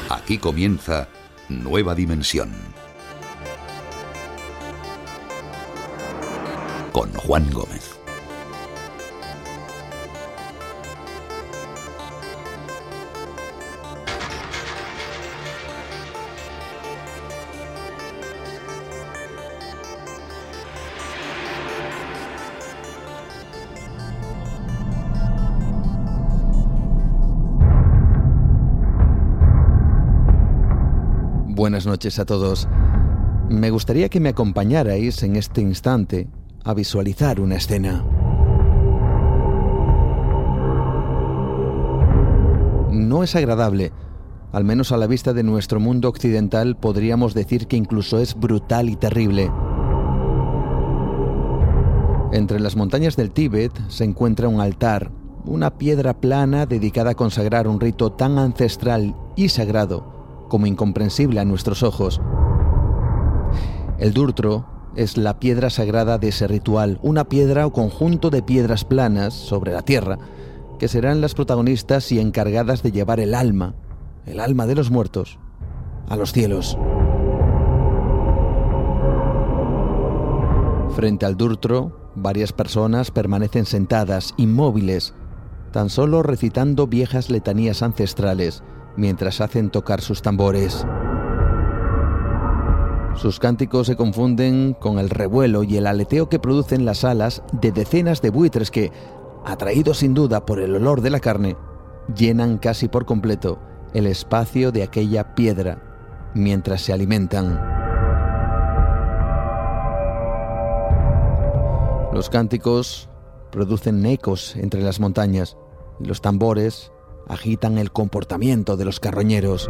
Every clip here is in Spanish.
Aquí comienza Nueva Dimensión. Con Juan Gómez. Buenas noches a todos. Me gustaría que me acompañarais en este instante a visualizar una escena. No es agradable, al menos a la vista de nuestro mundo occidental podríamos decir que incluso es brutal y terrible. Entre las montañas del Tíbet se encuentra un altar, una piedra plana dedicada a consagrar un rito tan ancestral y sagrado como incomprensible a nuestros ojos. El Durtro es la piedra sagrada de ese ritual, una piedra o conjunto de piedras planas sobre la tierra, que serán las protagonistas y encargadas de llevar el alma de los muertos, a los cielos. Frente al Durtro, varias personas permanecen sentadas, inmóviles, tan solo recitando viejas letanías ancestrales, mientras hacen tocar sus tambores. Sus cánticos se confunden con el revuelo y el aleteo que producen las alas de decenas de buitres que, atraídos sin duda por el olor de la carne, llenan casi por completo el espacio de aquella piedra mientras se alimentan. Los cánticos producen ecos entre las montañas y los tambores agitan el comportamiento de los carroñeros.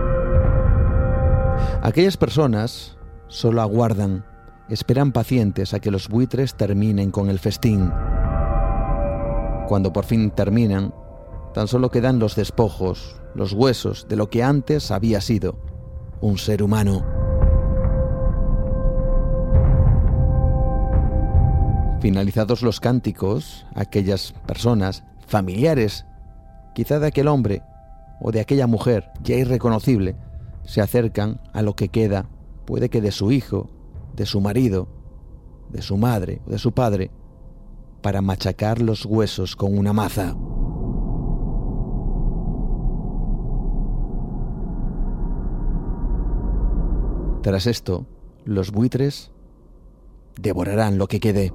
Aquellas personas solo aguardan, esperan pacientes a que los buitres terminen con el festín. Cuando por fin terminan, tan solo quedan los despojos, los huesos de lo que antes había sido un ser humano. Finalizados los cánticos, aquellas personas, familiares, quizá de aquel hombre o de aquella mujer ya irreconocible, se acercan a lo que queda, puede que de su hijo, de su marido, de su madre o de su padre, para machacar los huesos con una maza. Tras esto, los buitres devorarán lo que quede.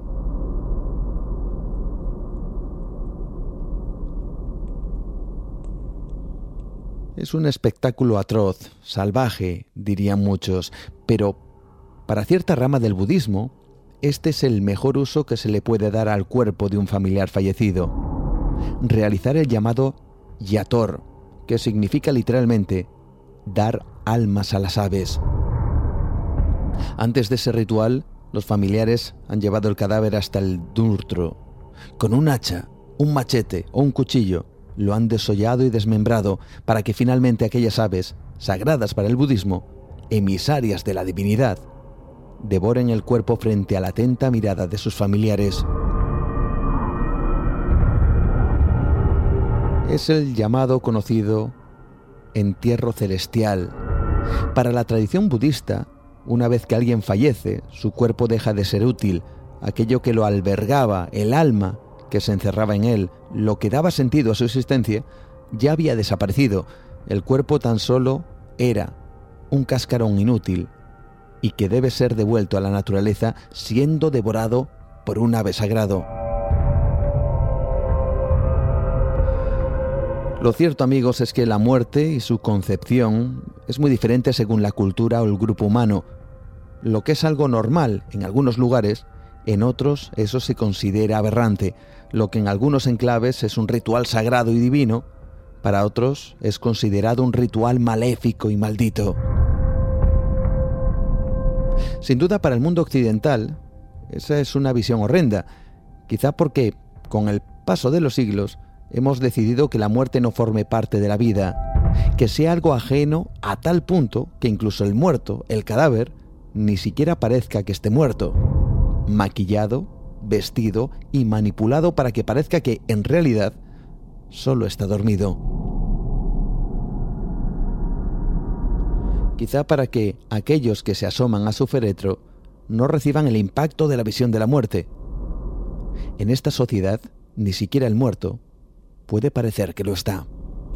Es un espectáculo atroz, salvaje, dirían muchos, pero para cierta rama del budismo, este es el mejor uso que se le puede dar al cuerpo de un familiar fallecido. Realizar el llamado yator, que significa literalmente dar almas a las aves. Antes de ese ritual, los familiares han llevado el cadáver hasta el Durtro. Con un hacha, un machete o un cuchillo, lo han desollado y desmembrado para que finalmente aquellas aves, sagradas para el budismo, emisarias de la divinidad, devoren el cuerpo frente a la atenta mirada de sus familiares. Es el llamado conocido entierro celestial. Para la tradición budista, una vez que alguien fallece, su cuerpo deja de ser útil. Aquello que lo albergaba, el alma que se encerraba en él, lo que daba sentido a su existencia, ya había desaparecido. El cuerpo tan solo era un cascarón inútil y que debe ser devuelto a la naturaleza siendo devorado por un ave sagrado. Lo cierto, amigos, es que la muerte y su concepción es muy diferente según la cultura o el grupo humano. Lo que es algo normal en algunos lugares, en otros eso se considera aberrante. Lo que en algunos enclaves es un ritual sagrado y divino, para otros es considerado un ritual maléfico y maldito. Sin duda, para el mundo occidental, esa es una visión horrenda, quizá porque, con el paso de los siglos, hemos decidido que la muerte no forme parte de la vida, que sea algo ajeno a tal punto que incluso el muerto, el cadáver, ni siquiera parezca que esté muerto, maquillado, vestido y manipulado para que parezca que, en realidad, solo está dormido. quizá para que aquellos que se asoman a su féretro no reciban el impacto de la visión de la muerte. En esta sociedad, ni siquiera el muerto puede parecer que lo está.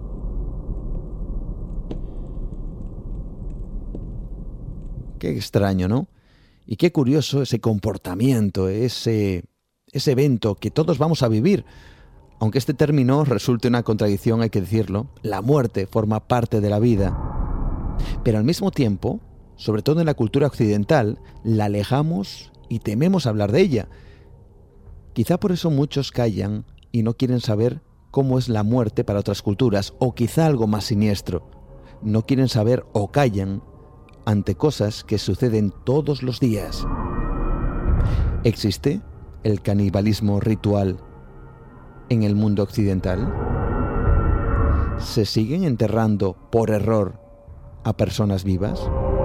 Qué extraño, ¿no? Y qué curioso ese comportamiento, ese evento que todos vamos a vivir. Aunque este término resulte una contradicción, hay que decirlo, la muerte forma parte de la vida. Pero al mismo tiempo, sobre todo en la cultura occidental, la alejamos y tememos hablar de ella. Quizá por eso muchos callan y no quieren saber cómo es la muerte para otras culturas, o quizá algo más siniestro. No quieren saber o callan ante cosas que suceden todos los días. ¿Existe el canibalismo ritual en el mundo occidental? ¿Se siguen enterrando por error a personas vivas?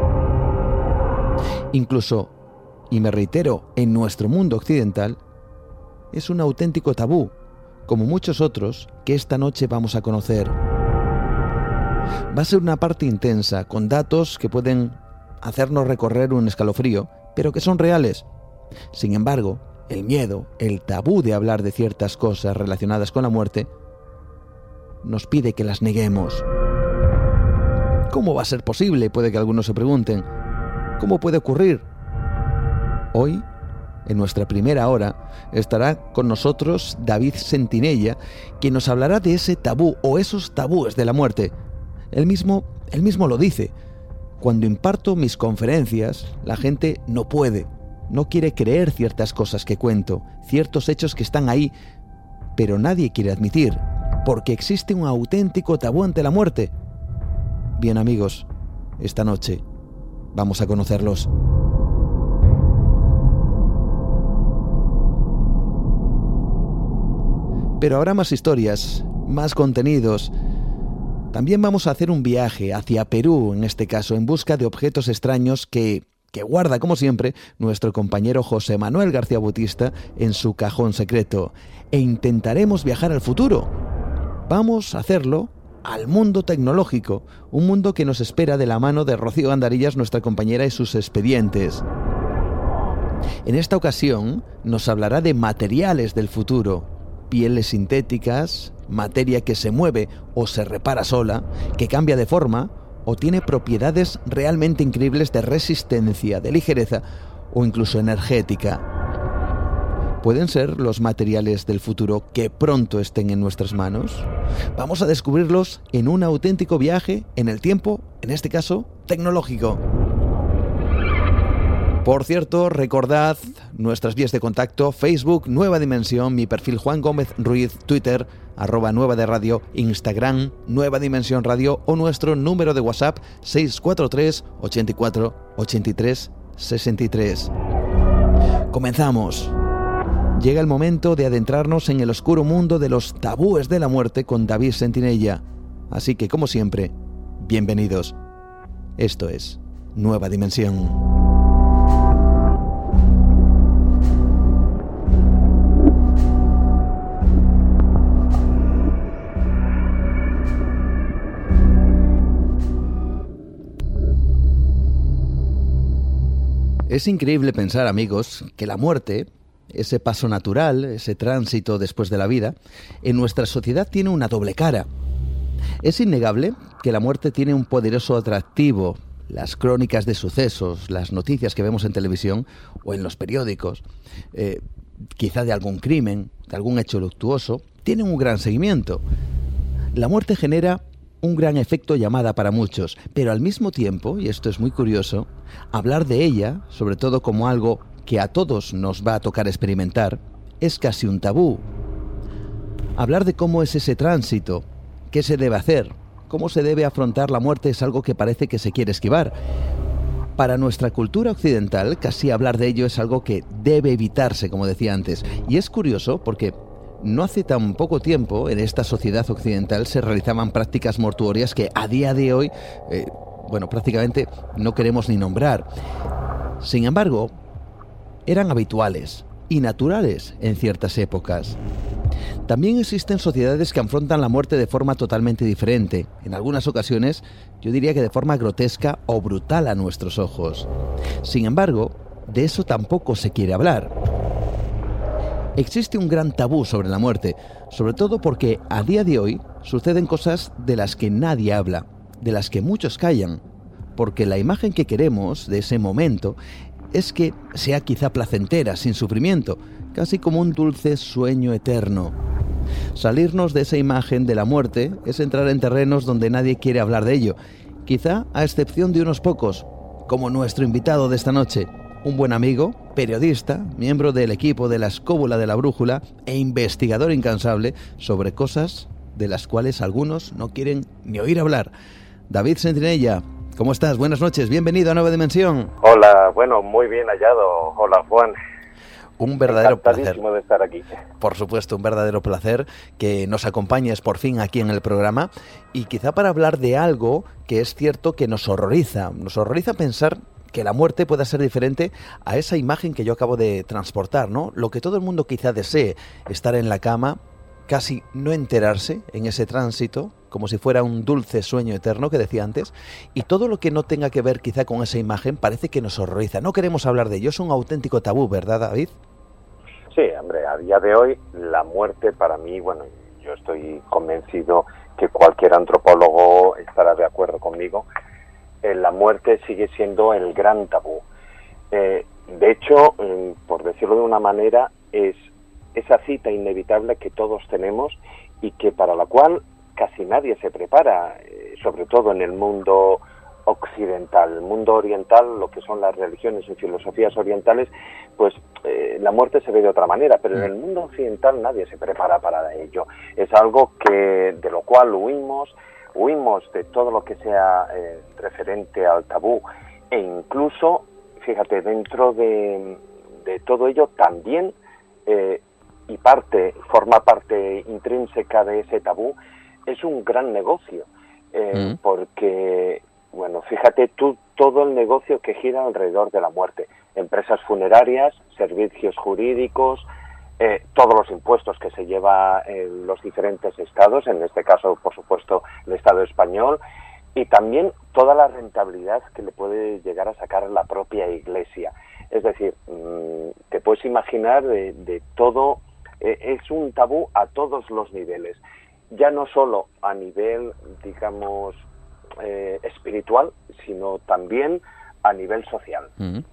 Incluso, y me reitero, en nuestro mundo occidental, es un auténtico tabú, como muchos otros que esta noche vamos a conocer. Va a ser una parte intensa, con datos que pueden hacernos recorrer un escalofrío, pero que son reales. Sin embargo, el miedo, el tabú de hablar de ciertas cosas relacionadas con la muerte, nos pide que las neguemos. ¿Cómo va a ser posible? Puede que algunos se pregunten. ¿Cómo puede ocurrir? Hoy, en nuestra primera hora, estará con nosotros David Sentinella, quien nos hablará de ese tabú o esos tabúes de la muerte. Él mismo lo dice. Cuando imparto mis conferencias, la gente no quiere creer ciertas cosas que cuento, ciertos hechos que están ahí, pero nadie quiere admitir, porque existe un auténtico tabú ante la muerte. Bien, amigos, esta noche vamos a conocerlos. Pero habrá más historias, más contenidos. También vamos a hacer un viaje hacia Perú, en este caso, en busca de objetos extraños que guarda, como siempre, nuestro compañero José Manuel García Bautista en su cajón secreto. E intentaremos viajar al futuro. Vamos a hacerlo al mundo tecnológico, un mundo que nos espera de la mano de Rocío Gandarillas, nuestra compañera, y sus expedientes. En esta ocasión nos hablará de materiales del futuro, pieles sintéticas, materia que se mueve o se repara sola, que cambia de forma o tiene propiedades realmente increíbles de resistencia, de ligereza o incluso energética. ¿Pueden ser los materiales del futuro que pronto estén en nuestras manos? Vamos a descubrirlos en un auténtico viaje en el tiempo, en este caso, tecnológico. Por cierto, recordad nuestras vías de contacto: Facebook, Nueva Dimensión, mi perfil Juan Gómez Ruiz, Twitter, @Nueva de Radio, Instagram, Nueva Dimensión Radio, o nuestro número de WhatsApp 643 84 83 63. Comenzamos. Llega el momento de adentrarnos en el oscuro mundo de los tabúes de la muerte con David Sentinella. Así que, como siempre, bienvenidos. Esto es Nueva Dimensión. Es increíble pensar, amigos, que la muerte, ese paso natural, ese tránsito después de la vida, en nuestra sociedad tiene una doble cara. Es innegable que la muerte tiene un poderoso atractivo. Las crónicas de sucesos, las noticias que vemos en televisión o en los periódicos, quizá de algún crimen, de algún hecho luctuoso, tienen un gran seguimiento. La muerte genera un gran efecto llamada para muchos, pero al mismo tiempo, y esto es muy curioso, hablar de ella, sobre todo como algo que a todos nos va a tocar experimentar, es casi un tabú. Hablar de cómo es ese tránsito, qué se debe hacer, cómo se debe afrontar la muerte es algo que parece que se quiere esquivar. Para nuestra cultura occidental, casi hablar de ello es algo que debe evitarse, como decía antes. Y es curioso porque no hace tan poco tiempo en esta sociedad occidental se realizaban prácticas mortuorias que a día de hoy, prácticamente no queremos ni nombrar. Sin embargo, eran habituales y naturales en ciertas épocas. También existen sociedades que afrontan la muerte de forma totalmente diferente. En algunas ocasiones, yo diría que de forma grotesca o brutal a nuestros ojos. Sin embargo, de eso tampoco se quiere hablar. Existe un gran tabú sobre la muerte, sobre todo porque a día de hoy suceden cosas de las que nadie habla, de las que muchos callan, porque la imagen que queremos de ese momento es que sea quizá placentera, sin sufrimiento, casi como un dulce sueño eterno. Salirnos de esa imagen de la muerte es entrar en terrenos donde nadie quiere hablar de ello, quizá a excepción de unos pocos, como nuestro invitado de esta noche, un buen amigo, periodista, miembro del equipo de la Escóbula de la Brújula e investigador incansable sobre cosas de las cuales algunos no quieren ni oír hablar. David Sentinella, ¿cómo estás? Buenas noches, bienvenido a Nueva Dimensión. Hola, bueno, muy bien hallado. Hola, Juan. Un verdadero placer. De estar aquí. Por supuesto, un verdadero placer que nos acompañes por fin aquí en el programa y quizá para hablar de algo que es cierto que nos horroriza pensar que la muerte pueda ser diferente a esa imagen que yo acabo de transportar, ¿no? Lo que todo el mundo quizá desee, estar en la cama, casi no enterarse en ese tránsito, como si fuera un dulce sueño eterno que decía antes, y todo lo que no tenga que ver quizá con esa imagen parece que nos horroriza. No queremos hablar de ello, es un auténtico tabú, ¿verdad, David? Sí, hombre, a día de hoy la muerte para mí, bueno, yo estoy convencido que cualquier antropólogo estará de acuerdo conmigo, la muerte sigue siendo el gran tabú. De hecho, por decirlo de una manera, es esa cita inevitable que todos tenemos y que para la cual casi nadie se prepara, sobre todo en el mundo occidental. El mundo oriental, lo que son las religiones y filosofías orientales, pues la muerte se ve de otra manera, pero en el mundo occidental nadie se prepara para ello. Es algo de lo cual huimos de todo lo que sea referente al tabú, e incluso, fíjate, dentro de todo ello también, y forma parte intrínseca de ese tabú, es un gran negocio, porque, bueno, fíjate tú todo el negocio que gira alrededor de la muerte, empresas funerarias, servicios jurídicos, todos los impuestos que se lleva en los diferentes estados, en este caso, por supuesto, el Estado español, y también toda la rentabilidad que le puede llegar a sacar la propia Iglesia. Es decir, te puedes imaginar de todo, es un tabú a todos los niveles, ya no solo a nivel, digamos, espiritual, sino también a nivel social.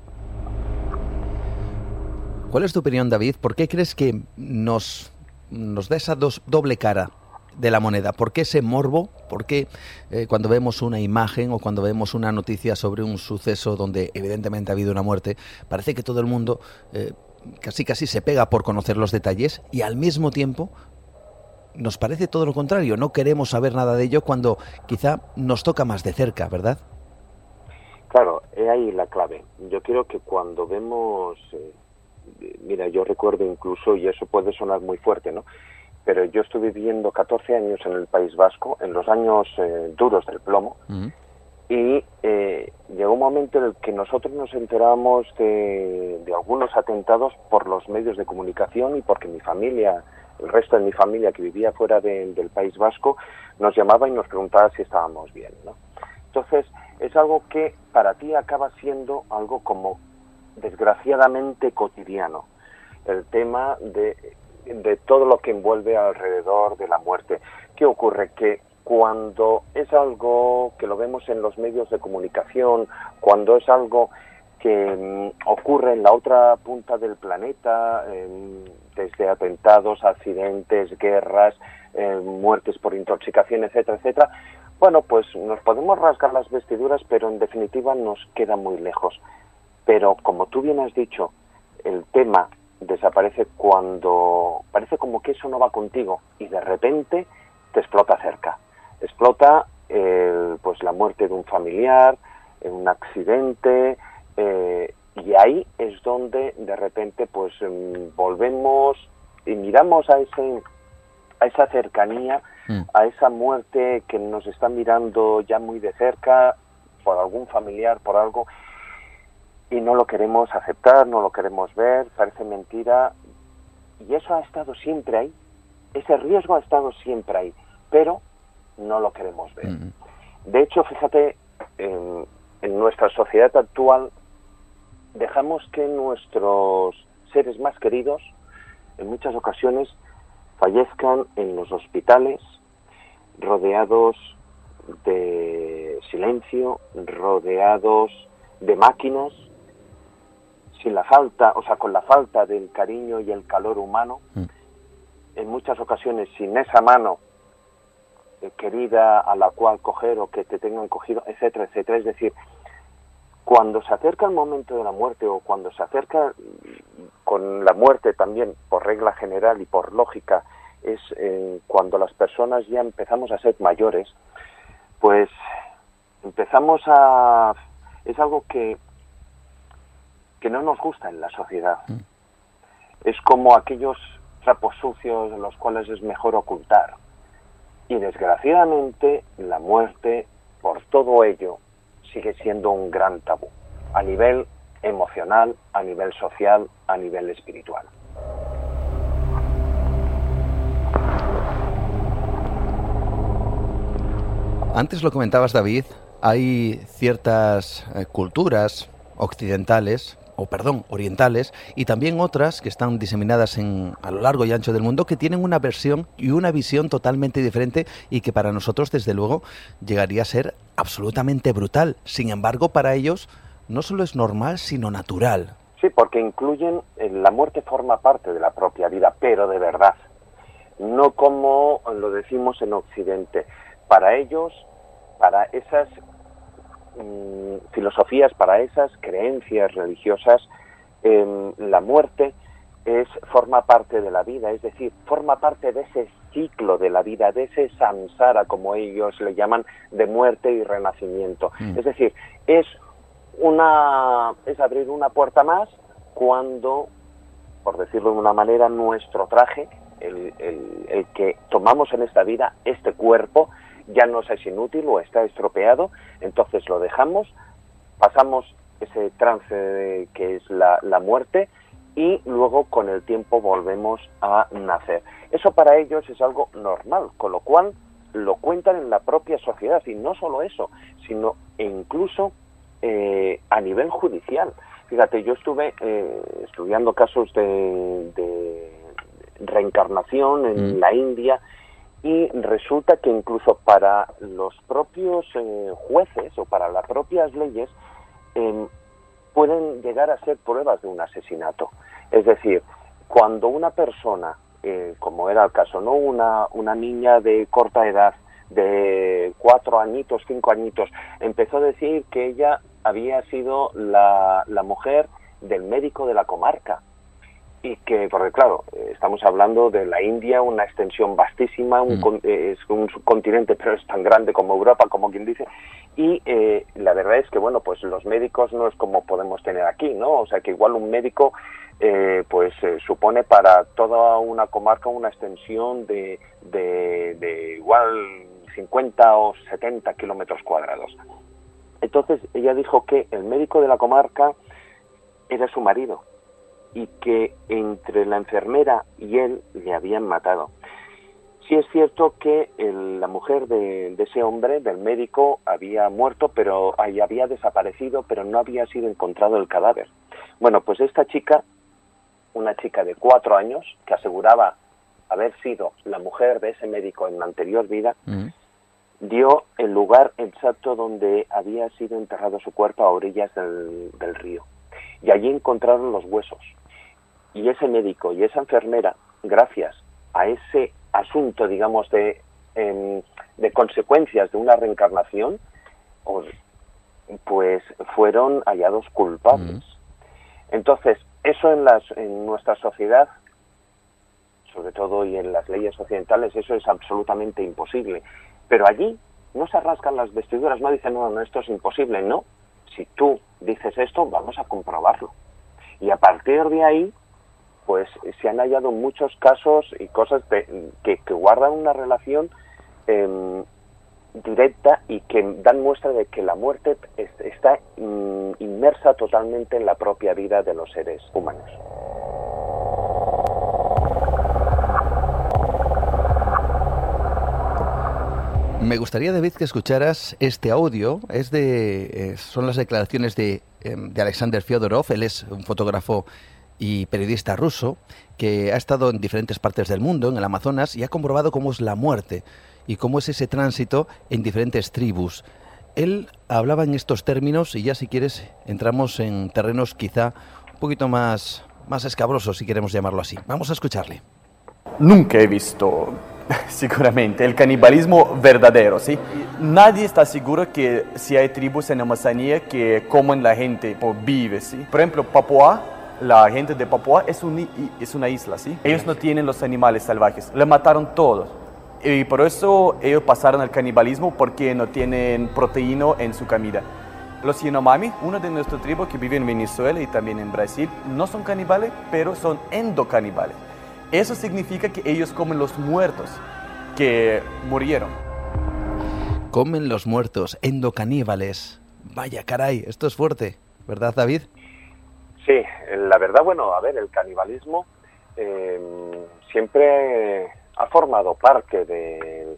¿Cuál es tu opinión, David? ¿Por qué crees que nos da esa doble cara de la moneda? ¿Por qué ese morbo? ¿Por qué cuando vemos una imagen o cuando vemos una noticia sobre un suceso donde evidentemente ha habido una muerte, parece que todo el mundo casi se pega por conocer los detalles y al mismo tiempo nos parece todo lo contrario? No queremos saber nada de ello cuando quizá nos toca más de cerca, ¿verdad? Claro, es ahí la clave. Yo creo que cuando vemos... mira, yo recuerdo incluso, y eso puede sonar muy fuerte, ¿no? Pero yo estuve viviendo 14 años en el País Vasco, en los años duros del plomo, y llegó un momento en el que nosotros nos enteramos de algunos atentados por los medios de comunicación y porque mi familia, el resto de mi familia que vivía fuera del País Vasco, nos llamaba y nos preguntaba si estábamos bien, ¿no? Entonces, es algo que para ti acaba siendo algo como desgraciadamente cotidiano, el tema de todo lo que envuelve alrededor de la muerte. ¿Qué ocurre? Que cuando es algo que lo vemos en los medios de comunicación, cuando es algo que ocurre en la otra punta del planeta, desde atentados, accidentes, guerras, muertes por intoxicación, etcétera, etcétera, bueno, pues nos podemos rasgar las vestiduras, pero en definitiva nos queda muy lejos. Pero, como tú bien has dicho, el tema desaparece cuando parece como que eso no va contigo y de repente te explota cerca. Explota pues la muerte de un familiar, un accidente, y ahí es donde de repente pues volvemos y miramos a esa cercanía, a esa muerte que nos está mirando ya muy de cerca por algún familiar, por algo, y no lo queremos aceptar, no lo queremos ver, parece mentira, y eso ha estado siempre ahí, ese riesgo ha estado siempre ahí, pero no lo queremos ver. De hecho, fíjate, en nuestra sociedad actual dejamos que nuestros seres más queridos, en muchas ocasiones, fallezcan en los hospitales, rodeados de silencio, rodeados de máquinas, con la falta del cariño y el calor humano, en muchas ocasiones sin esa mano querida a la cual coger o que te tengan cogido, etcétera, etcétera. Es decir, cuando se acerca el momento de la muerte, o cuando se acerca con la muerte también, por regla general y por lógica, es cuando las personas ya empezamos a ser mayores, pues es algo que no nos gusta en la sociedad. Es como aquellos trapos sucios de los cuales es mejor ocultar. Y desgraciadamente la muerte, por todo ello, sigue siendo un gran tabú, a nivel emocional, a nivel social, a nivel espiritual. Antes lo comentabas, David, hay ciertas culturas occidentales, orientales, y también otras que están diseminadas a lo largo y ancho del mundo, que tienen una versión y una visión totalmente diferente y que para nosotros, desde luego, llegaría a ser absolutamente brutal. Sin embargo, para ellos no solo es normal, sino natural. Sí, porque la muerte forma parte de la propia vida, pero de verdad, no como lo decimos en Occidente. Para ellos, para esas filosofías, para esas creencias religiosas, la muerte forma parte de la vida, es decir, forma parte de ese ciclo de la vida, de ese samsara, como ellos le llaman, de muerte y renacimiento. Es decir, es abrir una puerta más cuando, por decirlo de una manera, nuestro traje, el que tomamos en esta vida, este cuerpo, ya nos es inútil o está estropeado, entonces lo dejamos, pasamos ese trance que es la muerte, y luego con el tiempo volvemos a nacer. Eso para ellos es algo normal, con lo cual lo cuentan en la propia sociedad, y no solo eso, sino incluso a nivel judicial. Fíjate, yo estuve estudiando casos de reencarnación en la India, y resulta que incluso para los propios jueces o para las propias leyes pueden llegar a ser pruebas de un asesinato. Es decir, cuando una persona, como era el caso, ¿no?, una niña de corta edad, de 4 añitos, 5 añitos, empezó a decir que ella había sido la mujer del médico de la comarca. Y que, porque claro, estamos hablando de la India, una extensión vastísima, es un subcontinente, pero es tan grande como Europa, como quien dice, y la verdad es que, bueno, pues los médicos no es como podemos tener aquí, ¿no? O sea, que igual un médico, supone para toda una comarca una extensión de igual 50 o 70 kilómetros cuadrados. Entonces, ella dijo que el médico de la comarca era su marido, y que entre la enfermera y él le habían matado. Sí es cierto que la mujer de ese hombre, del médico, había muerto, pero había desaparecido, pero no había sido encontrado el cadáver. Bueno, pues esta chica, una chica de 4 años, que aseguraba haber sido la mujer de ese médico en la anterior vida, dio el lugar exacto donde había sido enterrado su cuerpo, a orillas del río. Y allí encontraron los huesos. Y ese médico y esa enfermera, gracias a ese asunto, digamos, de consecuencias de una reencarnación, pues fueron hallados culpables. Entonces, eso en nuestra sociedad, sobre todo y en las leyes occidentales, eso es absolutamente imposible. Pero allí no se rascan las vestiduras, no dicen, no, esto es imposible, no. Si tú dices esto, vamos a comprobarlo. Y a partir de ahí, pues se han hallado muchos casos y cosas que guardan una relación directa y que dan muestra de que la muerte está inmersa totalmente en la propia vida de los seres humanos. Me gustaría, David, que escucharas este audio. Son las declaraciones de Alexander Fyodorov. Él es un fotógrafo y periodista ruso que ha estado en diferentes partes del mundo, en el Amazonas, y ha comprobado cómo es la muerte y cómo es ese tránsito en diferentes tribus. Él hablaba en estos términos y ya, si quieres, entramos en terrenos quizá un poquito más escabrosos, si queremos llamarlo así. Vamos a escucharle. Nunca he visto, seguramente, el canibalismo verdadero, ¿sí? Nadie está seguro que si hay tribus en Amazonía que comen la gente por vive, ¿sí? Por ejemplo, Papúa, la gente de Papúa es una isla, ¿sí? Ellos no tienen los animales salvajes, le mataron todos. Y por eso ellos pasaron al canibalismo, porque no tienen proteína en su comida. Los Yanomami, uno de nuestros tribus que vive en Venezuela y también en Brasil, no son caníbales, pero son endocaníbales. Eso significa que ellos comen los muertos que murieron. Comen los muertos, endocaníbales. Vaya, caray, esto es fuerte, ¿verdad, David? Sí, la verdad, bueno, a ver, el canibalismo siempre ha formado parte del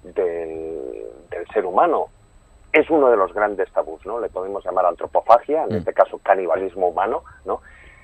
ser humano. Es uno de los grandes tabús, ¿no? Le podemos llamar antropofagia, en este caso canibalismo humano, ¿no?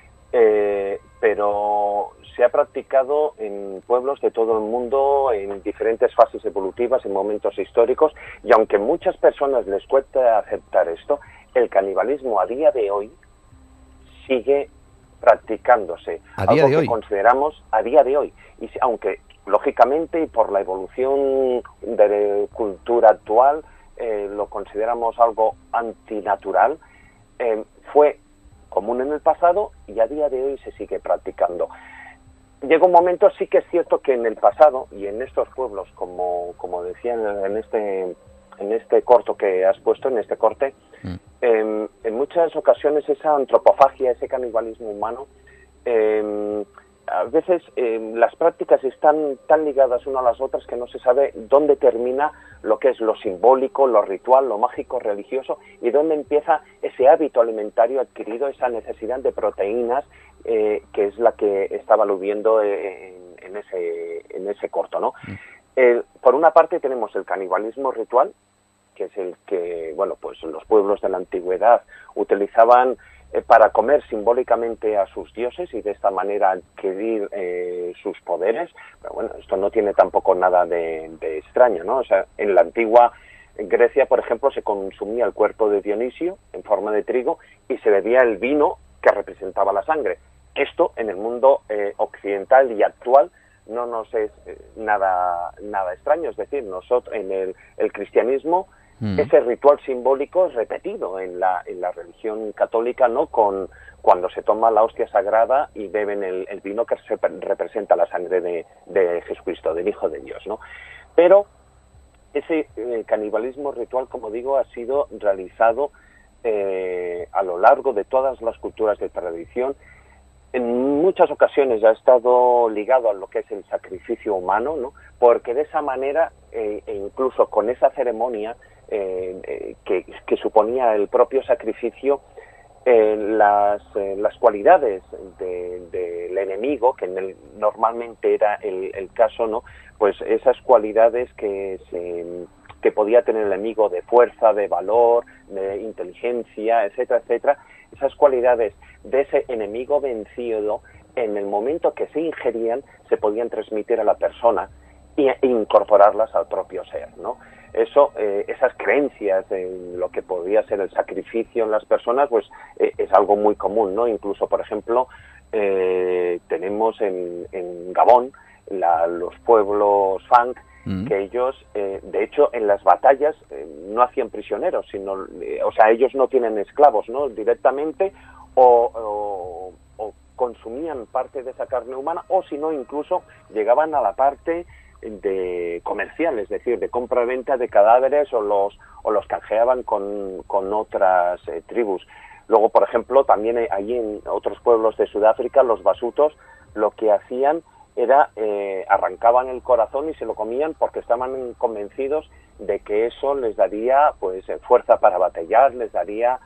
Pero se ha practicado en pueblos de todo el mundo, en diferentes fases evolutivas, en momentos históricos, y aunque a muchas personas les cuesta aceptar esto, el canibalismo a día de hoy sigue practicándose. Algo que consideramos a día de hoy. Y aunque, lógicamente, y por la evolución de la cultura actual, lo consideramos algo antinatural, fue común en el pasado y a día de hoy se sigue practicando. Llega un momento, sí que es cierto que en el pasado y en estos pueblos, como decía en este corto que has puesto, en este corte, en muchas ocasiones esa antropofagia, ese canibalismo humano, a veces las prácticas están tan ligadas unas a las otras que no se sabe dónde termina lo que es lo simbólico, lo ritual, lo mágico, religioso, y dónde empieza ese hábito alimentario adquirido, esa necesidad de proteínas, que es la que estaba aludiendo en ese corto, ¿no? Por una parte tenemos el canibalismo ritual, que es el que, bueno, pues los pueblos de la antigüedad utilizaban para comer simbólicamente a sus dioses y de esta manera adquirir sus poderes. Pero bueno, esto no tiene tampoco nada de extraño, ¿no? O sea, en la antigua Grecia, por ejemplo, se consumía el cuerpo de Dionisio en forma de trigo y se bebía el vino que representaba la sangre. Esto en el mundo occidental y actual no nos es nada extraño, es decir, nosotros en el cristianismo ese ritual simbólico es repetido en la religión católica, ¿no? Cuando se toma la hostia sagrada y beben el vino que representa la sangre de Jesucristo, del Hijo de Dios, ¿no? Pero ese canibalismo ritual, como digo, ha sido realizado a lo largo de todas las culturas de tradición. En muchas ocasiones ha estado ligado a lo que es el sacrificio humano, ¿no? Porque de esa manera, e incluso con esa ceremonia que suponía el propio sacrificio, las cualidades del enemigo, que normalmente era el caso, ¿no? Pues esas cualidades que podía tener el enemigo de fuerza, de valor, de inteligencia, etcétera, etcétera, esas cualidades de ese enemigo vencido, en el momento que se ingerían, se podían transmitir a la persona e incorporarlas al propio ser, ¿no? Eso, esas creencias en lo que podía ser el sacrificio en las personas, pues es algo muy común, ¿no? Incluso, por ejemplo, tenemos en Gabón los pueblos Fang, que ellos, de hecho, en las batallas no hacían prisioneros, sino, o sea, ellos no tienen esclavos, ¿no? Directamente, o consumían parte de esa carne humana, o si no, incluso llegaban a la parte de comercial, es decir, de compra-venta de cadáveres, o los canjeaban con otras tribus. Luego, por ejemplo, también allí en otros pueblos de Sudáfrica, los basutos lo que hacían era arrancaban el corazón y se lo comían porque estaban convencidos de que eso les daría pues fuerza para batallar, les daría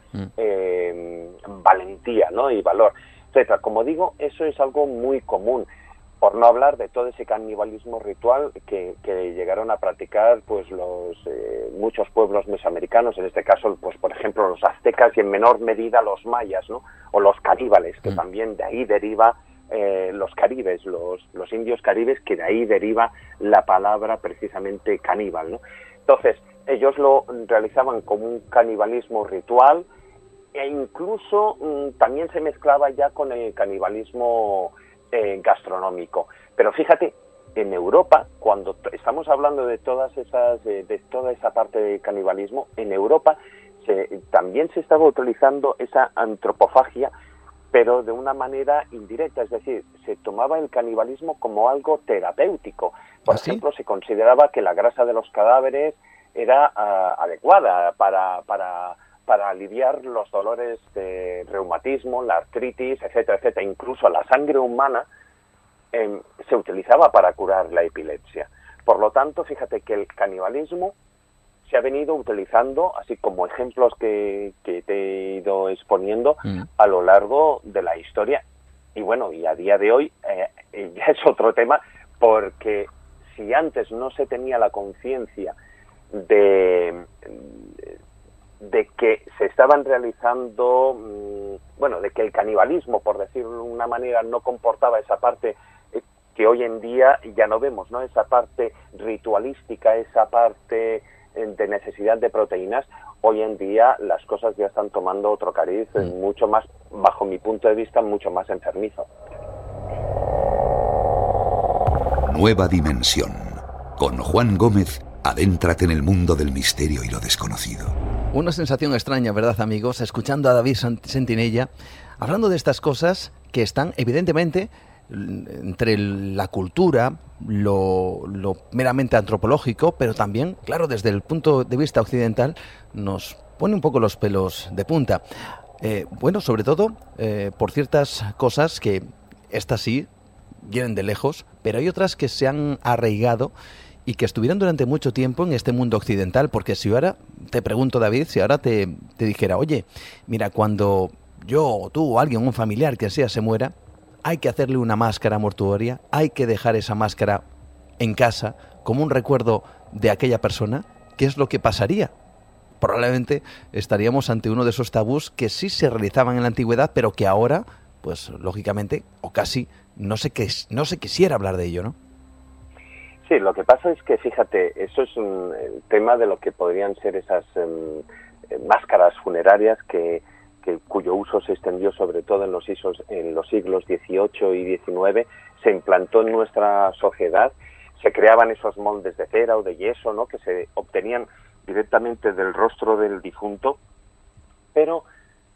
valentía, ¿no? Y valor, etcétera. Como digo, eso es algo muy común. Por no hablar de todo ese canibalismo ritual que llegaron a practicar pues muchos pueblos mesoamericanos, en este caso, pues por ejemplo, los aztecas y en menor medida los mayas, ¿no? O los caníbales, que también de ahí deriva los caribes, los indios caribes, que de ahí deriva la palabra precisamente caníbal, ¿no? Entonces, ellos lo realizaban como un canibalismo ritual e incluso también se mezclaba ya con el canibalismo gastronómico. Pero fíjate, en Europa, cuando estamos hablando de toda esa parte de canibalismo, en Europa también se estaba utilizando esa antropofagia, pero de una manera indirecta, es decir, se tomaba el canibalismo como algo terapéutico. Por ejemplo, se consideraba que la grasa de los cadáveres era adecuada para aliviar los dolores de reumatismo, la artritis, etcétera, etcétera. Incluso la sangre humana se utilizaba para curar la epilepsia. Por lo tanto, fíjate que el canibalismo se ha venido utilizando, así como ejemplos que te he ido exponiendo a lo largo de la historia. Y bueno, y a día de hoy ya es otro tema, porque si antes no se tenía la conciencia de que se estaban realizando, de que el canibalismo, por decirlo de una manera, no comportaba esa parte que hoy en día ya no vemos, ¿no? Esa parte ritualística, esa parte de necesidad de proteínas. Hoy en día las cosas ya están tomando otro cariz mucho más, bajo mi punto de vista, mucho más enfermizo. Nueva Dimensión. Con Juan Gómez, adéntrate en el mundo del misterio y lo desconocido. Una sensación extraña, ¿verdad, amigos? Escuchando a David Sentinella, hablando de estas cosas que están, evidentemente, entre la cultura, lo meramente antropológico, pero también, claro, desde el punto de vista occidental, nos pone un poco los pelos de punta. Sobre todo por ciertas cosas que, estas sí, vienen de lejos, pero hay otras que se han arraigado y que estuvieron durante mucho tiempo en este mundo occidental, porque si ahora, te pregunto, David, si ahora te dijera, oye, mira, cuando yo o tú o alguien, un familiar que sea, se muera, hay que hacerle una máscara mortuoria, hay que dejar esa máscara en casa como un recuerdo de aquella persona, ¿qué es lo que pasaría? Probablemente estaríamos ante uno de esos tabús que sí se realizaban en la antigüedad, pero que ahora, pues lógicamente, o casi, no se quisiera hablar de ello, ¿no? Sí, lo que pasa es que, fíjate, eso es el tema de lo que podrían ser esas máscaras funerarias cuyo uso se extendió sobre todo en los siglos XVIII y XIX, se implantó en nuestra sociedad, se creaban esos moldes de cera o de yeso, ¿no?, que se obtenían directamente del rostro del difunto, pero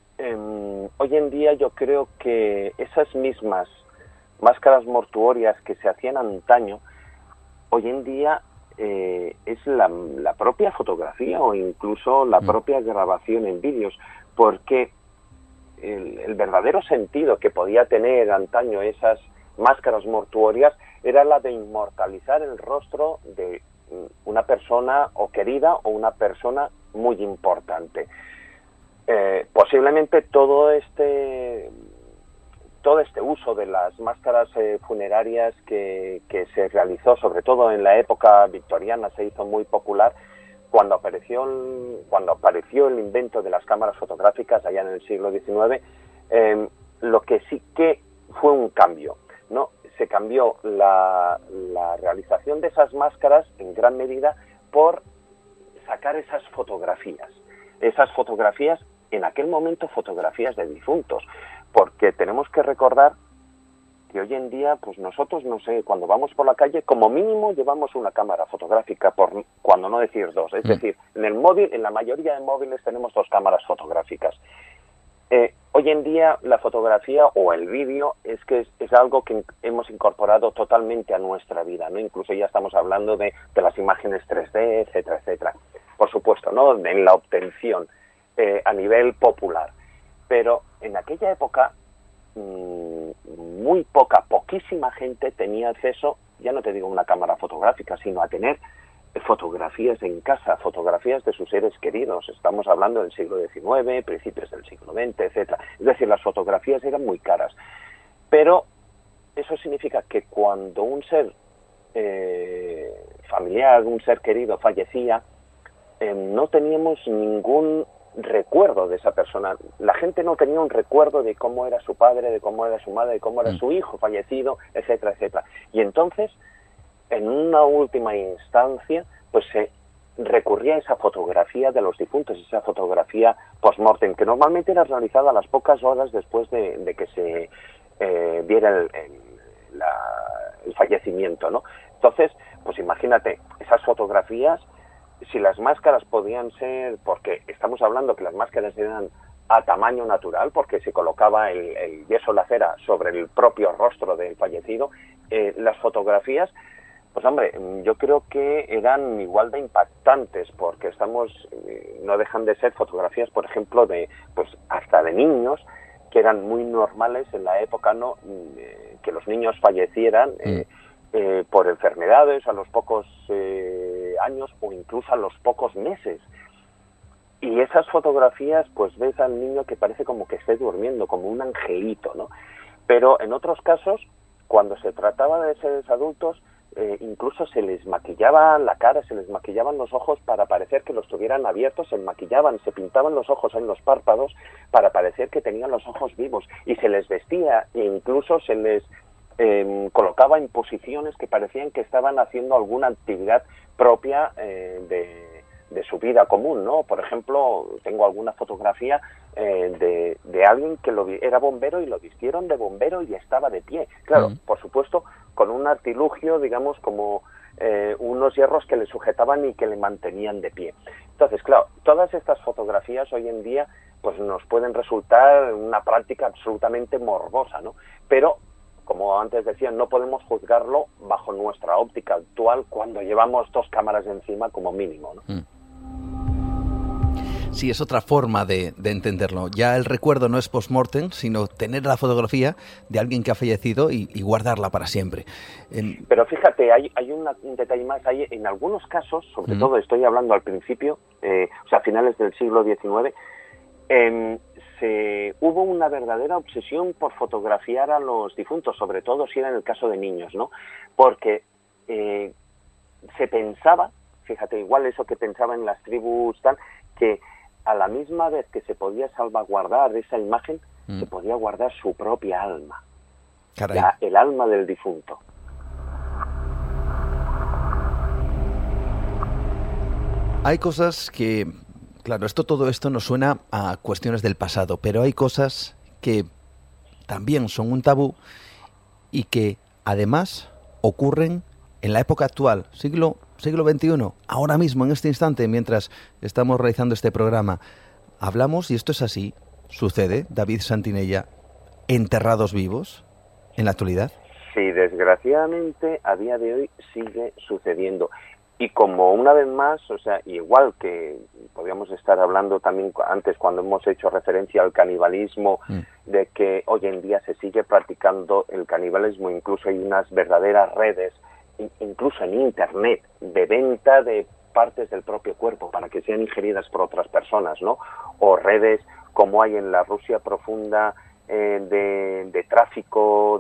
hoy en día yo creo que esas mismas máscaras mortuorias que se hacían antaño, hoy en día es la propia fotografía o incluso la propia grabación en vídeos, porque el verdadero sentido que podía tener antaño esas máscaras mortuorias era la de inmortalizar el rostro de una persona o querida o una persona muy importante. Posiblemente todo este uso de las máscaras funerarias que se realizó, sobre todo en la época victoriana, se hizo muy popular cuando apareció el invento de las cámaras fotográficas allá en el siglo XIX. Lo que sí que fue un cambio, ¿no? Se cambió la realización de esas máscaras en gran medida por sacar esas fotografías en aquel momento fotografías de difuntos, porque tenemos que recordar que hoy en día, pues nosotros, no sé, cuando vamos por la calle, como mínimo llevamos una cámara fotográfica, por cuando no decir dos. Es decir, en el móvil, en la mayoría de móviles tenemos 2 cámaras fotográficas. Hoy en día la fotografía o el vídeo es algo que hemos incorporado totalmente a nuestra vida, ¿no? Incluso ya estamos hablando de las imágenes 3D, etcétera, etcétera. Por supuesto, ¿no?, en la obtención a nivel popular. Pero en aquella época poquísima gente tenía acceso, ya no te digo una cámara fotográfica, sino a tener fotografías en casa, fotografías de sus seres queridos. Estamos hablando del siglo XIX, principios del siglo XX, etcétera. Es decir, las fotografías eran muy caras. Pero eso significa que cuando un ser familiar, un ser querido fallecía, no teníamos ningún recuerdo de esa persona. La gente no tenía un recuerdo de cómo era su padre, de cómo era su madre, de cómo era su hijo fallecido, etcétera, etcétera. Y entonces, en una última instancia, pues se recurría a esa fotografía de los difuntos, esa fotografía post-mortem, que normalmente era realizada a las pocas horas después de que se viera el fallecimiento, ¿no? Entonces, pues imagínate, esas fotografías, si las máscaras podían ser, porque estamos hablando que las máscaras eran a tamaño natural, porque se colocaba el yeso, la cera, sobre el propio rostro del fallecido, las fotografías, pues hombre, yo creo que eran igual de impactantes, porque no dejan de ser fotografías, por ejemplo, pues hasta de niños, que eran muy normales en la época, ¿no? Que los niños fallecieran por enfermedades a los pocos años o incluso a los pocos meses. Y esas fotografías, pues ves al niño que parece como que esté durmiendo, como un angelito, ¿no? Pero en otros casos, cuando se trataba de seres adultos, incluso se les maquillaba la cara, se les maquillaban los ojos para parecer que los tuvieran abiertos, se maquillaban, se pintaban los ojos en los párpados para parecer que tenían los ojos vivos, y se les vestía e incluso se les colocaba en posiciones que parecían que estaban haciendo alguna actividad propia de su vida común, ¿no? Por ejemplo, tengo alguna fotografía de alguien que era bombero y lo vistieron de bombero y estaba de pie. Claro, por supuesto, con un artilugio, digamos, como unos hierros que le sujetaban y que le mantenían de pie. Entonces, claro, todas estas fotografías hoy en día pues nos pueden resultar una práctica absolutamente morbosa, ¿no? Pero, como antes decía, no podemos juzgarlo bajo nuestra óptica actual cuando llevamos 2 cámaras encima como mínimo, ¿no? Sí, es otra forma de entenderlo. Ya el recuerdo no es post-mortem, sino tener la fotografía de alguien que ha fallecido y guardarla para siempre. Pero fíjate, hay un detalle más. En algunos casos, sobre todo estoy hablando al principio, o sea, a finales del siglo XIX, hubo una verdadera obsesión por fotografiar a los difuntos, sobre todo si era en el caso de niños, ¿no? Porque se pensaba, fíjate, igual eso que pensaban en las tribus tal, que a la misma vez que se podía salvaguardar esa imagen, se podía guardar su propia alma. Caray. El alma del difunto. Hay cosas que, claro, todo esto nos suena a cuestiones del pasado, pero hay cosas que también son un tabú y que además ocurren en la época actual, siglo XXI, ahora mismo, en este instante, mientras estamos realizando este programa. Hablamos, y esto es así, sucede, David Santinella, enterrados vivos en la actualidad. Sí, desgraciadamente a día de hoy sigue sucediendo. Y como una vez más, o sea, igual que podríamos estar hablando también antes cuando hemos hecho referencia al canibalismo, de que hoy en día se sigue practicando el canibalismo, incluso hay unas verdaderas redes, incluso en Internet, de venta de partes del propio cuerpo para que sean ingeridas por otras personas, ¿no? O redes como hay en la Rusia profunda de tráfico,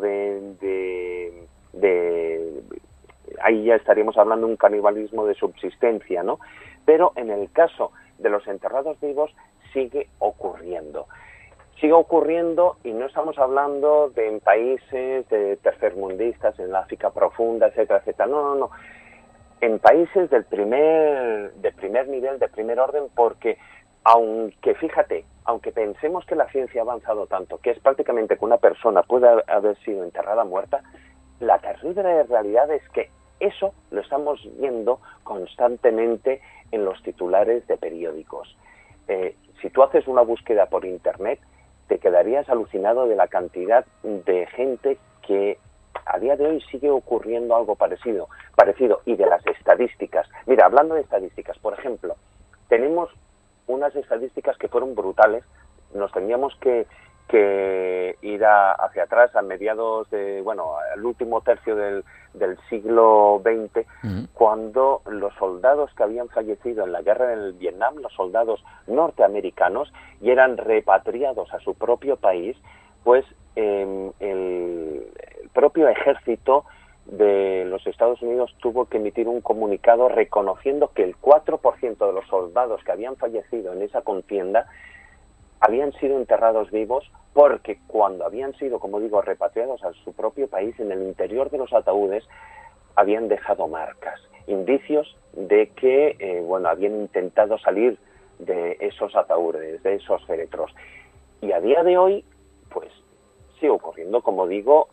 ahí ya estaríamos hablando de un canibalismo de subsistencia, ¿no? Pero en el caso de los enterrados vivos sigue ocurriendo. Sigue ocurriendo y no estamos hablando de en países de tercermundistas, en la África profunda, etcétera, etcétera. No. En países de primer nivel, de primer orden, porque aunque pensemos que la ciencia ha avanzado tanto, que es prácticamente que una persona puede haber sido enterrada muerta, la terrible realidad es que eso lo estamos viendo constantemente en los titulares de periódicos. Si tú haces una búsqueda por Internet, te quedarías alucinado de la cantidad de gente que a día de hoy sigue ocurriendo algo parecido, y de las estadísticas. Mira, hablando de estadísticas, por ejemplo, tenemos unas estadísticas que fueron brutales. Nos teníamos que ir hacia atrás a mediados al último tercio del siglo XX, cuando los soldados que habían fallecido en la guerra del Vietnam, los soldados norteamericanos, y eran repatriados a su propio país, pues el propio ejército de los Estados Unidos tuvo que emitir un comunicado reconociendo que el 4% de los soldados que habían fallecido en esa contienda habían sido enterrados vivos porque cuando habían sido, como digo, repatriados a su propio país, en el interior de los ataúdes habían dejado marcas, indicios de que, habían intentado salir de esos ataúdes, de esos féretros. Y a día de hoy, pues, sigue ocurriendo, como digo,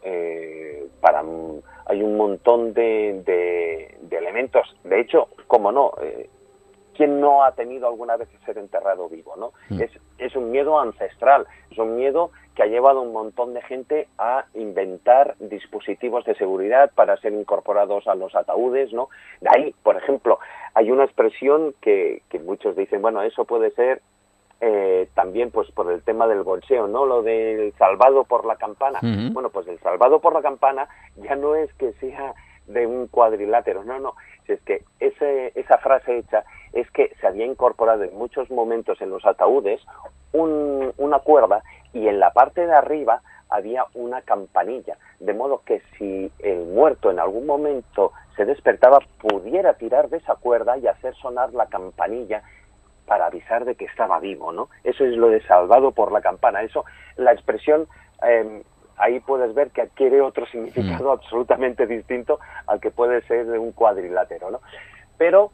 hay un montón de elementos. De hecho, como no, ¿quién no ha tenido alguna vez que ser enterrado vivo, no? Es un miedo ancestral, es un miedo que ha llevado a un montón de gente a inventar dispositivos de seguridad para ser incorporados a los ataúdes, ¿no? De ahí, por ejemplo, hay una expresión que muchos dicen, bueno, eso puede ser también pues por el tema del bolseo, ¿no? Lo del salvado por la campana. Bueno, pues el salvado por la campana ya no es que sea de un cuadrilátero, no. Es que esa frase hecha es que se había incorporado en muchos momentos en los ataúdes una cuerda y en la parte de arriba había una campanilla, de modo que si el muerto en algún momento se despertaba pudiera tirar de esa cuerda y hacer sonar la campanilla para avisar de que estaba vivo, ¿no? Eso es lo de salvado por la campana. Eso, la expresión, ahí puedes ver que adquiere otro significado absolutamente distinto al que puede ser de un cuadrilátero, ¿no? Pero,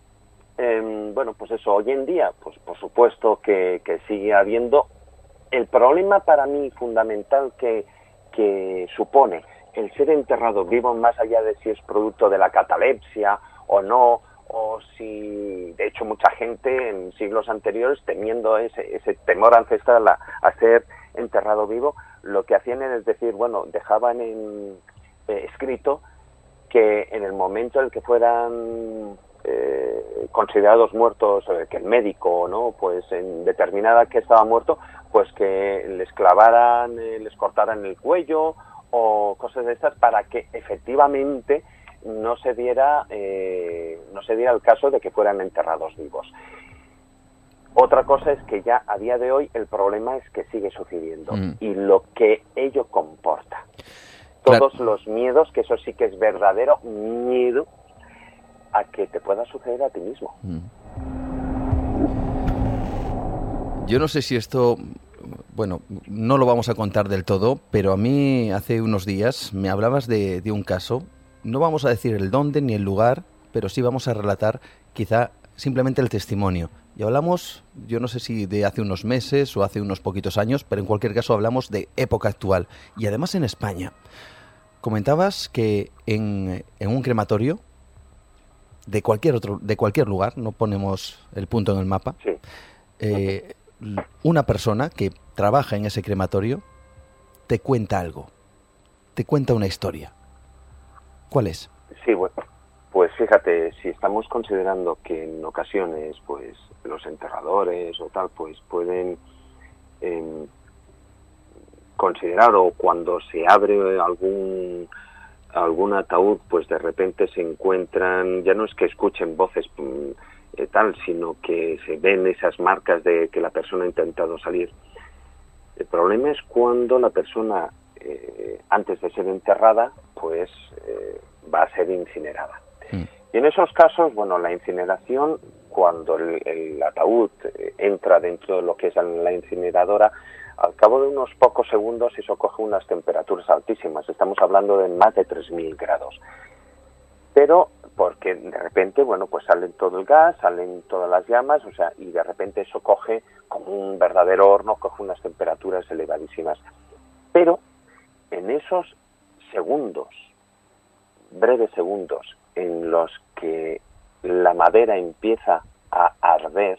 pues eso, hoy en día, pues por supuesto que sigue habiendo. El problema para mí fundamental que supone el ser enterrado vivo, más allá de si es producto de la catalepsia o no, o si, de hecho, mucha gente en siglos anteriores, temiendo ese temor ancestral a ser enterrado vivo, lo que hacían es decir, dejaban escrito que en el momento en el que fueran considerados muertos, que el médico, ¿no? Pues en determinada que estaba muerto, pues que les clavaran, les cortaran el cuello o cosas de estas para que efectivamente no se diera el caso de que fueran enterrados vivos. Otra cosa es que ya a día de hoy el problema es que sigue sucediendo y lo que ello comporta. Todos los miedos, que eso sí que es verdadero miedo a que te pueda suceder a ti mismo. Yo no sé si esto, no lo vamos a contar del todo, pero a mí hace unos días me hablabas de un caso. No vamos a decir el dónde ni el lugar, pero sí vamos a relatar quizá simplemente el testimonio. Y hablamos, yo no sé si de hace unos meses o hace unos poquitos años, pero en cualquier caso hablamos de época actual. Y además en España. Comentabas que en un crematorio de cualquier lugar, no ponemos el punto en el mapa, sí. Una persona que trabaja en ese crematorio te cuenta algo, te cuenta una historia. ¿Cuál es? Sí, pues fíjate, si estamos considerando que en ocasiones pues los enterradores o tal pues pueden considerar, o cuando se abre algún ataúd, pues de repente se encuentran, ya no es que escuchen voces tal, sino que se ven esas marcas de que la persona ha intentado salir. El problema es cuando la persona, antes de ser enterrada, pues va a ser incinerada. Y en esos casos, la incineración, cuando el ataúd entra dentro de lo que es la incineradora, al cabo de unos pocos segundos eso coge unas temperaturas altísimas. Estamos hablando de más de 3.000 grados. Pero porque de repente, pues sale todo el gas, salen todas las llamas, y de repente eso coge como un verdadero horno, coge unas temperaturas elevadísimas. Pero en esos segundos, breves segundos, en los que la madera empieza a arder,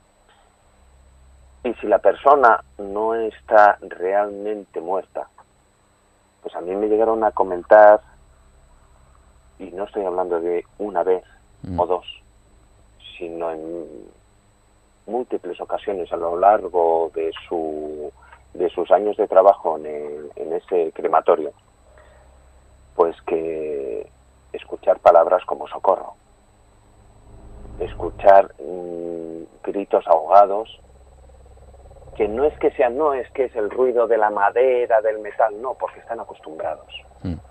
y si la persona no está realmente muerta, pues a mí me llegaron a comentar, y no estoy hablando de una vez o dos, sino en múltiples ocasiones a lo largo de sus años de trabajo en ese crematorio, pues que escuchar palabras como socorro, escuchar gritos ahogados, que no es que es el ruido de la madera, del metal, no, porque están acostumbrados.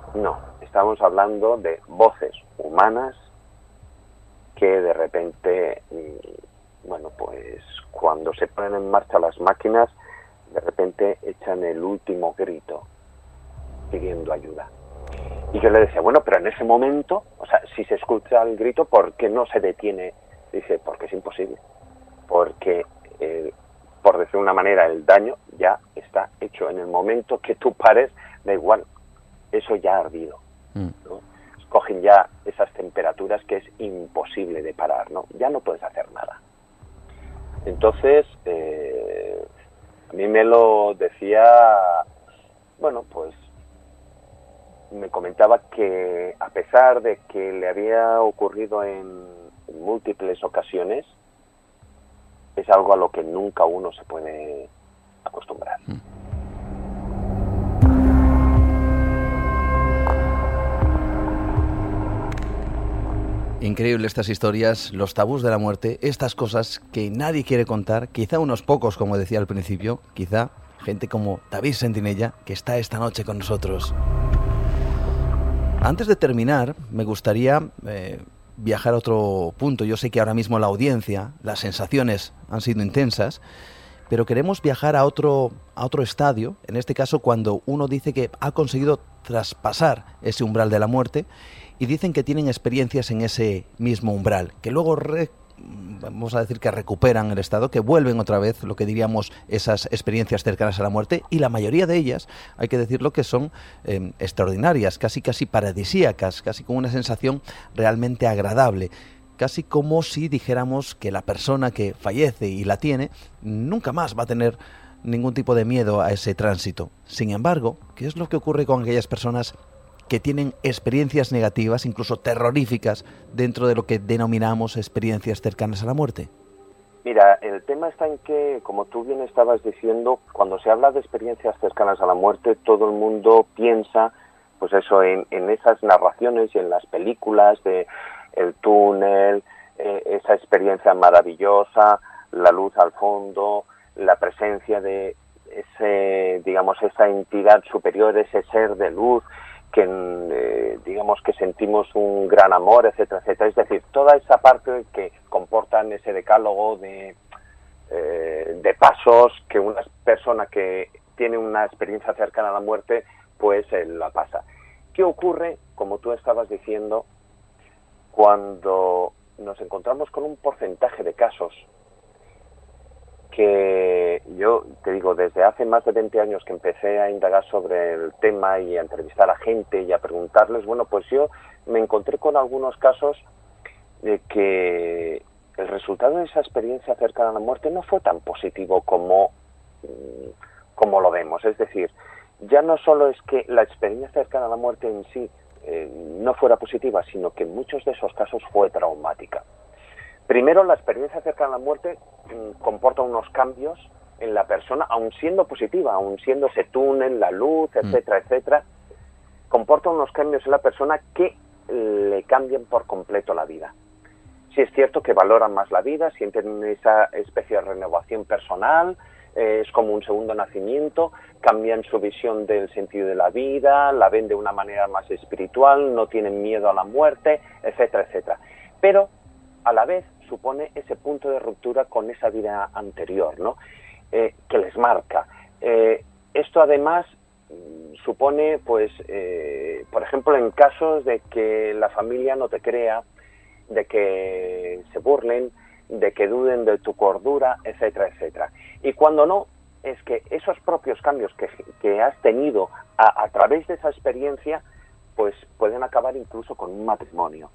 No, estamos hablando de voces humanas que de repente, bueno, pues cuando se ponen en marcha las máquinas, de repente echan el último grito pidiendo ayuda. Y yo le decía, bueno, pero en ese momento, o sea, si se escucha el grito, ¿por qué no se detiene? Dice, porque es imposible. Porque, por decir de una manera, el daño ya está hecho. En el momento que tú pares, da igual, eso ya ha ardido, ¿no? Cogen ya esas temperaturas que es imposible de parar, ¿no? Ya no puedes hacer nada. Entonces, a mí me lo decía, bueno, pues me comentaba que a pesar de que le había ocurrido en múltiples ocasiones, es algo a lo que nunca uno se puede acostumbrar. Increíble estas historias, los tabús de la muerte, estas cosas que nadie quiere contar, quizá unos pocos, como decía al principio, quizá gente como David Sentinella, que está esta noche con nosotros. Antes de terminar, me gustaría viajar a otro punto. Yo sé que ahora mismo la audiencia, las sensaciones han sido intensas, pero queremos viajar a otro estadio, en este caso cuando uno dice que ha conseguido traspasar ese umbral de la muerte y dicen que tienen experiencias en ese mismo umbral, que luego vamos a decir que recuperan el estado, que vuelven otra vez, lo que diríamos, esas experiencias cercanas a la muerte, y la mayoría de ellas, hay que decirlo, que son extraordinarias, casi paradisíacas, casi con una sensación realmente agradable, casi como si dijéramos que la persona que fallece y la tiene, nunca más va a tener ningún tipo de miedo a ese tránsito. Sin embargo, ¿qué es lo que ocurre con aquellas personas que tienen experiencias negativas, incluso terroríficas, dentro de lo que denominamos experiencias cercanas a la muerte? Mira, el tema está en que, como tú bien estabas diciendo, cuando se habla de experiencias cercanas a la muerte, todo el mundo piensa, pues eso, en esas narraciones y en las películas de el túnel, esa experiencia maravillosa, la luz al fondo, la presencia de ese, digamos, esa entidad superior, ese ser de luz, que digamos que sentimos un gran amor, etcétera, etcétera. Es decir, toda esa parte que comportan ese decálogo de pasos que una persona que tiene una experiencia cercana a la muerte, pues la pasa. ¿Qué ocurre, como tú estabas diciendo, cuando nos encontramos con un porcentaje de casos que yo te digo, desde hace más de 20 años que empecé a indagar sobre el tema y a entrevistar a gente y a preguntarles, bueno, pues yo me encontré con algunos casos de que el resultado de esa experiencia cercana a la muerte no fue tan positivo como lo vemos. Es decir, ya no solo es que la experiencia cercana a la muerte en sí no fuera positiva, sino que en muchos de esos casos fue traumática. Primero, la experiencia cercana a la muerte comporta unos cambios en la persona, aun siendo positiva, aun siendo ese túnel, la luz, etcétera, etcétera, comporta unos cambios en la persona que le cambian por completo la vida. Sí es cierto que valoran más la vida, sienten esa especie de renovación personal, es como un segundo nacimiento, cambian su visión del sentido de la vida, la ven de una manera más espiritual, no tienen miedo a la muerte, etcétera, etcétera. Pero a la vez supone ese punto de ruptura con esa vida anterior, ¿no? Que les marca. Esto además supone, pues, por ejemplo, en casos de que la familia no te crea, de que se burlen, de que duden de tu cordura, etcétera, etcétera. Y cuando no, es que esos propios cambios que has tenido a través de esa experiencia, pues pueden acabar incluso con un matrimonio.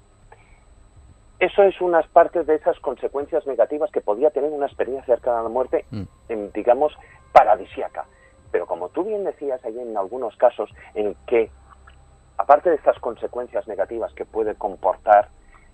Eso es unas partes de esas consecuencias negativas que podía tener una experiencia cercana a la muerte, digamos, paradisíaca. Pero como tú bien decías, hay en algunos casos en que, aparte de estas consecuencias negativas que puede comportar,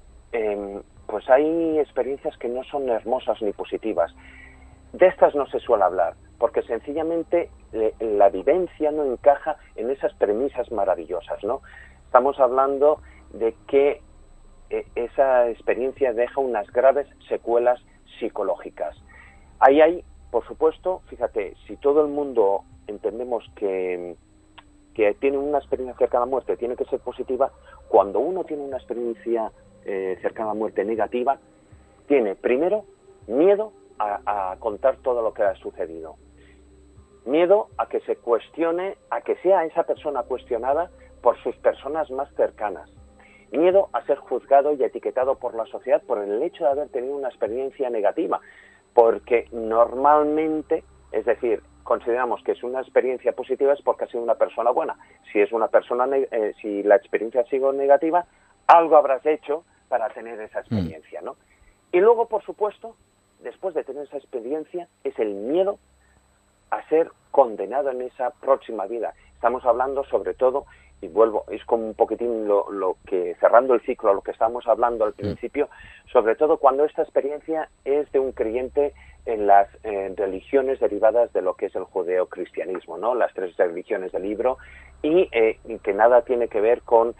pues hay experiencias que no son hermosas ni positivas. De estas no se suele hablar, porque sencillamente la vivencia no encaja en esas premisas maravillosas, ¿no? Estamos hablando de que esa experiencia deja unas graves secuelas psicológicas. Ahí hay, por supuesto, fíjate, si todo el mundo entendemos que que tienen una experiencia cercana a la muerte tiene que ser positiva, cuando uno tiene una experiencia cercana a la muerte negativa, tiene primero miedo a contar todo lo que ha sucedido, miedo a que se cuestione, a que sea esa persona cuestionada por sus personas más cercanas, miedo a ser juzgado y etiquetado por la sociedad por el hecho de haber tenido una experiencia negativa, porque normalmente, es decir, consideramos que es una experiencia positiva es porque ha sido una persona buena. Si es una persona, si la experiencia ha sido negativa, algo habrás hecho para tener esa experiencia, ¿no? Y luego, por supuesto, después de tener esa experiencia, es el miedo a ser condenado en esa próxima vida. Estamos hablando sobre todo, y vuelvo, es como un poquitín lo que, cerrando el ciclo, lo que estábamos hablando al principio, sobre todo cuando esta experiencia es de un creyente en las religiones derivadas de lo que es el judeocristianismo, ¿no? Las 3 religiones del libro, y que nada tiene que ver con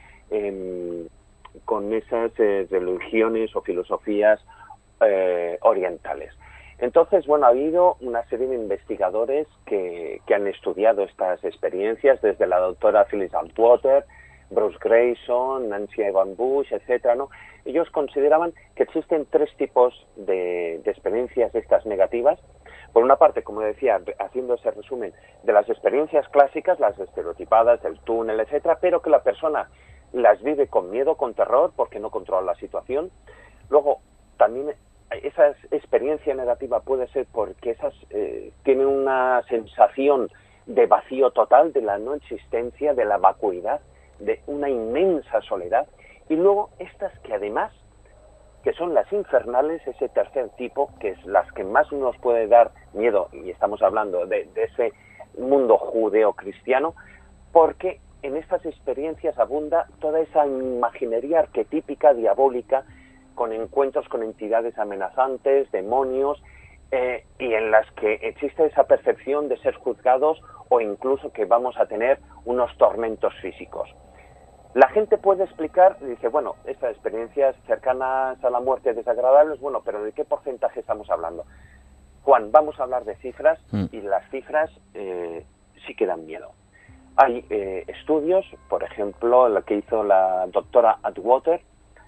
esas religiones o filosofías orientales. Entonces, bueno, ha habido una serie de investigadores que han estudiado estas experiencias, desde la doctora Phyllis Atwater, Bruce Grayson, Nancy Evan Bush, etcétera, ¿no? Ellos consideraban que existen 3 tipos de experiencias estas negativas. Por una parte, como decía, haciendo ese resumen, de las experiencias clásicas, las estereotipadas, del túnel, etcétera, pero que la persona las vive con miedo, con terror, porque no controla la situación. Luego, también esa experiencia negativa puede ser porque tiene una sensación de vacío total, de la no existencia, de la vacuidad, de una inmensa soledad. Y luego estas que además, que son las infernales, ese tercer tipo, que es las que más nos puede dar miedo, y estamos hablando de ese mundo judeo-cristiano, porque en estas experiencias abunda toda esa imaginería arquetípica, diabólica, con encuentros con entidades amenazantes, demonios, y en las que existe esa percepción de ser juzgados o incluso que vamos a tener unos tormentos físicos. La gente puede explicar, dice, bueno, estas experiencias cercanas a la muerte desagradables, bueno, pero ¿de qué porcentaje estamos hablando? Juan, vamos a hablar de cifras, y las cifras sí que dan miedo. Hay estudios, por ejemplo, lo que hizo la doctora Atwater,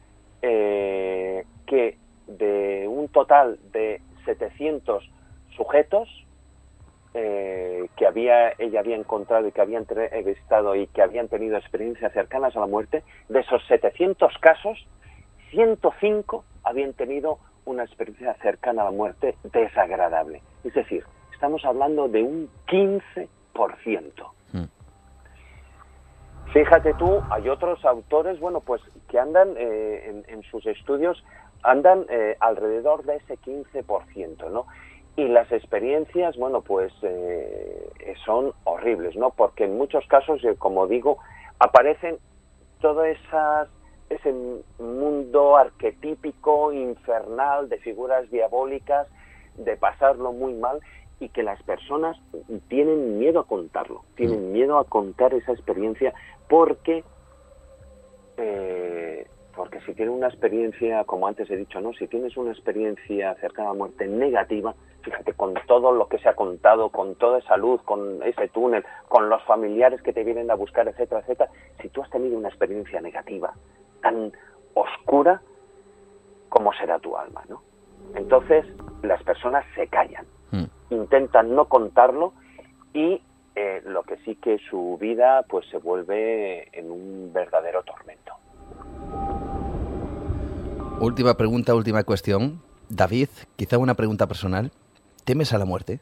que de un total de 700 sujetos que ella había encontrado y que habían entrevistado y que habían tenido experiencias cercanas a la muerte, de esos 700 casos, 105 habían tenido una experiencia cercana a la muerte desagradable. Es decir, estamos hablando de un 15%. Fíjate tú, hay otros autores, bueno, pues que andan en sus estudios, andan alrededor de ese 15%, ¿no? Y las experiencias, bueno, pues son horribles, ¿no? Porque en muchos casos, como digo, aparecen todo ese mundo arquetípico, infernal, de figuras diabólicas, de pasarlo muy mal, y que las personas tienen miedo a contarlo, tienen miedo a contar esa experiencia porque si tienen una experiencia, como antes he dicho, ¿no? Si tienes una experiencia cercana a la muerte negativa, fíjate, con todo lo que se ha contado, con toda esa luz, con ese túnel, con los familiares que te vienen a buscar, etcétera, etcétera, si tú has tenido una experiencia negativa tan oscura, ¿cómo será tu alma, no? Entonces, las personas se callan, intentan no contarlo, y lo que sí que su vida pues se vuelve en un verdadero tormento. Última pregunta, última cuestión. David, quizá una pregunta personal. ¿Temes a la muerte?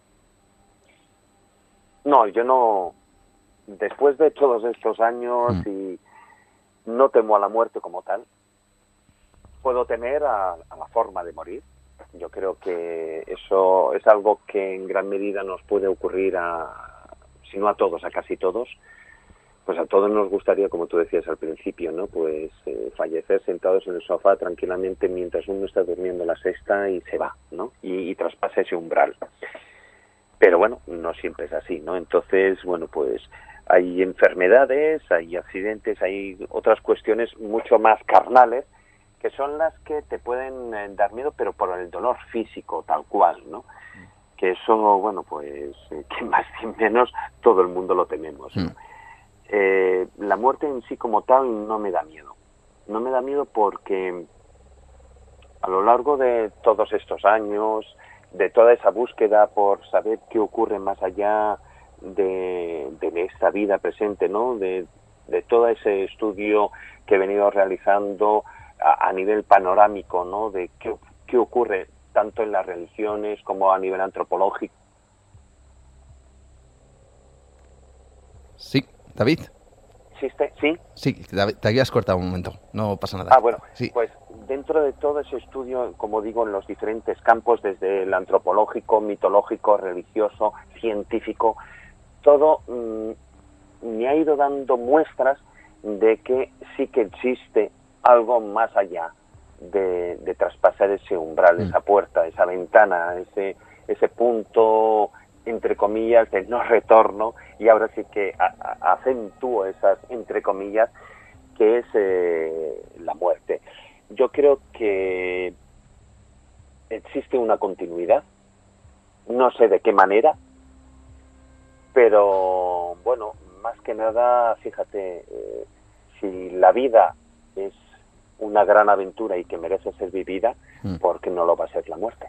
No, yo no. Después de todos estos años, y no temo a la muerte como tal. Puedo temer a la forma de morir. Yo creo que eso es algo que en gran medida nos puede ocurrir si no a todos, a casi todos. Pues a todos nos gustaría, como tú decías al principio, ¿no? Pues fallecer sentados en el sofá tranquilamente mientras uno está durmiendo la siesta y se va, ¿no? Y traspasa ese umbral. Pero bueno, no siempre es así, ¿no? Entonces, bueno, pues hay enfermedades, hay accidentes, hay otras cuestiones mucho más carnales que son las que te pueden dar miedo, pero por el dolor físico, tal cual, ¿no? Que eso, bueno, pues, que más y menos todo el mundo lo tememos, ¿no? la muerte en sí como tal no me da miedo. No me da miedo porque a lo largo de todos estos años, de toda esa búsqueda por saber qué ocurre más allá de esta vida presente, ¿no? De todo ese estudio que he venido realizando a nivel panorámico, ¿no? De qué ocurre tanto en las religiones como a nivel antropológico. Sí, David. ¿Existe? ¿Sí? Sí, te habías cortado un momento, no pasa nada. Bueno, sí. Pues dentro de todo ese estudio, como digo, en los diferentes campos, desde el antropológico, mitológico, religioso, científico, todo me ha ido dando muestras de que sí que existe algo más allá de traspasar ese umbral, esa puerta, esa ventana, ese punto, entre comillas, de no retorno, y ahora sí que acentúo esas entre comillas, que es la muerte. Yo creo que existe una continuidad, no sé de qué manera, pero bueno, más que nada, fíjate, si la vida es una gran aventura y que merece ser vivida, ¿por qué no lo va a ser la muerte?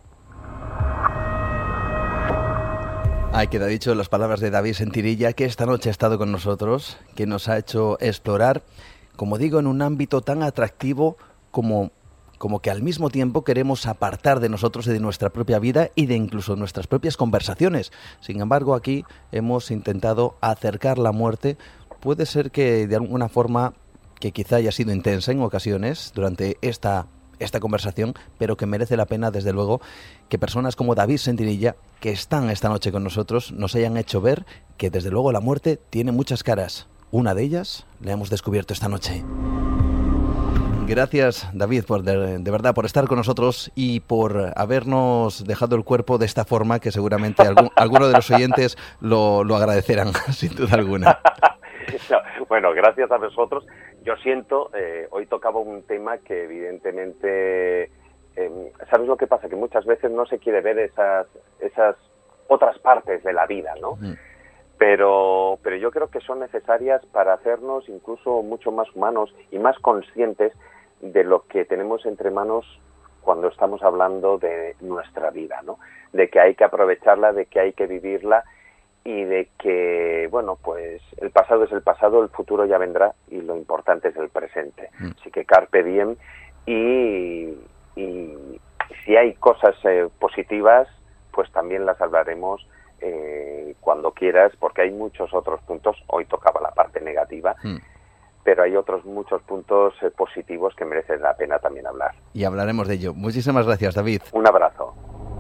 Ahí queda dicho las palabras de David Sentirilla, que esta noche ha estado con nosotros, que nos ha hecho explorar, como digo, en un ámbito tan atractivo como que al mismo tiempo queremos apartar de nosotros y de nuestra propia vida y de incluso nuestras propias conversaciones. Sin embargo, aquí hemos intentado acercar la muerte. Puede ser que de alguna forma, que quizá haya sido intensa en ocasiones durante esta conversación, pero que merece la pena, desde luego, que personas como David Sentirilla, que están esta noche con nosotros, nos hayan hecho ver que, desde luego, la muerte tiene muchas caras. Una de ellas la hemos descubierto esta noche. Gracias, David, de verdad, por estar con nosotros y por habernos dejado el cuerpo de esta forma, que seguramente alguno de los oyentes lo agradecerán, sin duda alguna. No, bueno, gracias a vosotros. Yo siento, hoy tocaba un tema que evidentemente, ¿sabes lo que pasa? Que muchas veces no se quiere ver esas otras partes de la vida, ¿no? Pero yo creo que son necesarias para hacernos incluso mucho más humanos y más conscientes de lo que tenemos entre manos cuando estamos hablando de nuestra vida, ¿no? De que hay que aprovecharla, de que hay que vivirla y de que, bueno, pues el pasado es el pasado, el futuro ya vendrá y lo importante es el presente. Así que carpe diem y si hay cosas positivas, pues también las hablaremos cuando quieras, porque hay muchos otros puntos. Hoy tocaba la parte negativa, pero hay otros muchos puntos positivos que merecen la pena también hablar. Y hablaremos de ello. Muchísimas gracias, David. Un abrazo.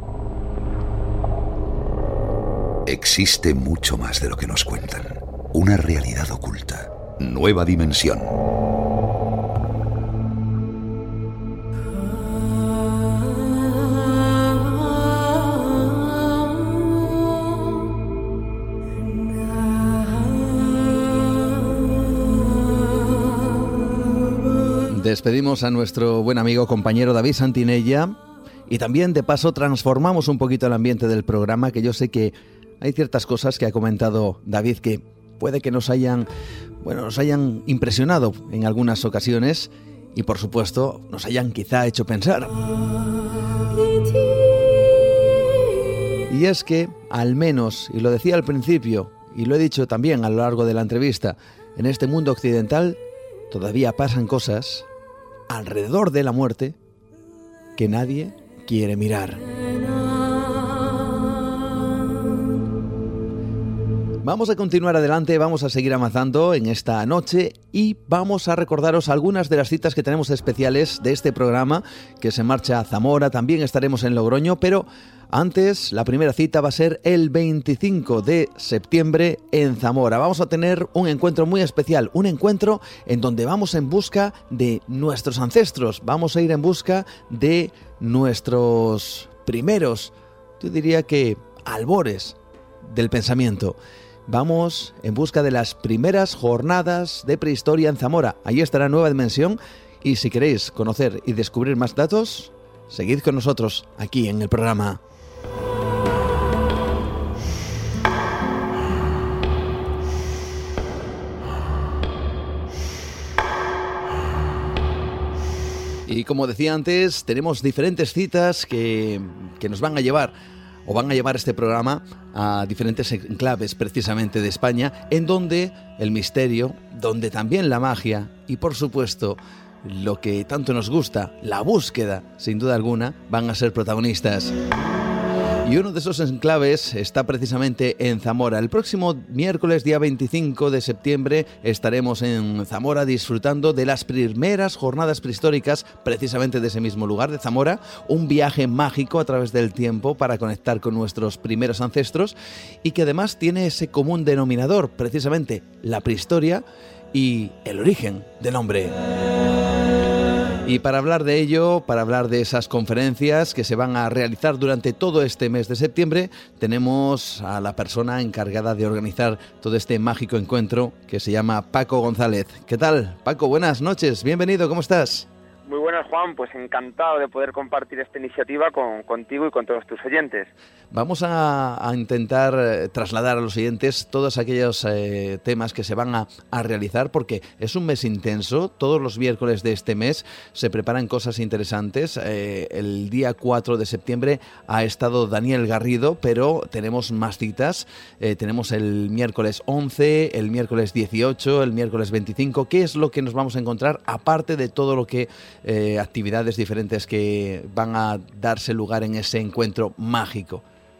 Existe mucho más de lo que nos cuentan. Una realidad oculta. Nueva dimensión. Despedimos a nuestro buen amigo, compañero David Sentirilla, y también de paso transformamos un poquito el ambiente del programa, que yo sé que hay ciertas cosas que ha comentado David que puede que nos hayan impresionado en algunas ocasiones y, por supuesto, nos hayan quizá hecho pensar. Y es que, al menos, y lo decía al principio, y lo he dicho también a lo largo de la entrevista, en este mundo occidental todavía pasan cosas alrededor de la muerte que nadie quiere mirar. Vamos a continuar adelante, vamos a seguir avanzando en esta noche y vamos a recordaros algunas de las citas que tenemos especiales de este programa, que se marcha a Zamora. También estaremos en Logroño, pero antes, la primera cita va a ser el 25 de septiembre en Zamora. Vamos a tener un encuentro muy especial, un encuentro en donde vamos en busca de nuestros ancestros, vamos a ir en busca de nuestros primeros, yo diría que albores del pensamiento. Vamos en busca de las primeras jornadas de prehistoria en Zamora. Allí estará Nueva Dimensión y si queréis conocer y descubrir más datos, seguid con nosotros aquí en el programa. Y como decía antes, tenemos diferentes citas que nos van a llevar este programa a diferentes enclaves precisamente de España, en donde el misterio, donde también la magia y por supuesto lo que tanto nos gusta, la búsqueda, sin duda alguna, van a ser protagonistas. Y uno de esos enclaves está precisamente en Zamora. El próximo miércoles, día 25 de septiembre, estaremos en Zamora disfrutando de las primeras jornadas prehistóricas, precisamente de ese mismo lugar, de Zamora. Un viaje mágico a través del tiempo para conectar con nuestros primeros ancestros y que además tiene ese común denominador, precisamente la prehistoria y el origen del hombre. Y para hablar de ello, para hablar de esas conferencias que se van a realizar durante todo este mes de septiembre, tenemos a la persona encargada de organizar todo este mágico encuentro que se llama Paco González. ¿Qué tal, Paco? Buenas noches, bienvenido, ¿cómo estás? Muy buenas, Juan, pues encantado de poder compartir esta iniciativa contigo y con todos tus oyentes. Vamos a intentar trasladar a los oyentes todos aquellos temas que se van a realizar, porque es un mes intenso. Todos los miércoles de este mes se preparan cosas interesantes. El día 4 de septiembre ha estado Daniel Garrido, pero tenemos más citas. Tenemos el miércoles 11, el miércoles 18, el miércoles 25. ¿Qué es lo que nos vamos a encontrar, aparte de todo lo que actividades diferentes que van a darse lugar en ese encuentro mágico?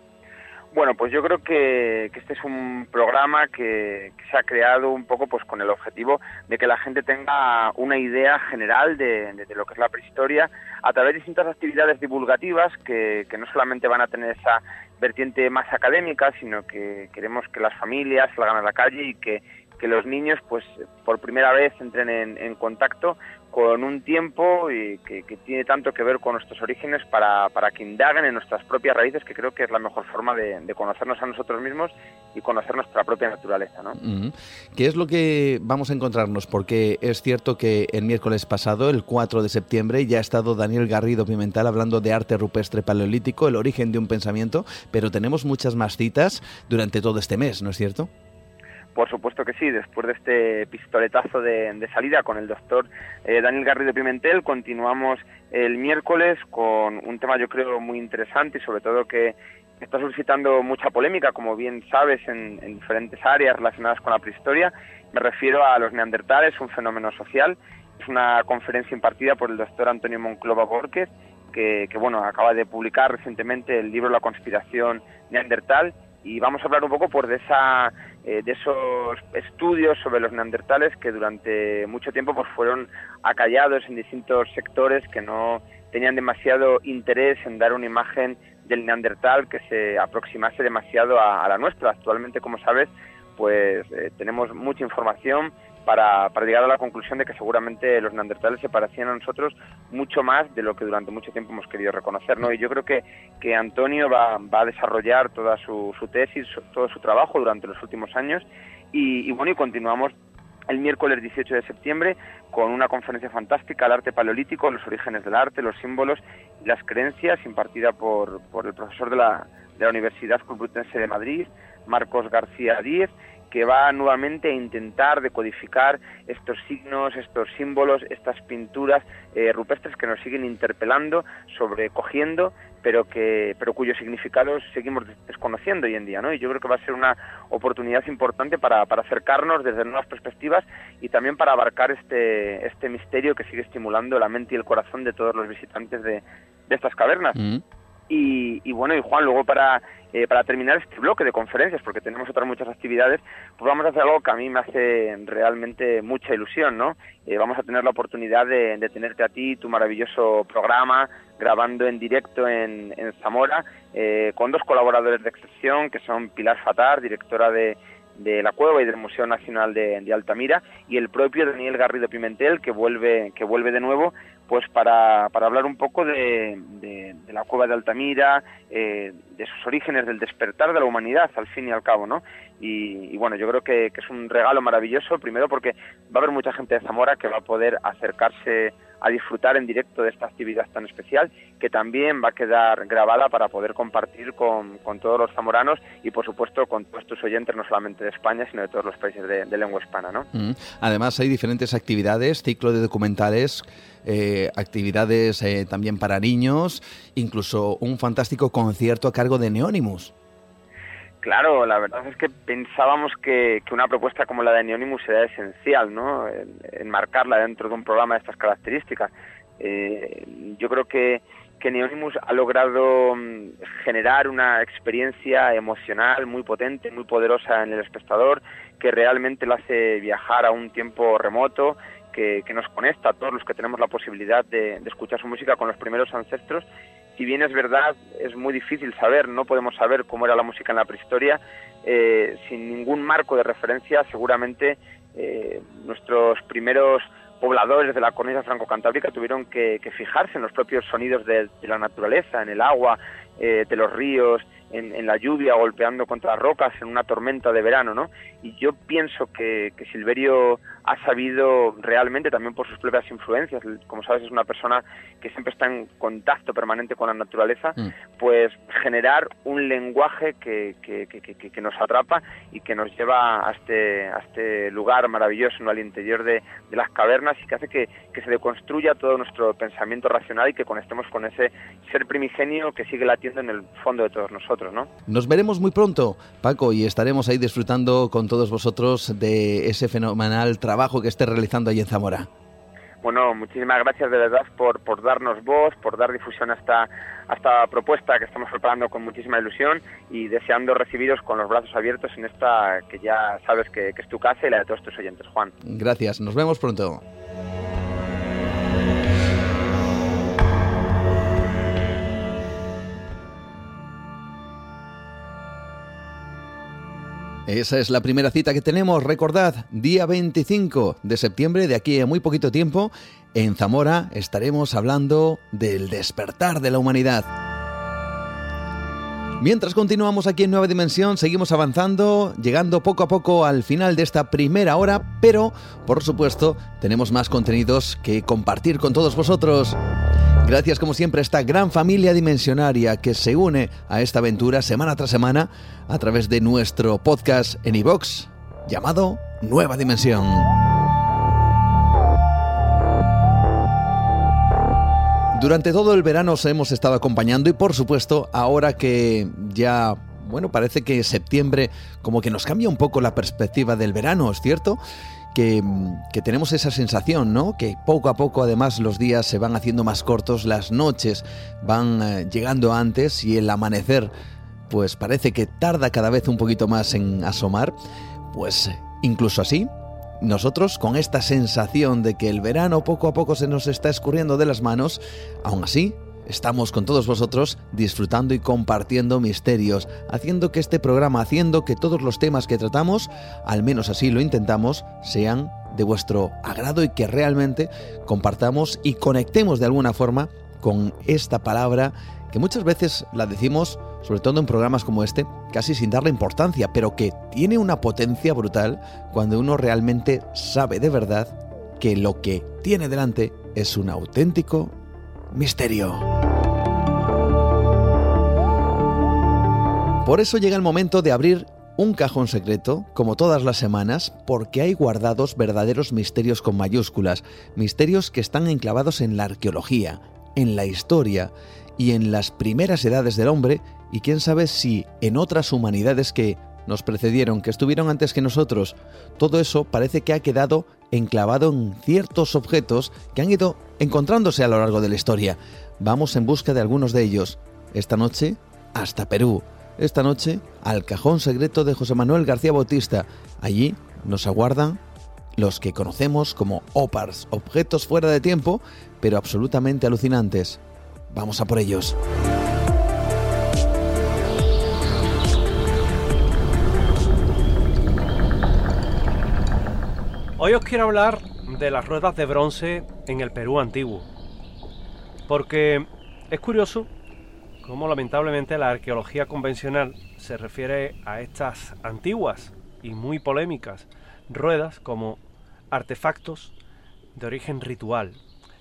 Bueno, pues yo creo que este es un programa que se ha creado un poco pues con el objetivo de que la gente tenga una idea general de lo que es la prehistoria a través de distintas actividades divulgativas que no solamente van a tener esa vertiente más académica, sino que queremos que las familias salgan a la calle y que los niños pues por primera vez entren en contacto con un tiempo y que tiene tanto que ver con nuestros orígenes para que indaguen en nuestras propias raíces, que creo que es la mejor forma de conocernos a nosotros mismos y conocer nuestra propia naturaleza, ¿no? ¿Qué es lo que vamos a encontrarnos? Porque es cierto que el miércoles pasado, el 4 de septiembre, ya ha estado Daniel Garrido Pimentel hablando de arte rupestre paleolítico, el origen de un pensamiento, pero tenemos muchas más citas durante todo este mes, ¿no es cierto? Por supuesto que sí. Después de este pistoletazo de salida con el doctor Daniel Garrido Pimentel, continuamos el miércoles con un tema yo creo muy interesante y sobre todo que está suscitando mucha polémica, como bien sabes, en diferentes áreas relacionadas con la prehistoria. Me refiero a los neandertales, un fenómeno social. Es una conferencia impartida por el doctor Antonio Monclova Borquez, que bueno, acaba de publicar recientemente el libro La conspiración neandertal, y vamos a hablar un poco pues de esos estudios sobre los neandertales que durante mucho tiempo pues fueron acallados en distintos sectores que no tenían demasiado interés en dar una imagen del neandertal que se aproximase demasiado a la nuestra. Actualmente, como sabes, pues tenemos mucha información para llegar a la conclusión de que seguramente los neandertales se parecían a nosotros mucho más de lo que durante mucho tiempo hemos querido reconocer, ¿no? Y yo creo que Antonio va a desarrollar toda su tesis, todo su trabajo durante los últimos años y bueno, y continuamos el miércoles 18 de septiembre con una conferencia fantástica, el arte paleolítico, los orígenes del arte, los símbolos y las creencias, impartida por el profesor de la Universidad Complutense de Madrid, Marcos García Díez, que va nuevamente a intentar decodificar estos signos, estos símbolos, estas pinturas rupestres que nos siguen interpelando, sobrecogiendo, pero cuyos significados seguimos desconociendo hoy en día, ¿no? Y yo creo que va a ser una oportunidad importante para acercarnos desde nuevas perspectivas y también para abarcar este misterio que sigue estimulando la mente y el corazón de todos los visitantes de estas cavernas. Y bueno, y Juan, luego para terminar este bloque de conferencias, porque tenemos otras muchas actividades, pues vamos a hacer algo que a mí me hace realmente mucha ilusión, ¿no? Vamos a tener la oportunidad de tenerte a ti, tu maravilloso programa, grabando en directo en Zamora, con dos colaboradores de excepción, que son Pilar Fatar, directora de la Cueva y del Museo Nacional de Altamira, y el propio Daniel Garrido Pimentel, que vuelve de nuevo, pues para hablar un poco de la Cueva de Altamira, de sus orígenes, del despertar de la humanidad, al fin y al cabo, ¿no? Y bueno, yo creo que es un regalo maravilloso, primero porque va a haber mucha gente de Zamora que va a poder acercarse a disfrutar en directo de esta actividad tan especial, que también va a quedar grabada para poder compartir con todos los zamoranos y, por supuesto, con todos tus oyentes, no solamente de España, sino de todos los países de lengua hispana, ¿no? Además, hay diferentes actividades, ciclo de documentales, actividades también para niños, incluso un fantástico concierto a cargo de Neonimus. Claro, la verdad es que pensábamos que una propuesta como la de Neonimus era esencial, ¿no? Enmarcarla dentro de un programa de estas características. Yo creo que Neonimus ha logrado generar una experiencia emocional muy potente, muy poderosa en el espectador, que realmente lo hace viajar a un tiempo remoto, que nos conecta a todos los que tenemos la posibilidad de escuchar su música con los primeros ancestros. Si bien es verdad, es muy difícil saber, no podemos saber cómo era la música en la prehistoria, sin ningún marco de referencia. Seguramente nuestros primeros pobladores de la cornisa franco-cantábrica tuvieron que fijarse en los propios sonidos de la naturaleza, en el agua, de los ríos, en la lluvia golpeando contra las rocas, en una tormenta de verano, ¿no? Y yo pienso que Silverio ha sabido realmente, también por sus propias influencias, como sabes, es una persona que siempre está en contacto permanente con la naturaleza, pues generar un lenguaje que nos atrapa y que nos lleva a este lugar maravilloso, ¿no? Al interior de las cavernas, y que hace que se deconstruya todo nuestro pensamiento racional y que conectemos con ese ser primigenio que sigue latiendo en el fondo de todos nosotros, ¿no? Nos veremos muy pronto, Paco, y estaremos ahí disfrutando con todos vosotros de ese fenomenal trabajo que esté realizando allí en Zamora. Bueno, muchísimas gracias de verdad por darnos voz, por dar difusión a esta propuesta que estamos preparando con muchísima ilusión, y deseando recibiros con los brazos abiertos en esta que ya sabes que es tu casa y la de todos tus oyentes, Juan. Gracias, nos vemos pronto. Esa es la primera cita que tenemos, recordad, día 25 de septiembre, de aquí a muy poquito tiempo, en Zamora estaremos hablando del despertar de la humanidad. Mientras continuamos aquí en Nueva Dimensión, seguimos avanzando, llegando poco a poco al final de esta primera hora, pero, por supuesto, tenemos más contenidos que compartir con todos vosotros. Gracias, como siempre, a esta gran familia dimensionaria que se une a esta aventura semana tras semana a través de nuestro podcast en iVoox llamado Nueva Dimensión. Durante todo el verano os hemos estado acompañando y, por supuesto, ahora que ya, parece que septiembre como que nos cambia un poco la perspectiva del verano, ¿es cierto? Que tenemos esa sensación, ¿no? Que poco a poco, además, los días se van haciendo más cortos, las noches van llegando antes y el amanecer, pues parece que tarda cada vez un poquito más en asomar. Pues incluso así, nosotros con esta sensación de que el verano poco a poco se nos está escurriendo de las manos, aún así estamos con todos vosotros disfrutando y compartiendo misterios, haciendo que este programa, haciendo que todos los temas que tratamos, al menos así lo intentamos, sean de vuestro agrado y que realmente compartamos y conectemos de alguna forma con esta palabra que muchas veces la decimos, sobre todo en programas como este, casi sin darle importancia, pero que tiene una potencia brutal cuando uno realmente sabe de verdad que lo que tiene delante es un auténtico misterio. Por eso llega el momento de abrir un cajón secreto, como todas las semanas, porque hay guardados verdaderos misterios con mayúsculas, misterios que están enclavados en la arqueología, en la historia y en las primeras edades del hombre, y quién sabe si en otras humanidades que nos precedieron, que estuvieron antes que nosotros. Todo eso parece que ha quedado enclavado en ciertos objetos que han ido encontrándose a lo largo de la historia. Vamos en busca de algunos de ellos. Esta noche, hasta Perú. Esta noche, al cajón secreto de José Manuel García Bautista. Allí nos aguardan los que conocemos como OPARs, objetos fuera de tiempo, pero absolutamente alucinantes. Vamos a por ellos. Hoy os quiero hablar de las ruedas de bronce en el Perú antiguo, porque es curioso cómo lamentablemente la arqueología convencional se refiere a estas antiguas y muy polémicas ruedas como artefactos de origen ritual,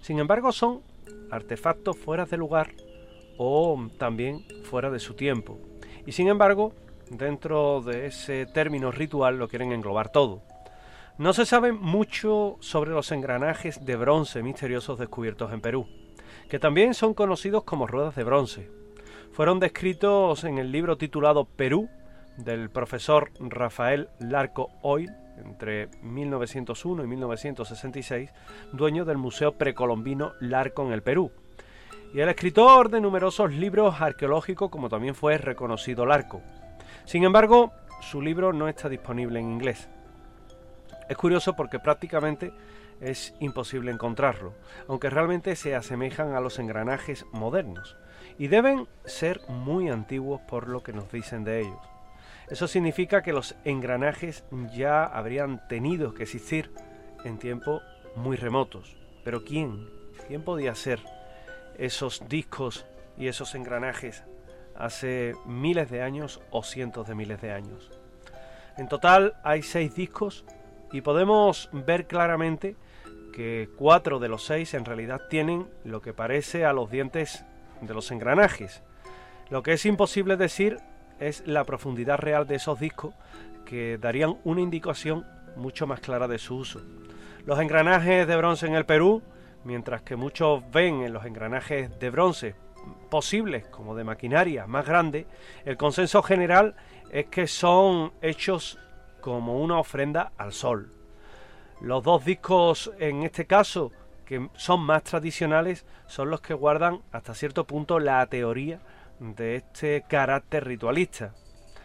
Sin embargo, son artefactos fuera de lugar o también fuera de su tiempo. Y sin embargo, dentro de ese término ritual lo quieren englobar todo. No se sabe mucho sobre los engranajes de bronce misteriosos descubiertos en Perú, que también son conocidos como ruedas de bronce. Fueron descritos en el libro titulado Perú, del profesor Rafael Larco Oil, entre 1901 y 1966, dueño del Museo Precolombino Larco en el Perú, y el escritor de numerosos libros arqueológicos, como también fue reconocido Larco. Sin embargo, su libro no está disponible en inglés. Es curioso porque prácticamente es imposible encontrarlo, aunque realmente se asemejan a los engranajes modernos, y deben ser muy antiguos por lo que nos dicen de ellos. Eso significa que los engranajes ya habrían tenido que existir en tiempos muy remotos. Pero ¿quién podía ser esos discos y esos engranajes hace miles de años o cientos de miles de años? En total hay 6 discos y podemos ver claramente que 4 de los 6 en realidad tienen lo que parece a los dientes de los engranajes. Lo que es imposible decir es la profundidad real de esos discos, que darían una indicación mucho más clara de su uso. Los engranajes de bronce en el Perú, mientras que muchos ven en los engranajes de bronce posibles como de maquinaria más grande, el consenso general es que son hechos como una ofrenda al sol. Los 2 discos en este caso, que son más tradicionales, son los que guardan hasta cierto punto la teoría de este carácter ritualista.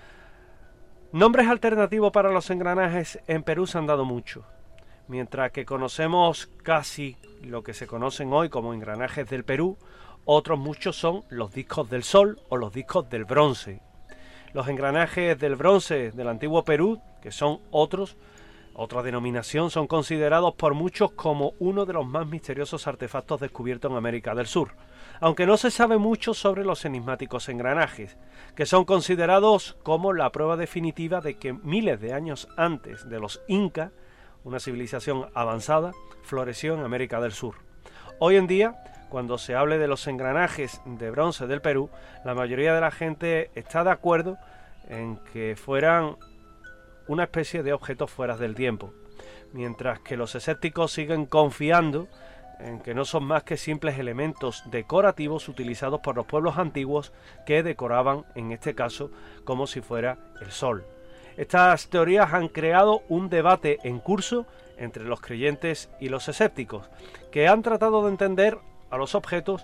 Nombres alternativos para los engranajes en Perú se han dado mucho. Mientras que conocemos casi lo que se conocen hoy como engranajes del Perú, otros muchos son los discos del sol o los discos del bronce. Los engranajes del bronce del antiguo Perú, que son otra denominación, son considerados por muchos como uno de los más misteriosos artefactos descubiertos en América del Sur, aunque no se sabe mucho sobre los enigmáticos engranajes, que son considerados como la prueba definitiva de que miles de años antes de los Incas, una civilización avanzada, floreció en América del Sur. Hoy en día, cuando se hable de los engranajes de bronce del Perú, la mayoría de la gente está de acuerdo en que fueran una especie de objetos fuera del tiempo, mientras que los escépticos siguen confiando en que no son más que simples elementos decorativos utilizados por los pueblos antiguos que decoraban, en este caso, como si fuera el sol. Estas teorías han creado un debate en curso entre los creyentes y los escépticos, que han tratado de entender a los objetos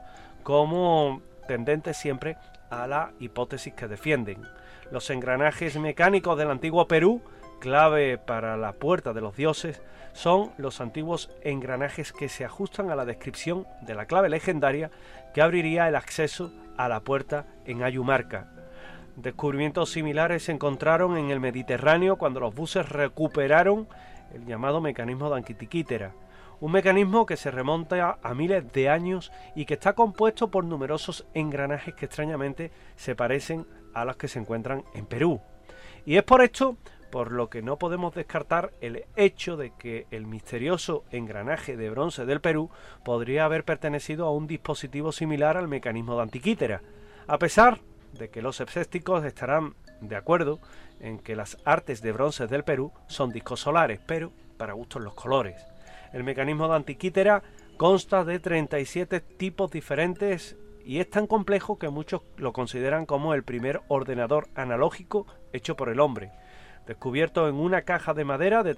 como tendentes siempre a la hipótesis que defienden. Los engranajes mecánicos del antiguo Perú, clave para la puerta de los dioses, son los antiguos engranajes que se ajustan a la descripción de la clave legendaria que abriría el acceso a la puerta en Ayumarca. Descubrimientos similares se encontraron en el Mediterráneo cuando los buses recuperaron el llamado mecanismo de Antiquítera, un mecanismo que se remonta a miles de años y que está compuesto por numerosos engranajes que extrañamente se parecen a los que se encuentran en Perú. Y es por esto por lo que no podemos descartar el hecho de que el misterioso engranaje de bronce del Perú podría haber pertenecido a un dispositivo similar al mecanismo de Antiquítera, a pesar de que los escépticos estarán de acuerdo en que las artes de bronce del Perú son discos solares, pero para gustos los colores. El mecanismo de Antiquítera consta de 37 tipos diferentes y es tan complejo que muchos lo consideran como el primer ordenador analógico hecho por el hombre. Descubierto en una caja de madera de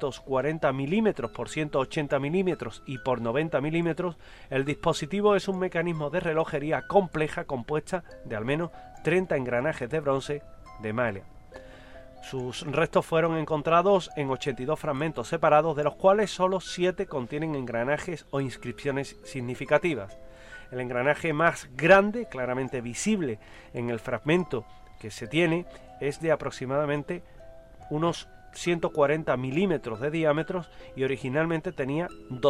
340 milímetros por 180 milímetros y por 90 milímetros, el dispositivo es un mecanismo de relojería compleja compuesta de al menos 30 engranajes de bronce de malla. Sus restos fueron encontrados en 82 fragmentos separados, de los cuales solo 7 contienen engranajes o inscripciones significativas. El engranaje más grande, claramente visible en el fragmento que se tiene, es de aproximadamente unos 140 milímetros de diámetro y originalmente tenía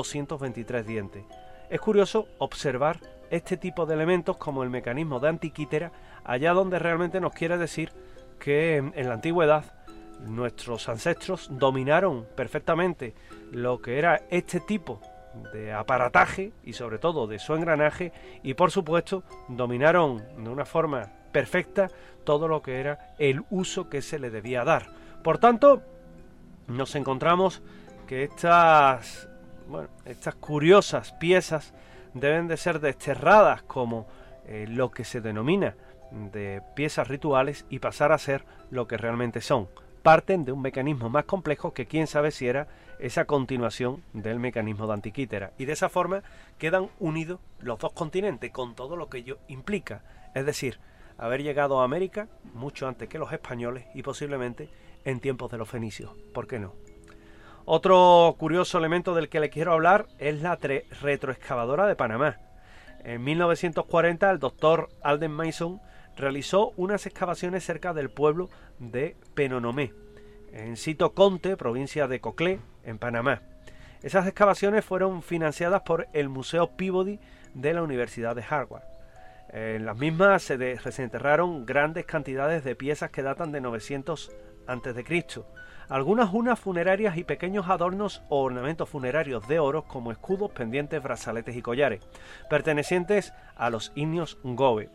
223 dientes. Es curioso observar este tipo de elementos como el mecanismo de Antiquítera allá donde realmente nos quiere decir que en la antigüedad nuestros ancestros dominaron perfectamente lo que era este tipo de aparataje y sobre todo de su engranaje, y por supuesto dominaron de una forma perfecta todo lo que era el uso que se le debía dar. Por tanto, nos encontramos que estas curiosas piezas deben de ser desterradas como lo que se denomina de piezas rituales y pasar a ser lo que realmente son. Parten de un mecanismo más complejo que quién sabe si era esa continuación del mecanismo de Antiquítera. Y de esa forma quedan unidos los dos continentes con todo lo que ello implica. Es decir, haber llegado a América mucho antes que los españoles y posiblemente en tiempos de los fenicios. ¿Por qué no? Otro curioso elemento del que le quiero hablar es la retroexcavadora de Panamá. En 1940 el doctor Alden Mason realizó unas excavaciones cerca del pueblo de Penonomé, en Sito Conte, provincia de Coclé, en Panamá. Esas excavaciones fueron financiadas por el Museo Peabody de la Universidad de Harvard. En las mismas se desenterraron grandes cantidades de piezas que datan de 900 a.C., algunas urnas funerarias y pequeños adornos o ornamentos funerarios de oro como escudos, pendientes, brazaletes y collares, pertenecientes a los indios Ngobe,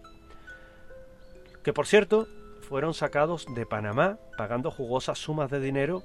que por cierto fueron sacados de Panamá pagando jugosas sumas de dinero,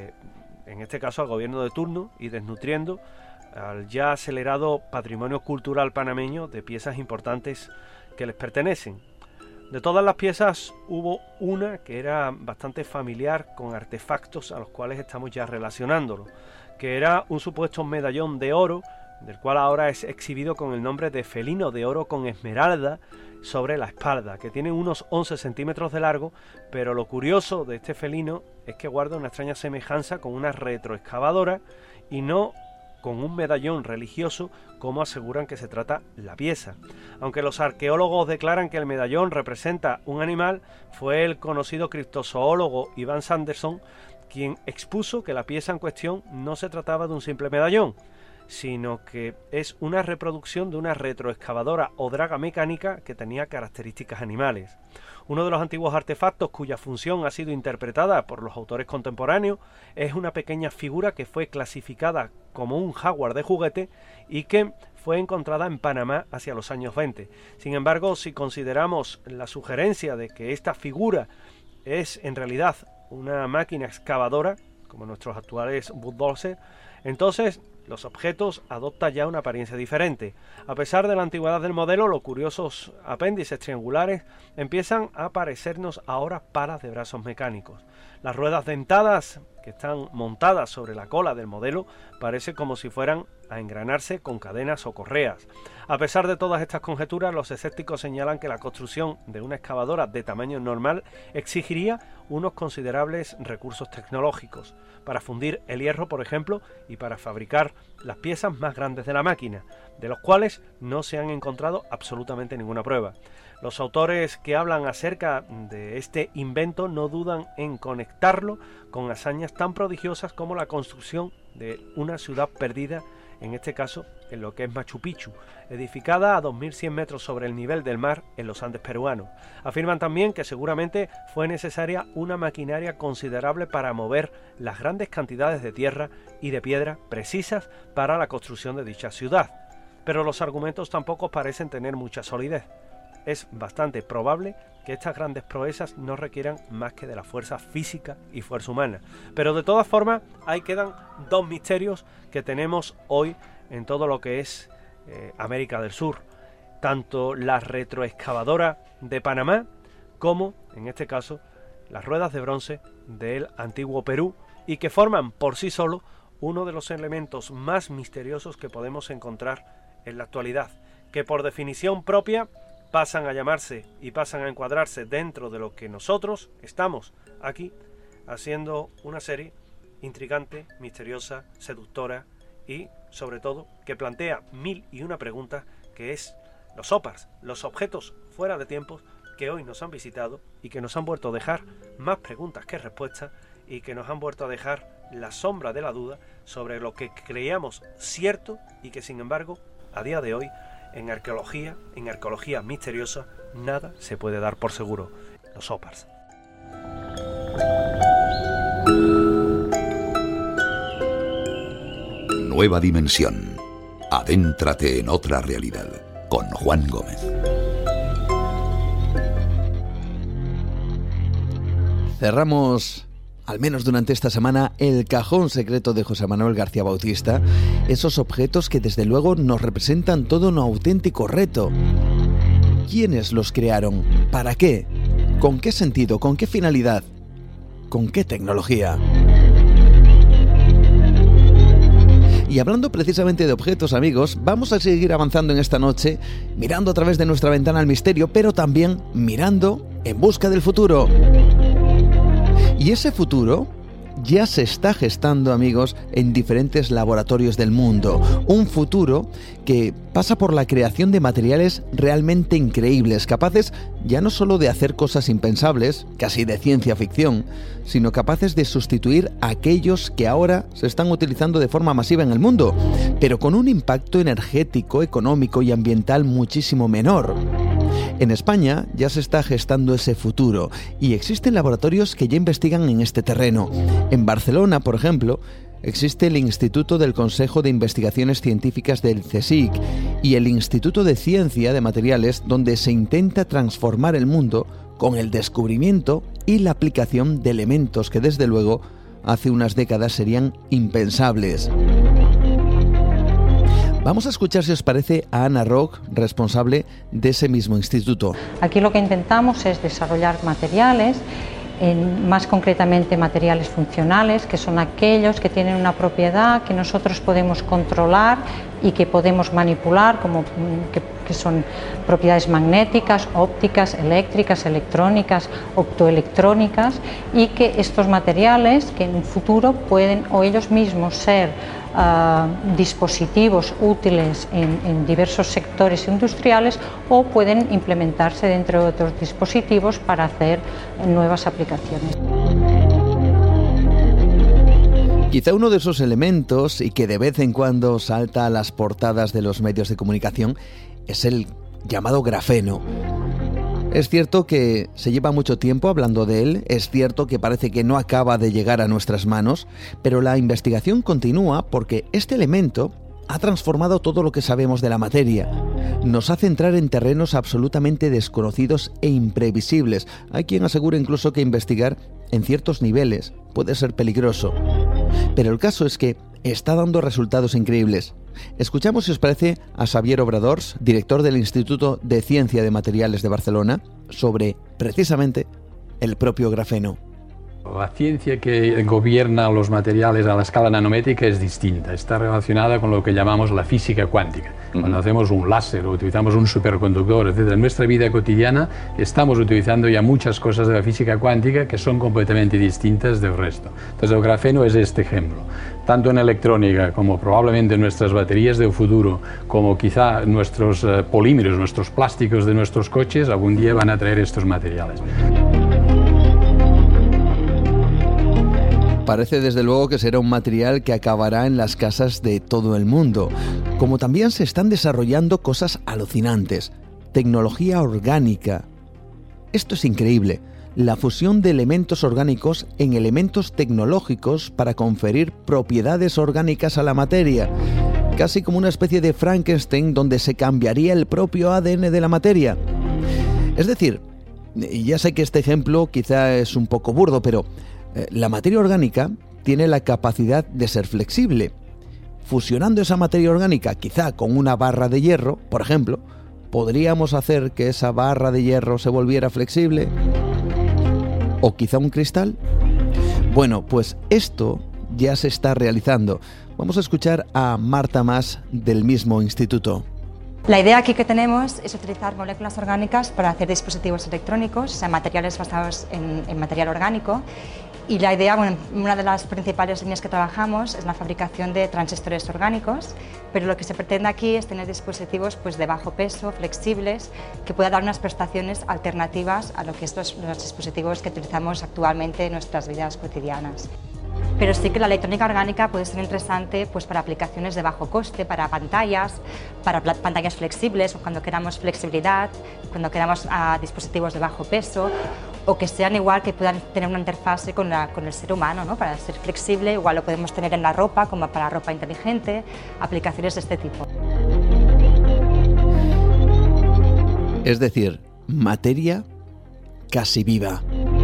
en este caso al gobierno de turno, y desnutriendo al ya acelerado patrimonio cultural panameño de piezas importantes que les pertenecen. De todas las piezas hubo una que era bastante familiar con artefactos a los cuales estamos ya relacionándolo, que era un supuesto medallón de oro, del cual ahora es exhibido con el nombre de felino de oro con esmeralda sobre la espalda, que tiene unos 11 centímetros de largo, pero lo curioso de este felino es que guarda una extraña semejanza con una retroexcavadora y no con un medallón religioso como aseguran que se trata la pieza. Aunque los arqueólogos declaran que el medallón representa un animal, fue el conocido criptozoólogo Ivan Sanderson quien expuso que la pieza en cuestión no se trataba de un simple medallón, sino que es una reproducción de una retroexcavadora o draga mecánica que tenía características animales. Uno de los antiguos artefactos cuya función ha sido interpretada por los autores contemporáneos es una pequeña figura que fue clasificada como un jaguar de juguete y que fue encontrada en Panamá hacia los años 20. Sin embargo, si consideramos la sugerencia de que esta figura es en realidad una máquina excavadora, como nuestros actuales bulldozers, entonces los objetos adoptan ya una apariencia diferente. A pesar de la antigüedad del modelo, los curiosos apéndices triangulares empiezan a parecernos ahora palas de brazos mecánicos. Las ruedas dentadas que están montadas sobre la cola del modelo parece como si fueran a engranarse con cadenas o correas. A pesar de todas estas conjeturas, los escépticos señalan que la construcción de una excavadora de tamaño normal exigiría unos considerables recursos tecnológicos para fundir el hierro, por ejemplo, y para fabricar las piezas más grandes de la máquina, de los cuales no se han encontrado absolutamente ninguna prueba. Los autores que hablan acerca de este invento no dudan en conectarlo con hazañas tan prodigiosas como la construcción de una ciudad perdida, en este caso en lo que es Machu Picchu, edificada a 2100 metros sobre el nivel del mar en los Andes peruanos. Afirman también que seguramente fue necesaria una maquinaria considerable para mover las grandes cantidades de tierra y de piedra precisas para la construcción de dicha ciudad. Pero los argumentos tampoco parecen tener mucha solidez. Es bastante probable que estas grandes proezas no requieran más que de la fuerza física y fuerza humana. Pero de todas formas, ahí quedan dos misterios que tenemos hoy en todo lo que es América del Sur. Tanto la retroexcavadora de Panamá como, en este caso, las ruedas de bronce del antiguo Perú, y que forman por sí solo uno de los elementos más misteriosos que podemos encontrar en la actualidad, que por definición propia pasan a llamarse y pasan a encuadrarse dentro de lo que nosotros estamos aquí haciendo una serie intrigante, misteriosa, seductora y sobre todo que plantea 1001 preguntas, que es los OPARS, los objetos fuera de tiempos que hoy nos han visitado y que nos han vuelto a dejar más preguntas que respuestas y que nos han vuelto a dejar la sombra de la duda sobre lo que creíamos cierto y que sin embargo a día de hoy en arqueología misteriosa, nada se puede dar por seguro. Los OPARS. Nueva dimensión. Adéntrate en otra realidad con Juan Gómez. Cerramos, al menos durante esta semana, el cajón secreto de José Manuel García Bautista. Esos objetos que desde luego nos representan todo un auténtico reto. ¿Quiénes los crearon? ¿Para qué? ¿Con qué sentido? ¿Con qué finalidad? ¿Con qué tecnología? Y hablando precisamente de objetos, amigos, vamos a seguir avanzando en esta noche, mirando a través de nuestra ventana al misterio, pero también mirando en busca del futuro. Y ese futuro ya se está gestando, amigos, en diferentes laboratorios del mundo. Un futuro que pasa por la creación de materiales realmente increíbles, capaces ya no solo de hacer cosas impensables, casi de ciencia ficción, sino capaces de sustituir a aquellos que ahora se están utilizando de forma masiva en el mundo, pero con un impacto energético, económico y ambiental muchísimo menor. En España ya se está gestando ese futuro y existen laboratorios que ya investigan en este terreno. En Barcelona, por ejemplo, existe el Instituto del Consejo de Investigaciones Científicas del CSIC y el Instituto de Ciencia de Materiales, donde se intenta transformar el mundo con el descubrimiento y la aplicación de elementos que desde luego hace unas décadas serían impensables. Vamos a escuchar, si os parece, a Ana Roch, responsable de ese mismo instituto. Aquí lo que intentamos es desarrollar materiales, más concretamente materiales funcionales, que son aquellos que tienen una propiedad que nosotros podemos controlar y que podemos manipular, como que son propiedades magnéticas, ópticas, eléctricas, electrónicas, optoelectrónicas, y que estos materiales que en un futuro pueden o ellos mismos ser dispositivos útiles en diversos sectores industriales o pueden implementarse dentro de otros dispositivos para hacer nuevas aplicaciones. Quizá uno de esos elementos, y que de vez en cuando salta a las portadas de los medios de comunicación, es el llamado grafeno. Es cierto que se lleva mucho tiempo hablando de él, es cierto que parece que no acaba de llegar a nuestras manos, pero la investigación continúa porque este elemento ha transformado todo lo que sabemos de la materia. Nos hace entrar en terrenos absolutamente desconocidos e imprevisibles. Hay quien asegura incluso que investigar en ciertos niveles puede ser peligroso. Pero el caso es que está dando resultados increíbles. Escuchamos, si os parece, a Xavier Obradors, director del Instituto de Ciencia de Materiales de Barcelona, sobre, precisamente, el propio grafeno. La ciencia que gobierna los materiales a la escala nanométrica es distinta, está relacionada con lo que llamamos la física cuántica. Cuando hacemos un láser o utilizamos un superconductor, etc., en nuestra vida cotidiana estamos utilizando ya muchas cosas de la física cuántica que son completamente distintas del resto. Entonces el grafeno es este ejemplo. Tanto en electrónica como probablemente en nuestras baterías del futuro, como quizá nuestros polímeros, nuestros plásticos de nuestros coches, algún día van a traer estos materiales. Parece desde luego que será un material que acabará en las casas de todo el mundo. Como también se están desarrollando cosas alucinantes. Tecnología orgánica. Esto es increíble. La fusión de elementos orgánicos en elementos tecnológicos para conferir propiedades orgánicas a la materia. Casi como una especie de Frankenstein donde se cambiaría el propio ADN de la materia. Es decir, ya sé que este ejemplo quizá es un poco burdo, pero la materia orgánica tiene la capacidad de ser flexible. Fusionando esa materia orgánica, quizá con una barra de hierro, por ejemplo, ¿podríamos hacer que esa barra de hierro se volviera flexible? ¿O quizá un cristal? Bueno, pues esto ya se está realizando. Vamos a escuchar a Marta Mas del mismo instituto. La idea aquí que tenemos es utilizar moléculas orgánicas para hacer dispositivos electrónicos, o sea, materiales basados en material orgánico. Y la idea, bueno, una de las principales líneas que trabajamos es la fabricación de transistores orgánicos, pero lo que se pretende aquí es tener dispositivos pues, de bajo peso, flexibles, que puedan dar unas prestaciones alternativas a lo que son los dispositivos que utilizamos actualmente en nuestras vidas cotidianas. Pero sí que la electrónica orgánica puede ser interesante pues, para aplicaciones de bajo coste, para pantallas flexibles, o cuando queramos flexibilidad, cuando queramos dispositivos de bajo peso, o que sean igual, que puedan tener una interfase con el ser humano, ¿no? Para ser flexible, igual lo podemos tener en la ropa, como para ropa inteligente, aplicaciones de este tipo. es decir, materia casi viva.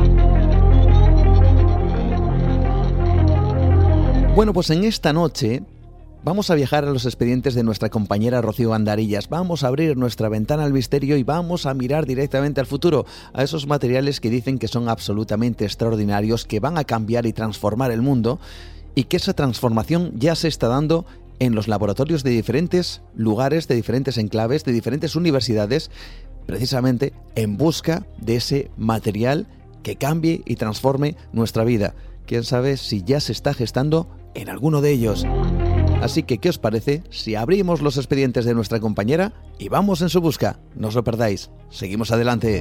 Bueno, pues en esta noche vamos a viajar a los expedientes de nuestra compañera Rocío Gandarillas. Vamos a abrir nuestra ventana al misterio y vamos a mirar directamente al futuro, a esos materiales que dicen que son absolutamente extraordinarios, que van a cambiar y transformar el mundo, y que esa transformación ya se está dando en los laboratorios de diferentes lugares, de diferentes enclaves, de diferentes universidades, precisamente en busca de ese material que cambie y transforme nuestra vida. Quién sabe si ya se está gestando en alguno de ellos. Así que, ¿qué os parece si abrimos los expedientes de nuestra compañera y vamos en su busca? No os lo perdáis. Seguimos adelante.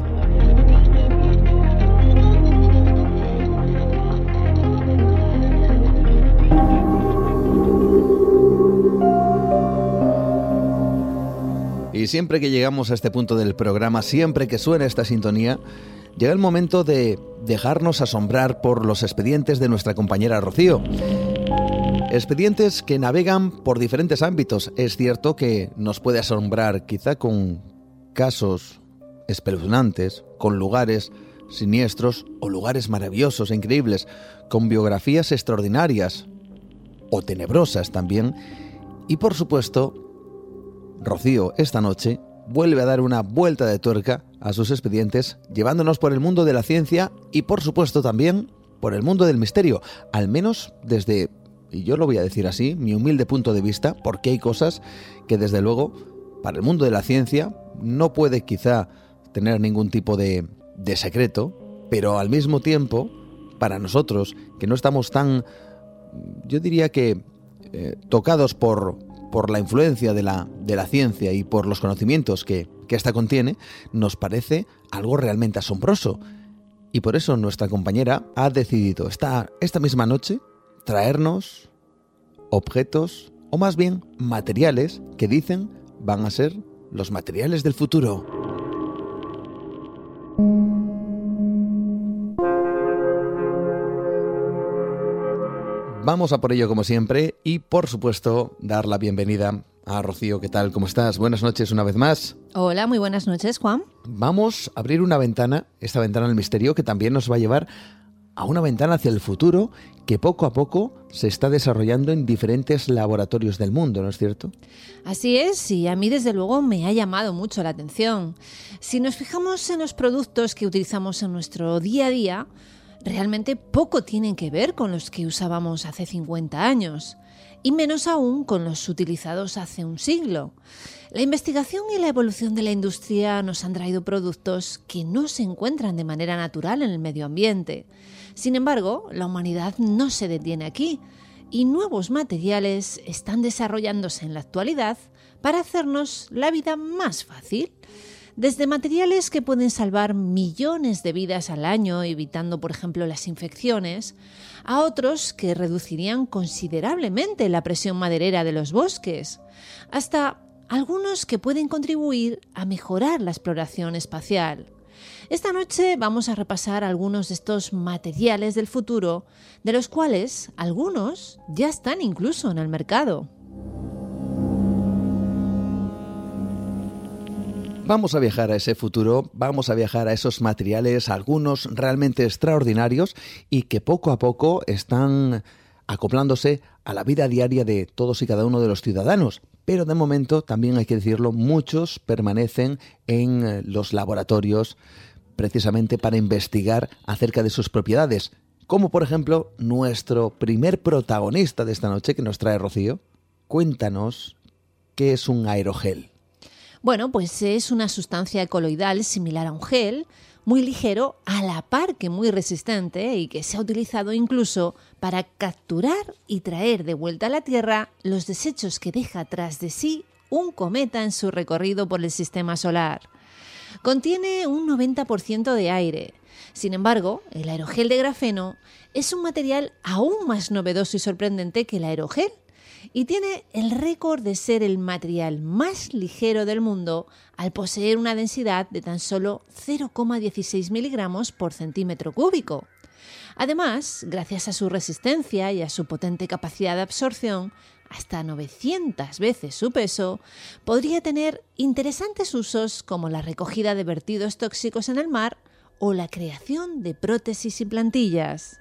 Y siempre que llegamos a este punto del programa, siempre que suena esta sintonía, llega el momento de dejarnos asombrar por los expedientes de nuestra compañera Rocío. Expedientes que navegan por diferentes ámbitos. Es cierto que nos puede asombrar quizá con casos espeluznantes, con lugares siniestros o lugares maravillosos e increíbles, con biografías extraordinarias o tenebrosas también. Y por supuesto, Rocío esta noche vuelve a dar una vuelta de tuerca a sus expedientes, llevándonos por el mundo de la ciencia y por supuesto también por el mundo del misterio, al menos desde, y yo lo voy a decir así, mi humilde punto de vista, porque hay cosas que desde luego para el mundo de la ciencia no puede quizá tener ningún tipo de secreto, pero al mismo tiempo para nosotros que no estamos tan, yo diría que tocados por la influencia de la ciencia y por los conocimientos que ésta contiene, nos parece algo realmente asombroso. Y por eso nuestra compañera ha decidido esta misma noche traernos objetos, o más bien materiales, que dicen van a ser los materiales del futuro. Vamos a por ello como siempre y por supuesto dar la bienvenida a Rocío. ¿Qué tal? ¿Cómo estás? Buenas noches una vez más. Hola, muy buenas noches, Juan. Vamos a abrir una ventana, esta ventana del misterio, que también nos va a llevar a una ventana hacia el futuro que poco a poco se está desarrollando en diferentes laboratorios del mundo, ¿no es cierto? Así es, y a mí desde luego me ha llamado mucho la atención. Si nos fijamos en los productos que utilizamos en nuestro día a día, realmente poco tienen que ver con los que usábamos hace 50 años, y menos aún con los utilizados hace un siglo. La investigación y la evolución de la industria nos han traído productos que no se encuentran de manera natural en el medio ambiente. Sin embargo, la humanidad no se detiene aquí, y nuevos materiales están desarrollándose en la actualidad para hacernos la vida más fácil. Desde materiales que pueden salvar millones de vidas al año, evitando, por ejemplo, las infecciones, a otros que reducirían considerablemente la presión maderera de los bosques, hasta algunos que pueden contribuir a mejorar la exploración espacial. Esta noche vamos a repasar algunos de estos materiales del futuro, de los cuales algunos ya están incluso en el mercado. Vamos a viajar a ese futuro, vamos a viajar a esos materiales, algunos realmente extraordinarios y que poco a poco están acoplándose a la vida diaria de todos y cada uno de los ciudadanos. Pero de momento, también hay que decirlo, muchos permanecen en los laboratorios precisamente para investigar acerca de sus propiedades. Como por ejemplo nuestro primer protagonista de esta noche que nos trae Rocío. Cuéntanos qué es un aerogel. Bueno, pues es una sustancia coloidal similar a un gel, muy ligero, a la par que muy resistente y que se ha utilizado incluso para capturar y traer de vuelta a la Tierra los desechos que deja tras de sí un cometa en su recorrido por el sistema solar. Contiene un 90% de aire. Sin embargo, el aerogel de grafeno es un material aún más novedoso y sorprendente que el aerogel, y tiene el récord de ser el material más ligero del mundo al poseer una densidad de tan solo 0,16 miligramos por centímetro cúbico. Además, gracias a su resistencia y a su potente capacidad de absorción, hasta 900 veces su peso, podría tener interesantes usos como la recogida de vertidos tóxicos en el mar o la creación de prótesis y plantillas.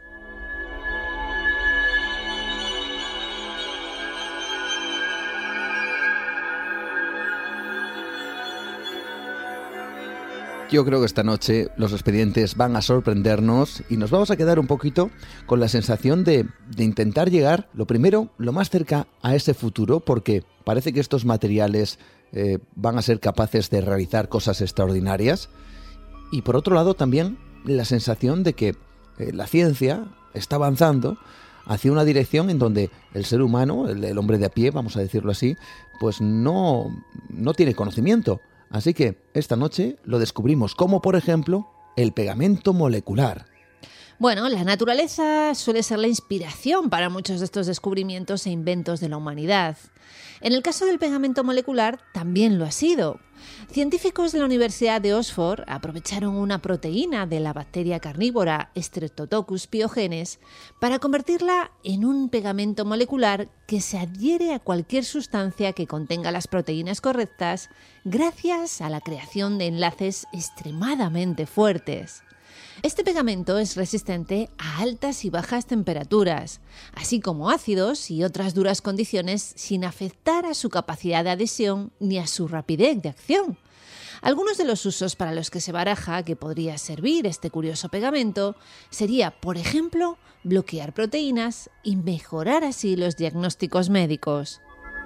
Yo creo que esta noche los expedientes van a sorprendernos y nos vamos a quedar un poquito con la sensación de intentar llegar, lo primero, lo más cerca a ese futuro, porque parece que estos materiales van a ser capaces de realizar cosas extraordinarias. Y por otro lado también la sensación de que la ciencia está avanzando hacia una dirección en donde el ser humano, el hombre de a pie, vamos a decirlo así, pues no tiene conocimiento. Así que esta noche lo descubrimos, como por ejemplo el pegamento molecular. Bueno, la naturaleza suele ser la inspiración para muchos de estos descubrimientos e inventos de la humanidad. En el caso del pegamento molecular también lo ha sido. Científicos de la Universidad de Oxford aprovecharon una proteína de la bacteria carnívora Streptococcus pyogenes para convertirla en un pegamento molecular que se adhiere a cualquier sustancia que contenga las proteínas correctas gracias a la creación de enlaces extremadamente fuertes. Este pegamento es resistente a altas y bajas temperaturas, así como ácidos y otras duras condiciones sin afectar a su capacidad de adhesión ni a su rapidez de acción. Algunos de los usos para los que se baraja que podría servir este curioso pegamento sería, por ejemplo, bloquear proteínas y mejorar así los diagnósticos médicos.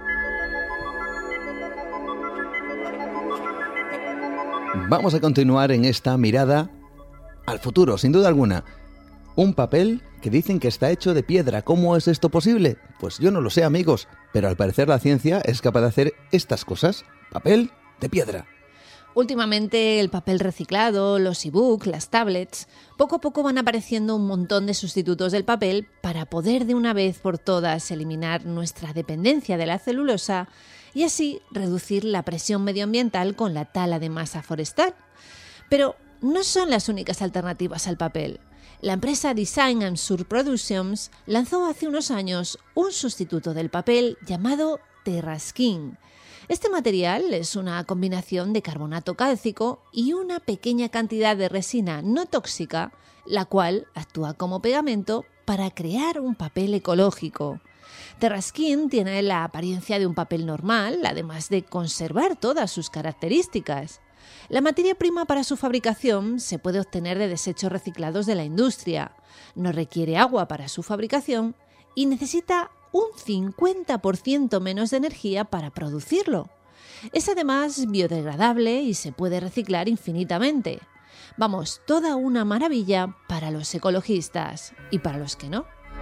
Vamos a continuar en esta mirada al futuro, sin duda alguna. Un papel que dicen que está hecho de piedra. ¿Cómo es esto posible? Pues yo no lo sé, amigos, pero al parecer la ciencia es capaz de hacer estas cosas. Papel de piedra. Últimamente el papel reciclado, los e-books, las tablets, poco a poco van apareciendo un montón de sustitutos del papel para poder de una vez por todas eliminar nuestra dependencia de la celulosa y así reducir la presión medioambiental con la tala de masa forestal. Pero no son las únicas alternativas al papel. La empresa Design and Surproductions lanzó hace unos años un sustituto del papel llamado Terraskin. Este material es una combinación de carbonato cálcico y una pequeña cantidad de resina no tóxica, la cual actúa como pegamento para crear un papel ecológico. Terraskin tiene la apariencia de un papel normal, además de conservar todas sus características. La materia prima para su fabricación se puede obtener de desechos reciclados de la industria, no requiere agua para su fabricación y necesita un 50% menos de energía para producirlo. Es además biodegradable y se puede reciclar infinitamente. Vamos, toda una maravilla para los ecologistas y para los que no.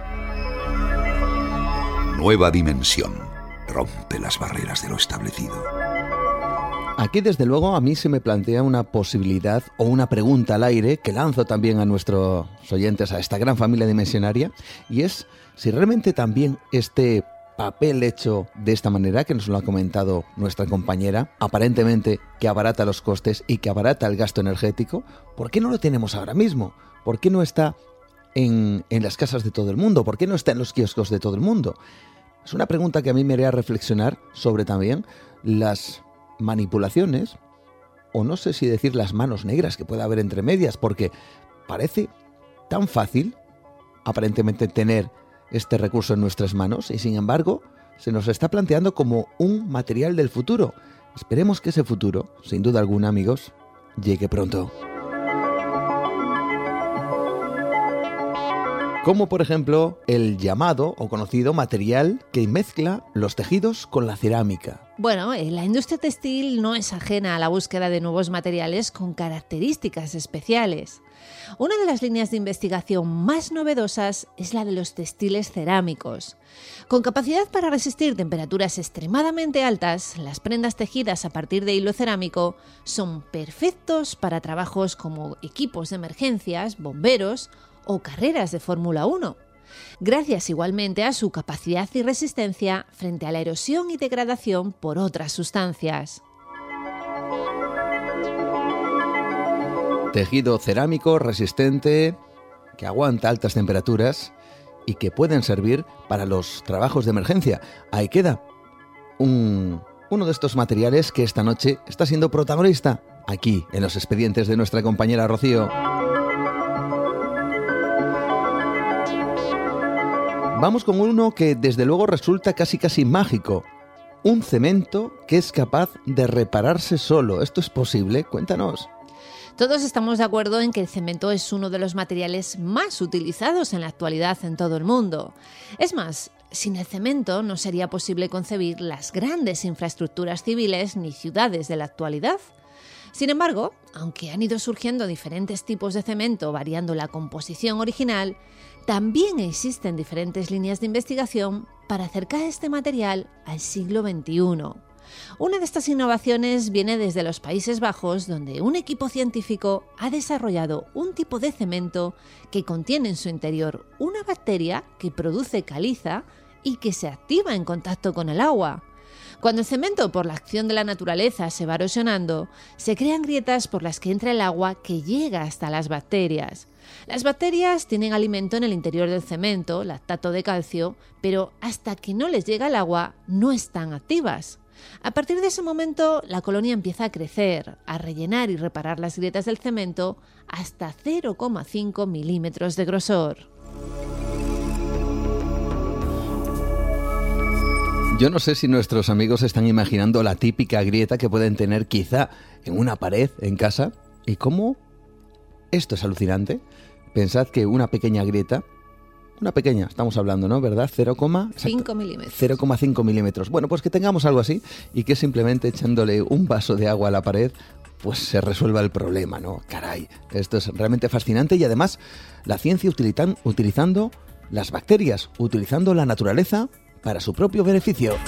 Nueva dimensión. Rompe las barreras de lo establecido. Aquí, desde luego, a mí se me plantea una posibilidad o una pregunta al aire que lanzo también a nuestros oyentes, a esta gran familia dimensionaria, y es si realmente también este papel hecho de esta manera, que nos lo ha comentado nuestra compañera, aparentemente que abarata los costes y que abarata el gasto energético, ¿por qué no lo tenemos ahora mismo? ¿Por qué no está en las casas de todo el mundo? ¿Por qué no está en los kioscos de todo el mundo? Es una pregunta que a mí me haría reflexionar sobre también las manipulaciones, o no sé si decir las manos negras que pueda haber entre medias, porque parece tan fácil aparentemente tener este recurso en nuestras manos y sin embargo se nos está planteando como un material del futuro. Esperemos que ese futuro, sin duda alguna, amigos, llegue pronto. Como por ejemplo el llamado o conocido material que mezcla los tejidos con la cerámica. Bueno, la industria textil no es ajena a la búsqueda de nuevos materiales con características especiales. Una de las líneas de investigación más novedosas es la de los textiles cerámicos. Con capacidad para resistir temperaturas extremadamente altas, las prendas tejidas a partir de hilo cerámico son perfectos para trabajos como equipos de emergencias, bomberos o carreras de Fórmula 1. Gracias igualmente a su capacidad y resistencia frente a la erosión y degradación por otras sustancias. Tejido cerámico resistente, que aguanta altas temperaturas y que pueden servir para los trabajos de emergencia. Ahí queda uno de estos materiales que esta noche está siendo protagonista aquí en los expedientes de nuestra compañera Rocío. Vamos con uno que desde luego resulta casi mágico. Un cemento que es capaz de repararse solo. ¿Esto es posible? Cuéntanos. Todos estamos de acuerdo en que el cemento es uno de los materiales más utilizados en la actualidad en todo el mundo. Es más, sin el cemento no sería posible concebir las grandes infraestructuras civiles ni ciudades de la actualidad. Sin embargo, aunque han ido surgiendo diferentes tipos de cemento variando la composición original, también existen diferentes líneas de investigación para acercar este material al siglo XXI. Una de estas innovaciones viene desde los Países Bajos, donde un equipo científico ha desarrollado un tipo de cemento que contiene en su interior una bacteria que produce caliza y que se activa en contacto con el agua. Cuando el cemento, por la acción de la naturaleza, se va erosionando, se crean grietas por las que entra el agua que llega hasta las bacterias. Las bacterias tienen alimento en el interior del cemento, lactato de calcio, pero hasta que no les llega el agua no están activas. A partir de ese momento, la colonia empieza a crecer, a rellenar y reparar las grietas del cemento hasta 0,5 milímetros de grosor. Yo no sé si nuestros amigos están imaginando la típica grieta que pueden tener quizá en una pared en casa. ¿Y cómo? Esto es alucinante. Pensad que una pequeña grieta, una pequeña, estamos hablando, ¿no? ¿Verdad? 0,5 milímetros. 0,5 milímetros. Bueno, pues que tengamos algo así y que simplemente echándole un vaso de agua a la pared, pues se resuelva el problema, ¿no? Caray, esto es realmente fascinante y además la ciencia utilizando las bacterias, utilizando la naturaleza para su propio beneficio.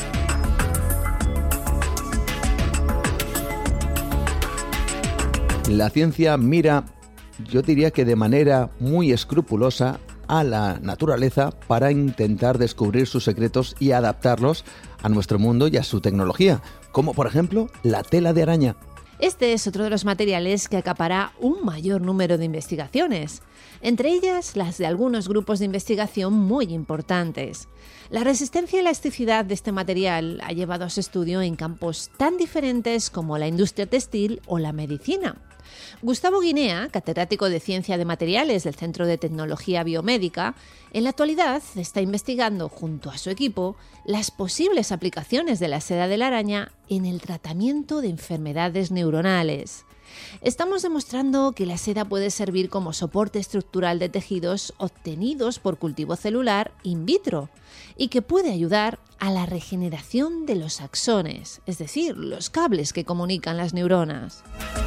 La ciencia mira, yo diría que de manera muy escrupulosa, a la naturaleza para intentar descubrir sus secretos y adaptarlos a nuestro mundo y a su tecnología, como por ejemplo la tela de araña. Este es otro de los materiales que acapara un mayor número de investigaciones, entre ellas las de algunos grupos de investigación muy importantes. La resistencia y elasticidad de este material ha llevado a su estudio en campos tan diferentes como la industria textil o la medicina. Gustavo Guinea, catedrático de Ciencia de Materiales del Centro de Tecnología Biomédica, en la actualidad está investigando junto a su equipo las posibles aplicaciones de la seda de la araña en el tratamiento de enfermedades neuronales. Estamos demostrando que la seda puede servir como soporte estructural de tejidos obtenidos por cultivo celular in vitro y que puede ayudar a la regeneración de los axones, es decir, los cables que comunican las neuronas.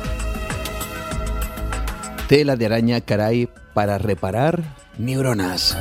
Tela de araña, caray, para reparar neuronas.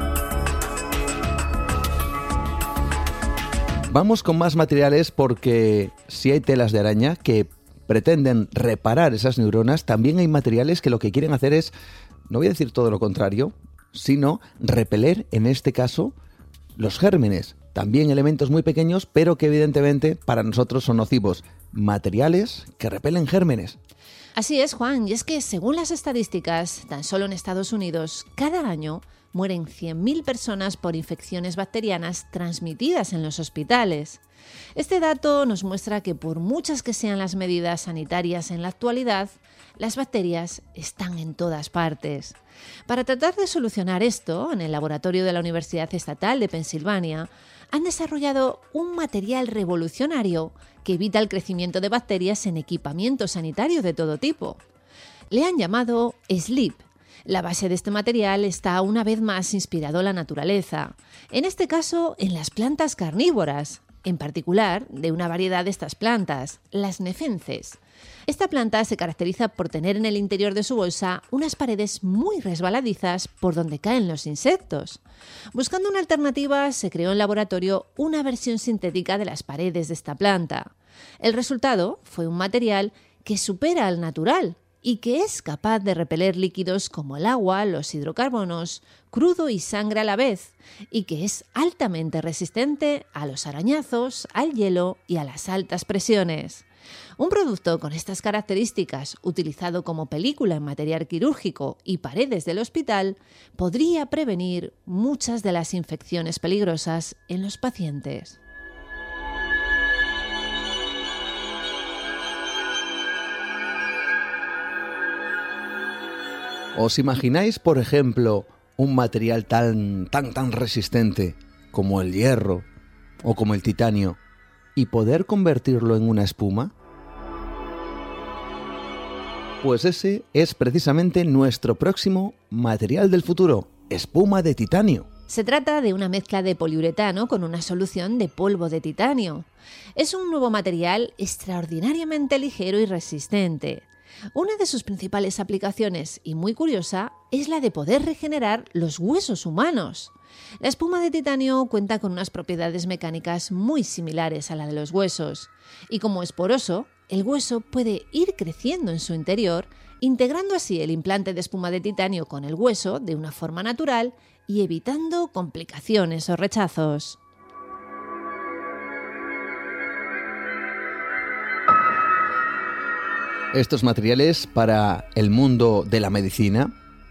Vamos con más materiales porque si hay telas de araña que pretenden reparar esas neuronas, también hay materiales que lo que quieren hacer es, no voy a decir todo lo contrario, sino repeler, en este caso, los gérmenes. También elementos muy pequeños, pero que evidentemente para nosotros son nocivos. Materiales que repelen gérmenes. Así es, Juan, y es que según las estadísticas, tan solo en Estados Unidos, cada año mueren 100.000 personas por infecciones bacterianas transmitidas en los hospitales. Este dato nos muestra que por muchas que sean las medidas sanitarias en la actualidad, las bacterias están en todas partes. Para tratar de solucionar esto, en el laboratorio de la Universidad Estatal de Pensilvania, han desarrollado un material revolucionario que evita el crecimiento de bacterias en equipamiento sanitario de todo tipo. Le han llamado SLEEP. La base de este material está una vez más inspirado en la naturaleza, en este caso en las plantas carnívoras, en particular de una variedad de estas plantas, las nefences. Esta planta se caracteriza por tener en el interior de su bolsa unas paredes muy resbaladizas por donde caen los insectos. Buscando una alternativa, se creó en laboratorio una versión sintética de las paredes de esta planta. El resultado fue un material que supera al natural y que es capaz de repeler líquidos como el agua, los hidrocarbonos, crudo y sangre a la vez, y que es altamente resistente a los arañazos, al hielo y a las altas presiones. Un producto con estas características, utilizado como película en material quirúrgico y paredes del hospital, podría prevenir muchas de las infecciones peligrosas en los pacientes. ¿Os imagináis, por ejemplo, un material tan resistente como el hierro o como el titanio y poder convertirlo en una espuma? Pues ese es precisamente nuestro próximo material del futuro, espuma de titanio. Se trata de una mezcla de poliuretano con una solución de polvo de titanio. Es un nuevo material extraordinariamente ligero y resistente. Una de sus principales aplicaciones, y muy curiosa, es la de poder regenerar los huesos humanos. La espuma de titanio cuenta con unas propiedades mecánicas muy similares a la de los huesos, y como es poroso, el hueso puede ir creciendo en su interior, integrando así el implante de espuma de titanio con el hueso de una forma natural y evitando complicaciones o rechazos. Estos materiales para el mundo de la medicina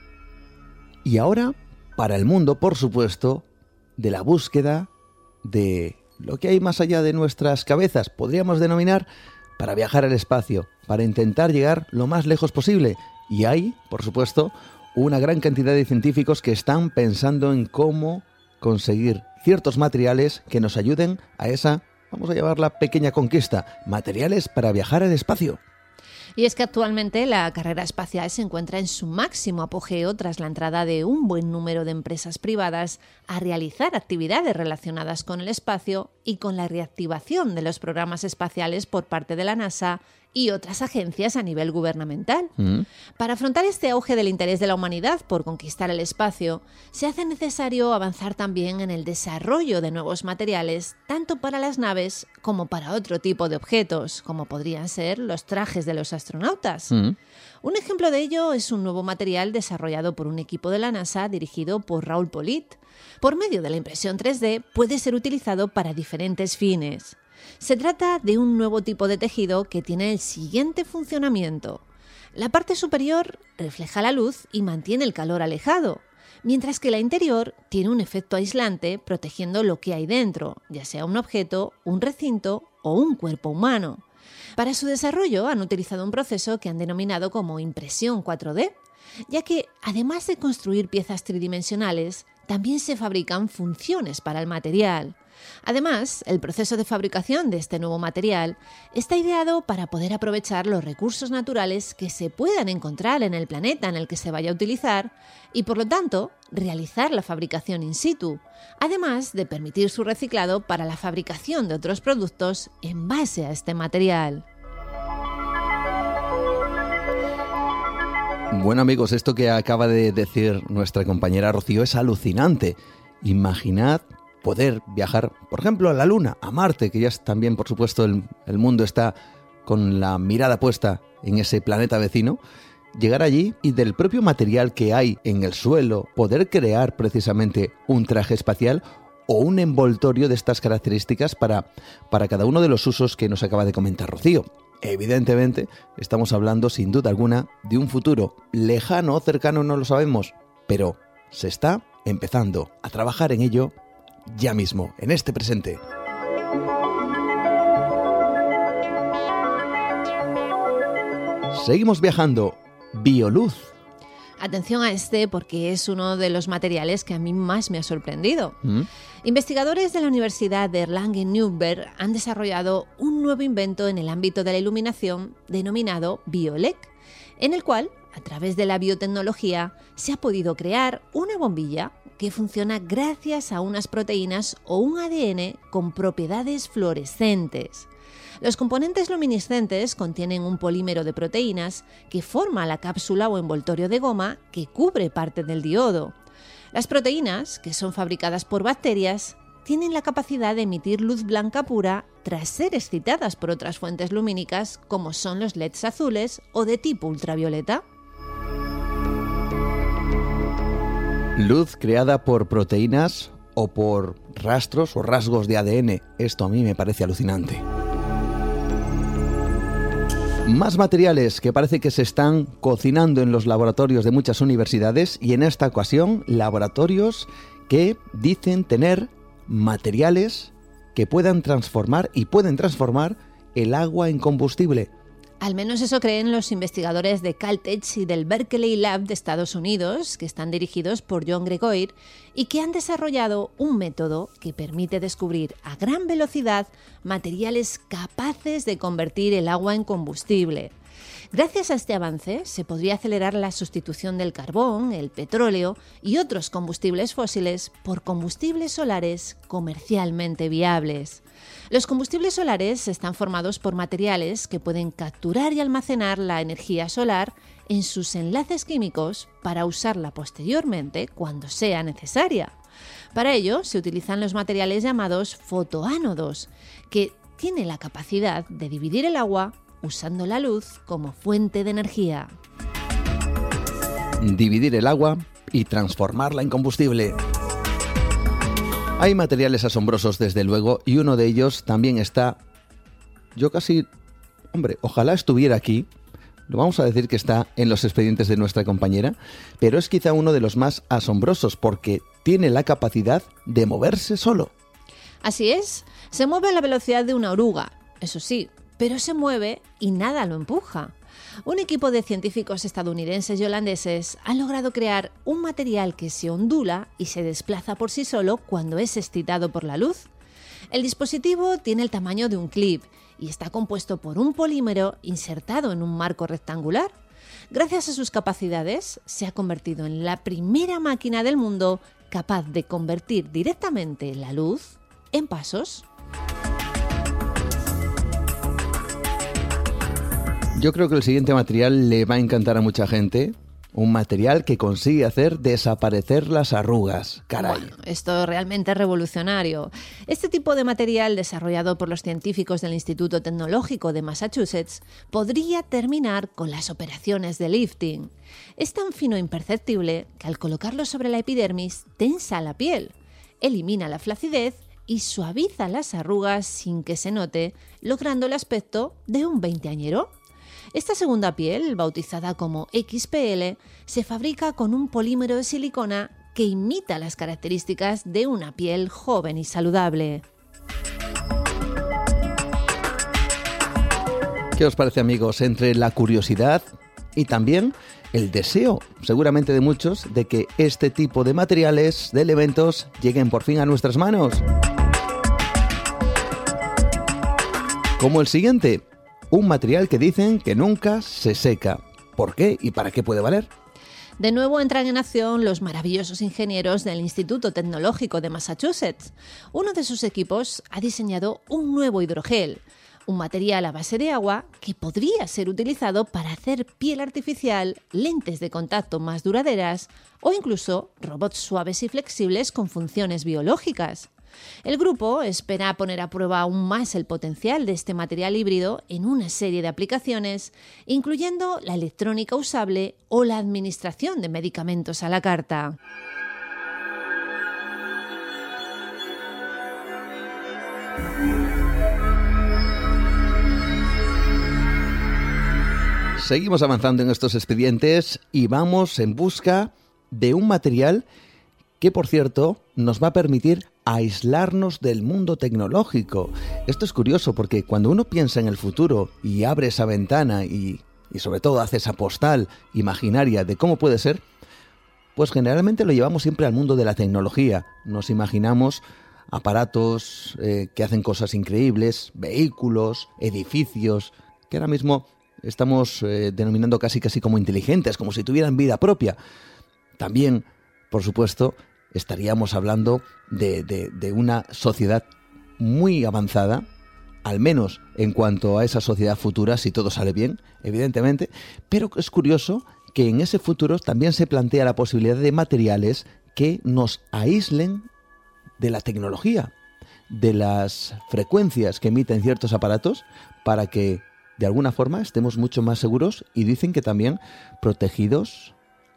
y ahora para el mundo, por supuesto, de la búsqueda de lo que hay más allá de nuestras cabezas, podríamos denominar, para viajar al espacio, para intentar llegar lo más lejos posible. Y hay, por supuesto, una gran cantidad de científicos que están pensando en cómo conseguir ciertos materiales que nos ayuden a esa, vamos a llamarla pequeña conquista, materiales para viajar al espacio. Y es que actualmente la carrera espacial se encuentra en su máximo apogeo tras la entrada de un buen número de empresas privadas a realizar actividades relacionadas con el espacio y con la reactivación de los programas espaciales por parte de la NASA y otras agencias a nivel gubernamental. Para afrontar este auge del interés de la humanidad por conquistar el espacio, se hace necesario avanzar también en el desarrollo de nuevos materiales, tanto para las naves como para otro tipo de objetos, como podrían ser los trajes de los astronautas. Un ejemplo de ello es un nuevo material desarrollado por un equipo de la NASA dirigido por Raúl Polit. Por medio de la impresión 3D puede ser utilizado para diferentes fines. Se trata de un nuevo tipo de tejido que tiene el siguiente funcionamiento. La parte superior refleja la luz y mantiene el calor alejado, mientras que la interior tiene un efecto aislante protegiendo lo que hay dentro, ya sea un objeto, un recinto o un cuerpo humano. Para su desarrollo han utilizado un proceso que han denominado como impresión 4D, ya que además de construir piezas tridimensionales, también se fabrican funciones para el material. Además, el proceso de fabricación de este nuevo material está ideado para poder aprovechar los recursos naturales que se puedan encontrar en el planeta en el que se vaya a utilizar y, por lo tanto, realizar la fabricación in situ, además de permitir su reciclado para la fabricación de otros productos en base a este material. Bueno, amigos, esto que acaba de decir nuestra compañera Rocío es alucinante. Imaginad poder viajar, por ejemplo, a la Luna, a Marte, que ya es también, por supuesto, el mundo está con la mirada puesta en ese planeta vecino, llegar allí y del propio material que hay en el suelo, poder crear precisamente un traje espacial o un envoltorio de estas características para cada uno de los usos que nos acaba de comentar Rocío. Evidentemente, estamos hablando, sin duda alguna, de un futuro lejano o cercano, no lo sabemos, pero se está empezando a trabajar en ello ya mismo, en este presente. Seguimos viajando. Bioluz. Atención a este porque es uno de los materiales que a mí más me ha sorprendido. Investigadores de la Universidad de Erlangen-Nürnberg han desarrollado un nuevo invento en el ámbito de la iluminación denominado BioLEC, en el cual, a través de la biotecnología, se ha podido crear una bombilla que funciona gracias a unas proteínas o un ADN con propiedades fluorescentes. Los componentes luminiscentes contienen un polímero de proteínas que forma la cápsula o envoltorio de goma que cubre parte del diodo. Las proteínas, que son fabricadas por bacterias, tienen la capacidad de emitir luz blanca pura tras ser excitadas por otras fuentes lumínicas como son los LEDs azules o de tipo ultravioleta. Luz creada por proteínas o por rastros o rasgos de ADN. Esto a mí me parece alucinante. Más materiales que parece que se están cocinando en los laboratorios de muchas universidades, y en esta ocasión laboratorios que dicen tener materiales que pueden transformar el agua en combustible. Al menos eso creen los investigadores de Caltech y del Berkeley Lab de Estados Unidos, que están dirigidos por John Gregoire y que han desarrollado un método que permite descubrir a gran velocidad materiales capaces de convertir el agua en combustible. Gracias a este avance se podría acelerar la sustitución del carbón, el petróleo y otros combustibles fósiles por combustibles solares comercialmente viables. Los combustibles solares están formados por materiales que pueden capturar y almacenar la energía solar en sus enlaces químicos para usarla posteriormente cuando sea necesaria. Para ello se utilizan los materiales llamados fotoánodos, que tienen la capacidad de dividir el agua usando la luz como fuente de energía. Dividir el agua y transformarla en combustible. Hay materiales asombrosos, desde luego, y uno de ellos también está... ojalá estuviera aquí. Lo vamos a decir que está en los expedientes de nuestra compañera, pero es quizá uno de los más asombrosos porque tiene la capacidad de moverse solo. Así es, se mueve a la velocidad de una oruga, eso sí, pero se mueve y nada lo empuja. Un equipo de científicos estadounidenses y holandeses han logrado crear un material que se ondula y se desplaza por sí solo cuando es excitado por la luz. El dispositivo tiene el tamaño de un clip y está compuesto por un polímero insertado en un marco rectangular. Gracias a sus capacidades, se ha convertido en la primera máquina del mundo capaz de convertir directamente la luz en pasos. Yo creo que el siguiente material le va a encantar a mucha gente. Un material que consigue hacer desaparecer las arrugas. Caray. Bueno, esto es realmente revolucionario. Este tipo de material, desarrollado por los científicos del Instituto Tecnológico de Massachusetts, podría terminar con las operaciones de lifting. Es tan fino e imperceptible que al colocarlo sobre la epidermis tensa la piel, elimina la flacidez y suaviza las arrugas sin que se note, logrando el aspecto de un veinteañero. Esta segunda piel, bautizada como XPL, se fabrica con un polímero de silicona que imita las características de una piel joven y saludable. ¿Qué os parece, amigos? Entre la curiosidad y también el deseo, seguramente de muchos, de que este tipo de materiales, de elementos, lleguen por fin a nuestras manos. Como el siguiente. Un material que dicen que nunca se seca. ¿Por qué y para qué puede valer? De nuevo entran en acción los maravillosos ingenieros del Instituto Tecnológico de Massachusetts. Uno de sus equipos ha diseñado un nuevo hidrogel, un material a base de agua que podría ser utilizado para hacer piel artificial, lentes de contacto más duraderas o incluso robots suaves y flexibles con funciones biológicas. El grupo espera poner a prueba aún más el potencial de este material híbrido en una serie de aplicaciones, incluyendo la electrónica usable o la administración de medicamentos a la carta. Seguimos avanzando en estos expedientes y vamos en busca de un material que, por cierto, nos va a permitir aislarnos del mundo tecnológico. Esto es curioso porque cuando uno piensa en el futuro y abre esa ventana y sobre todo hace esa postal imaginaria de cómo puede ser, pues generalmente lo llevamos siempre al mundo de la tecnología. Nos imaginamos aparatos que hacen cosas increíbles, vehículos, edificios, que ahora mismo estamos denominando casi como inteligentes, como si tuvieran vida propia. También, por supuesto, estaríamos hablando de una sociedad muy avanzada, al menos en cuanto a esa sociedad futura, si todo sale bien, evidentemente, pero es curioso que en ese futuro también se plantea la posibilidad de materiales que nos aíslen de la tecnología, de las frecuencias que emiten ciertos aparatos, para que de alguna forma estemos mucho más seguros y dicen que también protegidos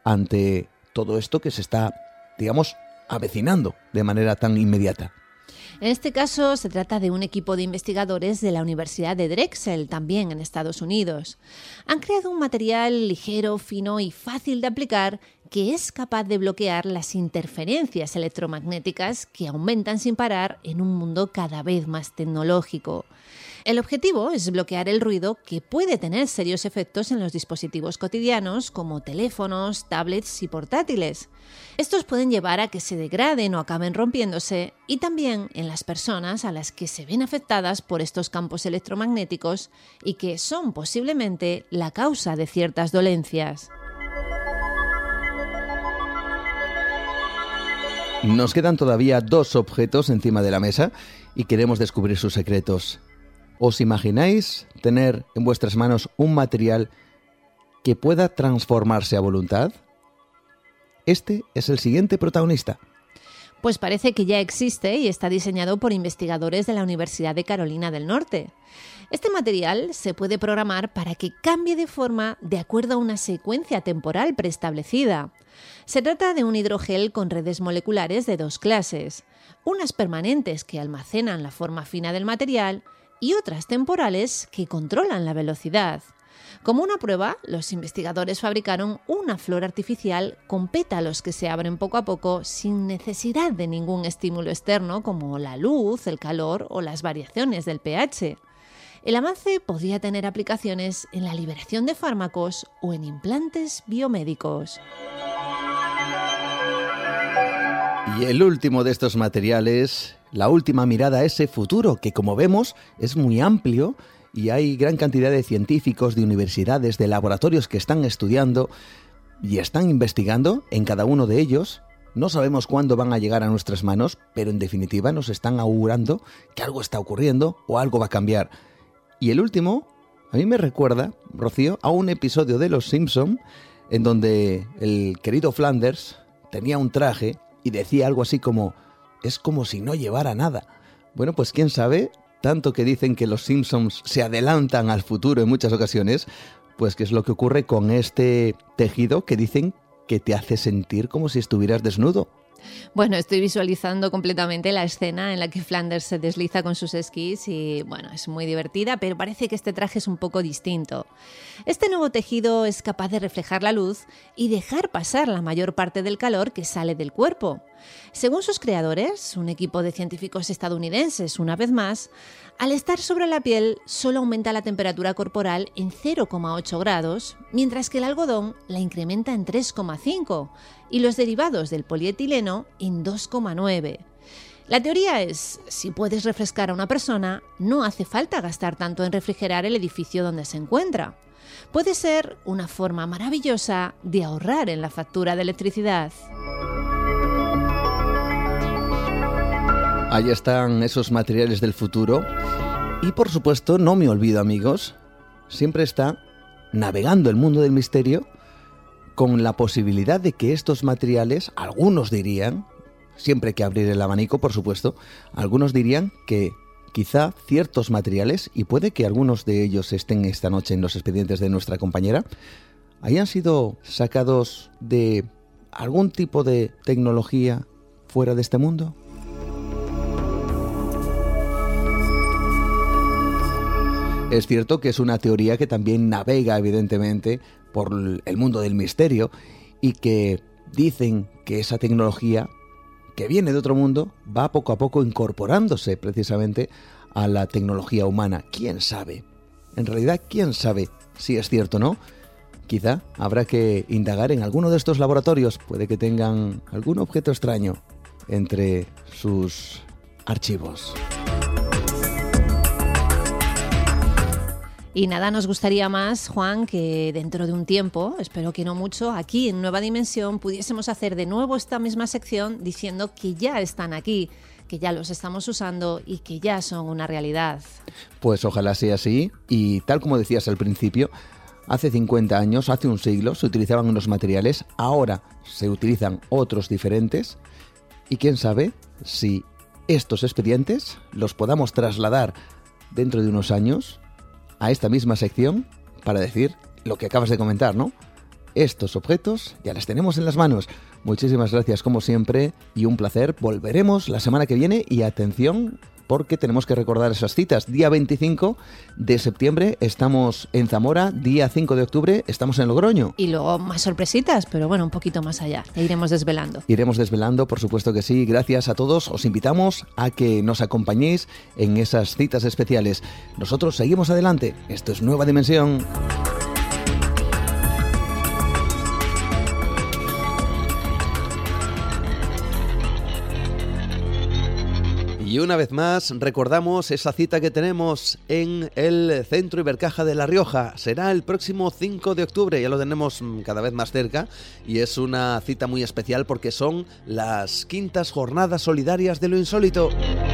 ante todo esto que se está, digamos, avecinando de manera tan inmediata. En este caso se trata de un equipo de investigadores de la Universidad de Drexel, también en Estados Unidos. Han creado un material ligero, fino y fácil de aplicar que es capaz de bloquear las interferencias electromagnéticas que aumentan sin parar en un mundo cada vez más tecnológico. El objetivo es bloquear el ruido que puede tener serios efectos en los dispositivos cotidianos como teléfonos, tablets y portátiles. Estos pueden llevar a que se degraden o acaben rompiéndose y también en las personas a las que se ven afectadas por estos campos electromagnéticos y que son posiblemente la causa de ciertas dolencias. Nos quedan todavía 2 objetos encima de la mesa y queremos descubrir sus secretos. ¿Os imagináis tener en vuestras manos un material que pueda transformarse a voluntad? Este es el siguiente protagonista. Pues parece que ya existe y está diseñado por investigadores de la Universidad de Carolina del Norte. Este material se puede programar para que cambie de forma de acuerdo a una secuencia temporal preestablecida. Se trata de un hidrogel con redes moleculares de 2 clases, unas permanentes que almacenan la forma fina del material y otras temporales que controlan la velocidad. Como una prueba, los investigadores fabricaron una flor artificial con pétalos que se abren poco a poco sin necesidad de ningún estímulo externo como la luz, el calor o las variaciones del pH. El avance podría tener aplicaciones en la liberación de fármacos o en implantes biomédicos. Y el último de estos materiales, la última mirada a ese futuro que, como vemos, es muy amplio y hay gran cantidad de científicos, de universidades, de laboratorios que están estudiando y están investigando en cada uno de ellos. No sabemos cuándo van a llegar a nuestras manos, pero en definitiva nos están augurando que algo está ocurriendo o algo va a cambiar. Y el último, a mí me recuerda, Rocío, a un episodio de Los Simpson en donde el querido Flanders tenía un traje y decía algo así como: es como si no llevara nada. Bueno, pues quién sabe, tanto que dicen que los Simpsons se adelantan al futuro en muchas ocasiones, pues qué es lo que ocurre con este tejido que dicen que te hace sentir como si estuvieras desnudo. Bueno, estoy visualizando completamente la escena en la que Flanders se desliza con sus esquís y, bueno, es muy divertida, pero parece que este traje es un poco distinto. Este nuevo tejido es capaz de reflejar la luz y dejar pasar la mayor parte del calor que sale del cuerpo. Según sus creadores, un equipo de científicos estadounidenses, una vez más, al estar sobre la piel solo aumenta la temperatura corporal en 0,8 grados, mientras que el algodón la incrementa en 3,5 y los derivados del polietileno en 2,9. La teoría es, si puedes refrescar a una persona, no hace falta gastar tanto en refrigerar el edificio donde se encuentra. Puede ser una forma maravillosa de ahorrar en la factura de electricidad. Ahí están esos materiales del futuro. Y por supuesto, no me olvido, amigos, siempre está navegando el mundo del misterio con la posibilidad de que estos materiales, algunos dirían, siempre hay que abrir el abanico, por supuesto, algunos dirían que quizá ciertos materiales, y puede que algunos de ellos estén esta noche en los expedientes de nuestra compañera, hayan sido sacados de algún tipo de tecnología fuera de este mundo. Es cierto que es una teoría que también navega, evidentemente, por el mundo del misterio y que dicen que esa tecnología que viene de otro mundo va poco a poco incorporándose precisamente a la tecnología humana. ¿Quién sabe? En realidad, ¿quién sabe si es cierto o no? Quizá habrá que indagar en alguno de estos laboratorios. Puede que tengan algún objeto extraño entre sus archivos. Y nada nos gustaría más, Juan, que dentro de un tiempo, espero que no mucho, aquí en Nueva Dimensión pudiésemos hacer de nuevo esta misma sección diciendo que ya están aquí, que ya los estamos usando y que ya son una realidad. Pues ojalá sea así. Y tal como decías al principio, hace 50 años, hace un siglo, se utilizaban unos materiales, ahora se utilizan otros diferentes. Y quién sabe si estos expedientes los podamos trasladar dentro de unos años a esta misma sección para decir lo que acabas de comentar, ¿no? estos objetos ya las tenemos en las manos. Muchísimas gracias como siempre y un placer. Volveremos la semana que viene y atención, porque tenemos que recordar esas citas. Día 25 de septiembre estamos en Zamora, día 5 de octubre estamos en Logroño. Y luego más sorpresitas, pero bueno, un poquito más allá. E iremos desvelando. Iremos desvelando, por supuesto que sí. Gracias a todos. Os invitamos a que nos acompañéis en esas citas especiales. Nosotros seguimos adelante. Esto es Nueva Dimensión. Y una vez más recordamos esa cita que tenemos en el Centro Ibercaja de La Rioja. Será el próximo 5 de octubre, ya lo tenemos cada vez más cerca, y es una cita muy especial porque son las 5ª Jornadas Solidarias de lo Insólito.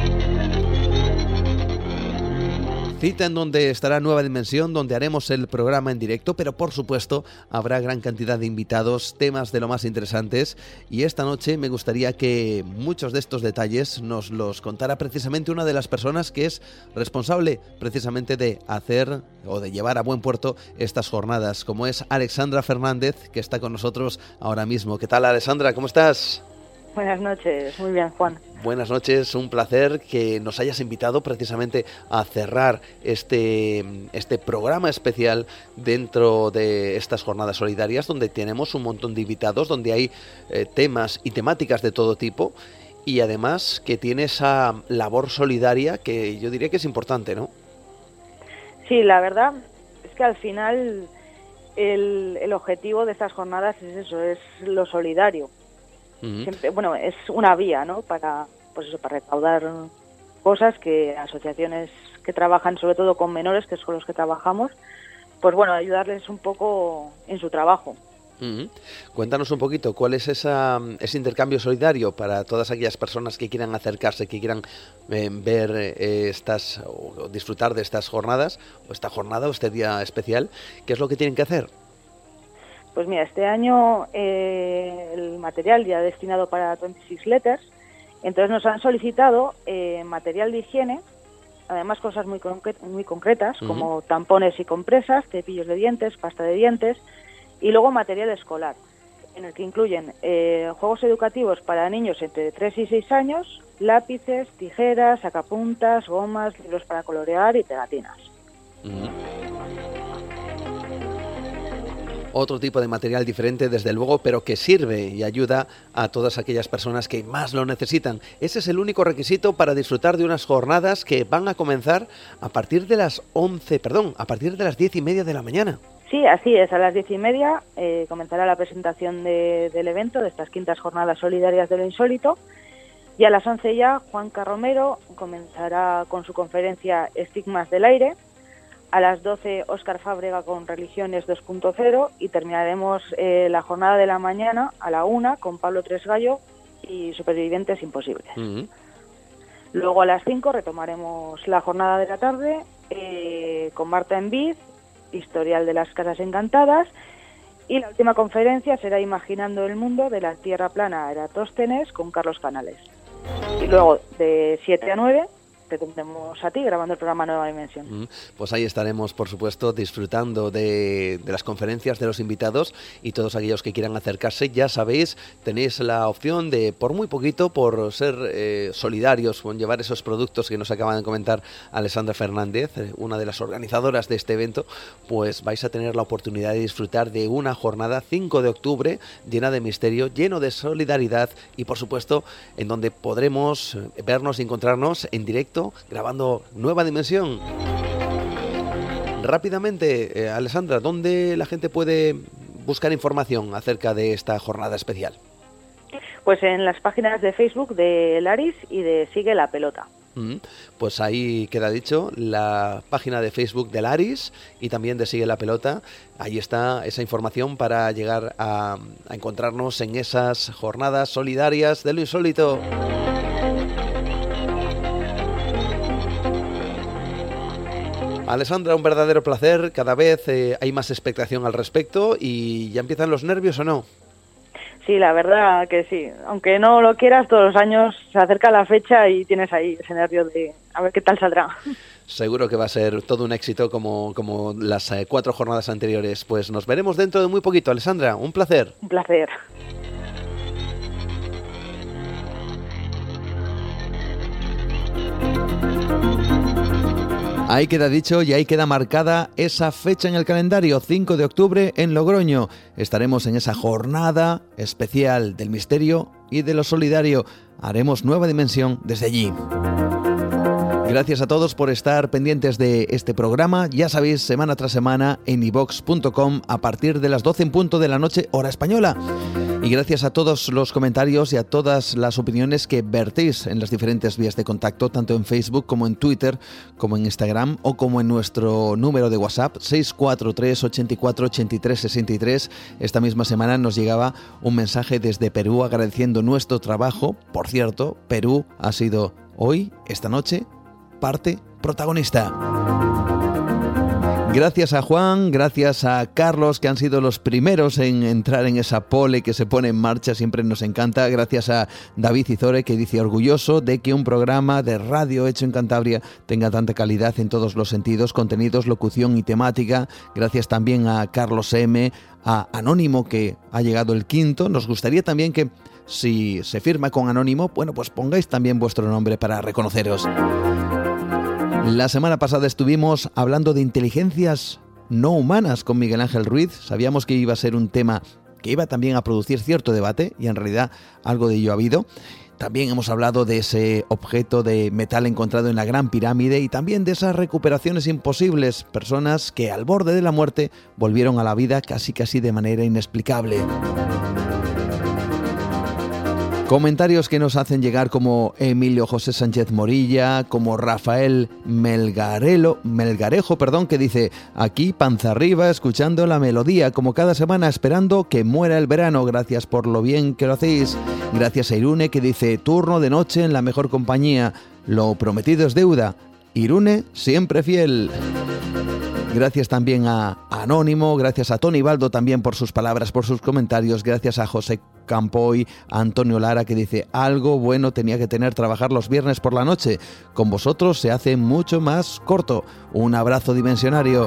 Cita en donde estará Nueva Dimensión, donde haremos el programa en directo, pero por supuesto habrá gran cantidad de invitados, temas de lo más interesantes, y esta noche me gustaría que muchos de estos detalles nos los contara precisamente una de las personas que es responsable precisamente de hacer o de llevar a buen puerto estas jornadas, como es Alexandra Fernández, que está con nosotros ahora mismo. ¿Qué tal, Alexandra? ¿Cómo estás? Buenas noches, muy bien, Juan. Buenas noches, un placer que nos hayas invitado precisamente a cerrar este programa especial dentro de estas jornadas solidarias, donde tenemos un montón de invitados, donde hay temas y temáticas de todo tipo, y además que tiene esa labor solidaria que yo diría que es importante, ¿no? Sí, la verdad es que al final el objetivo de estas jornadas es eso, es lo solidario. Siempre, bueno, es una vía, ¿no? Para recaudar cosas que asociaciones que trabajan sobre todo con menores, que son los que trabajamos, pues bueno, ayudarles un poco en su trabajo. Cuéntanos un poquito, ¿cuál es ese intercambio solidario para todas aquellas personas que quieran acercarse, que quieran ver o disfrutar de estas jornadas, o esta jornada o este día especial? ¿Qué es lo que tienen que hacer? Pues mira, este año el material ya destinado para 26 Letters, entonces nos han solicitado material de higiene, además cosas muy concretas, como tampones y compresas, cepillos de dientes, pasta de dientes, y luego material escolar, en el que incluyen juegos educativos para niños entre 3 y 6 años, lápices, tijeras, sacapuntas, gomas, libros para colorear y pegatinas. Otro tipo de material diferente, desde luego, pero que sirve y ayuda a todas aquellas personas que más lo necesitan. Ese es el único requisito para disfrutar de unas jornadas que van a comenzar a partir de las 10:30 de la mañana. Sí, así es. A las 10:30 comenzará la presentación del evento, de estas 5ª Jornadas Solidarias de lo Insólito. Y a las 11 ya, Juan Carromero comenzará con su conferencia Estigmas del Aire. A las 12, Óscar Fábrega con Religiones 2.0 y terminaremos la jornada de la mañana a la 1 con Pablo Tresgallo y Supervivientes Imposibles. Luego a las 5 retomaremos la jornada de la tarde con Marta Envid, Historial de las Casas Encantadas, y la última conferencia será Imaginando el Mundo de la Tierra Plana a Eratóstenes con Carlos Canales. Y luego de 7 a 9... te tendremos a ti grabando el programa Nueva Dimensión. Pues ahí estaremos, por supuesto, disfrutando de las conferencias de los invitados, y todos aquellos que quieran acercarse, ya sabéis, tenéis la opción de, por muy poquito, por ser solidarios con llevar esos productos que nos acaban de comentar Alexandra Fernández, una de las organizadoras de este evento, pues vais a tener la oportunidad de disfrutar de una jornada 5 de octubre llena de misterio, lleno de solidaridad, y por supuesto en donde podremos vernos y encontrarnos en directo grabando Nueva Dimensión. Rápidamente, Alexandra, ¿dónde la gente puede buscar información acerca de esta jornada especial? Pues en las páginas de Facebook de Laris y de Sigue la Pelota. Pues ahí queda dicho, la página de Facebook de Laris y también de Sigue la Pelota. Ahí está esa información para llegar a encontrarnos en esas jornadas solidarias de lo insólito. Alexandra, un verdadero placer. Cada vez hay más expectación al respecto. ¿Y ya empiezan los nervios o no? Sí, la verdad que sí. Aunque no lo quieras, todos los años se acerca la fecha y tienes ahí ese nervio de a ver qué tal saldrá. Seguro que va a ser todo un éxito como las 4 jornadas anteriores. Pues nos veremos dentro de muy poquito. Alessandra, un placer. Un placer. Ahí queda dicho y ahí queda marcada esa fecha en el calendario, 5 de octubre en Logroño. Estaremos en esa jornada especial del misterio y de lo solidario. Haremos Nueva Dimensión desde allí. Gracias a todos por estar pendientes de este programa. Ya sabéis, semana tras semana en iVox.com a partir de las 12 en punto de la noche, hora española. Y gracias a todos los comentarios y a todas las opiniones que vertéis en las diferentes vías de contacto, tanto en Facebook como en Twitter, como en Instagram o como en nuestro número de WhatsApp 643 84 83 63. Esta misma semana nos llegaba un mensaje desde Perú agradeciendo nuestro trabajo. Por cierto, Perú ha sido hoy, esta noche, parte protagonista. Gracias a Juan, gracias a Carlos, que han sido los primeros en entrar en esa pole que se pone en marcha, siempre nos encanta. Gracias a David Izore, que dice orgulloso de que un programa de radio hecho en Cantabria tenga tanta calidad en todos los sentidos, contenidos, locución y temática. Gracias también a Carlos M., a Anónimo, que ha llegado el 5º. Nos gustaría también que, si se firma con Anónimo, bueno, pues pongáis también vuestro nombre para reconoceros. La semana pasada estuvimos hablando de inteligencias no humanas con Miguel Ángel Ruiz. Sabíamos que iba a ser un tema que iba también a producir cierto debate y en realidad algo de ello ha habido. También hemos hablado de ese objeto de metal encontrado en la Gran Pirámide y también de esas recuperaciones imposibles, personas que al borde de la muerte volvieron a la vida casi de manera inexplicable. Comentarios que nos hacen llegar como Emilio José Sánchez Morilla, como Rafael Melgarejo, que dice: aquí panza arriba escuchando la melodía, como cada semana esperando que muera el verano, gracias por lo bien que lo hacéis. Gracias a Irune, que dice: turno de noche en la mejor compañía, lo prometido es deuda, Irune siempre fiel. Gracias también a Anónimo, gracias a Tony Baldo también por sus palabras, por sus comentarios, gracias a José Campoy, a Antonio Lara, que dice: algo bueno tenía que tener trabajar los viernes por la noche, con vosotros se hace mucho más corto. Un abrazo dimensionario.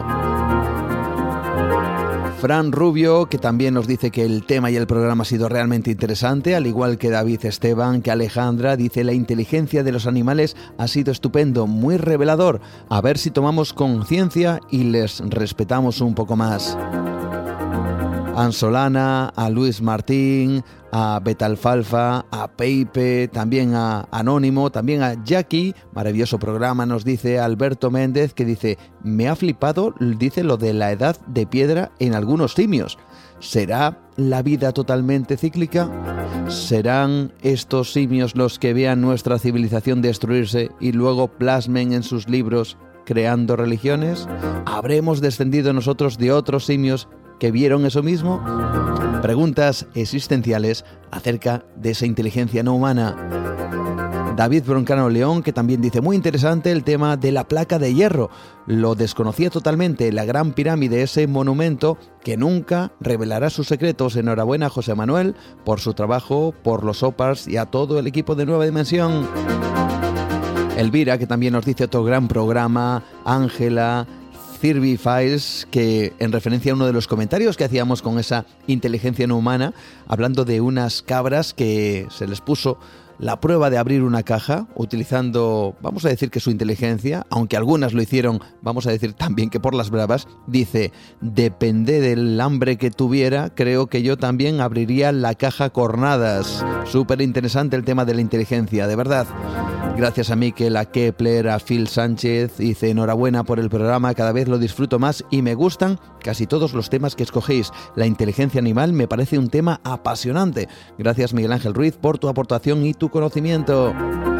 Fran Rubio, que también nos dice que el tema y el programa ha sido realmente interesante, al igual que David Esteban, que Alejandra dice: la inteligencia de los animales ha sido estupendo, muy revelador. A ver si tomamos conciencia y les respetamos un poco más. Ansolana, a Luis Martín, a Betalfalfa, a Peipe, también a Anónimo, también a Jackie, maravilloso programa, nos dice Alberto Méndez, que dice: me ha flipado, dice, lo de la edad de piedra en algunos simios. ¿Será la vida totalmente cíclica? ¿Serán estos simios los que vean nuestra civilización destruirse y luego plasmen en sus libros creando religiones? ¿Habremos descendido nosotros de otros simios que vieron eso mismo? Preguntas existenciales acerca de esa inteligencia no humana. David Broncano León, que también dice: muy interesante el tema de la placa de hierro. Lo desconocía totalmente, la Gran Pirámide, ese monumento que nunca revelará sus secretos. Enhorabuena a José Manuel por su trabajo, por los OPARS y a todo el equipo de Nueva Dimensión. Elvira, que también nos dice: otro gran programa. Ángela, Cirby Files, que en referencia a uno de los comentarios que hacíamos con esa inteligencia no humana, hablando de unas cabras que se les puso la prueba de abrir una caja utilizando, vamos a decir que su inteligencia, aunque algunas lo hicieron, vamos a decir también que por las bravas, dice: depende del hambre que tuviera, creo que yo también abriría la caja cornadas. Súper interesante el tema de la inteligencia, de verdad. Gracias a Miquel, a Kepler, a Phil Sánchez, dice: enhorabuena por el programa, cada vez lo disfruto más y me gustan casi todos los temas que escogéis. La inteligencia animal me parece un tema apasionante. Gracias, Miguel Ángel Ruiz, por tu aportación y tu conocimiento.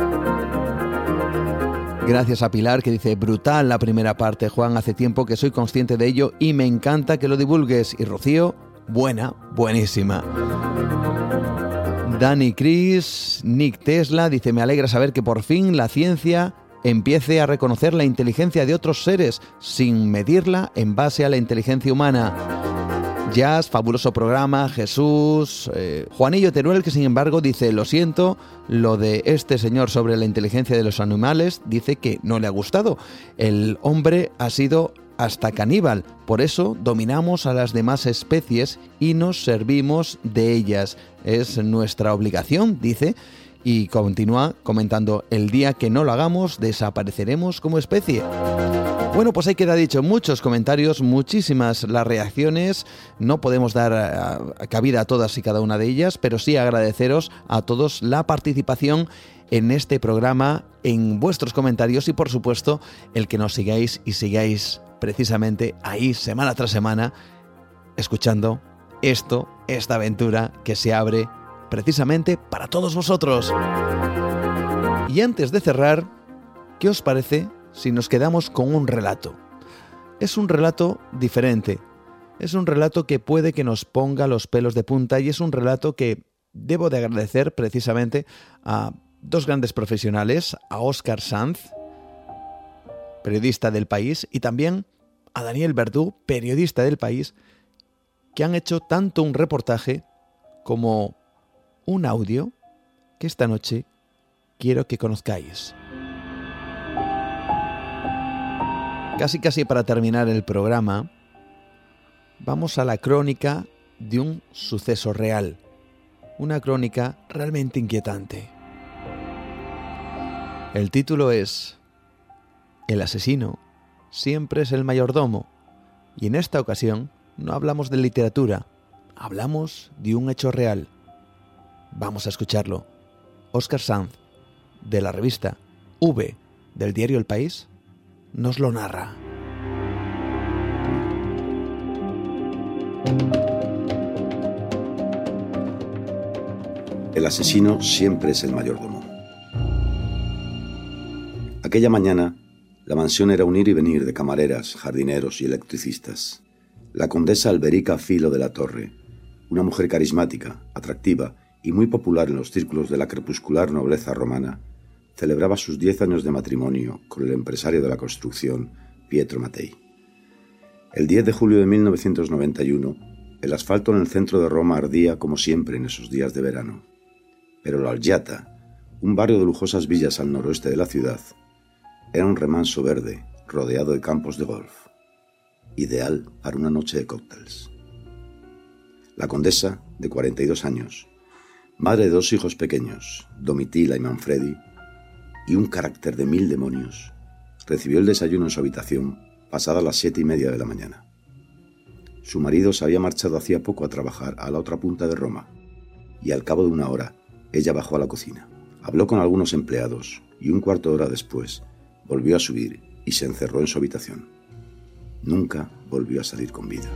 Gracias a Pilar, que dice: brutal la primera parte, Juan, hace tiempo que soy consciente de ello y me encanta que lo divulgues. Y Rocío: buenísima. Dani Cris, Nick Tesla, dice: me alegra saber que por fin la ciencia empiece a reconocer la inteligencia de otros seres sin medirla en base a la inteligencia humana. Jazz, fabuloso programa, Jesús. Juanillo Teruel, que sin embargo dice, lo siento, lo de este señor sobre la inteligencia de los animales, dice que no le ha gustado. El hombre ha sido hasta caníbal, por eso dominamos a las demás especies y nos servimos de ellas. Es nuestra obligación, dice, y continúa comentando, el día que no lo hagamos desapareceremos como especie. Bueno, pues ahí queda dicho, muchos comentarios, muchísimas las reacciones, no podemos dar cabida a todas y cada una de ellas, pero sí agradeceros a todos la participación en este programa, en vuestros comentarios y por supuesto el que nos sigáis y sigáis precisamente ahí semana tras semana escuchando esta aventura que se abre precisamente para todos vosotros. Y antes de cerrar, ¿qué os parece si nos quedamos con un relato? Es un relato diferente, es un relato que puede que nos ponga los pelos de punta y es un relato que debo de agradecer precisamente a dos grandes profesionales, a Óscar Sanz, periodista del País, y también a Daniel Verdú, periodista del País, que han hecho tanto un reportaje como un audio que esta noche quiero que conozcáis. Casi para terminar el programa, vamos a la crónica de un suceso real, una crónica realmente inquietante. El título es El asesino siempre es el mayordomo, y en esta ocasión no hablamos de literatura, hablamos de un hecho real. Vamos a escucharlo. Óscar Sanz, de la revista V del diario El País, nos lo narra. El asesino siempre es el mayordomo. Aquella mañana, la mansión era un ir y venir de camareras, jardineros y electricistas. La condesa Alberica Filo de la Torre, una mujer carismática, atractiva y muy popular en los círculos de la crepuscular nobleza romana, celebraba sus 10 años de matrimonio con el empresario de la construcción, Pietro Mattei. El 10 de julio de 1991, el asfalto en el centro de Roma ardía como siempre en esos días de verano. Pero la Algiata, un barrio de lujosas villas al noroeste de la ciudad, era un remanso verde rodeado de campos de golf, ideal para una noche de cócteles. La condesa, de 42 años, madre de 2 hijos pequeños, Domitila y Manfredi, y un carácter de 1000 demonios, recibió el desayuno en su habitación pasadas las 7:30 de la mañana. Su marido se había marchado hacía poco a trabajar a la otra punta de Roma, y al cabo de 1 hora, ella bajó a la cocina. Habló con algunos empleados, y 1/4 de hora después, volvió a subir y se encerró en su habitación. Nunca volvió a salir con vida.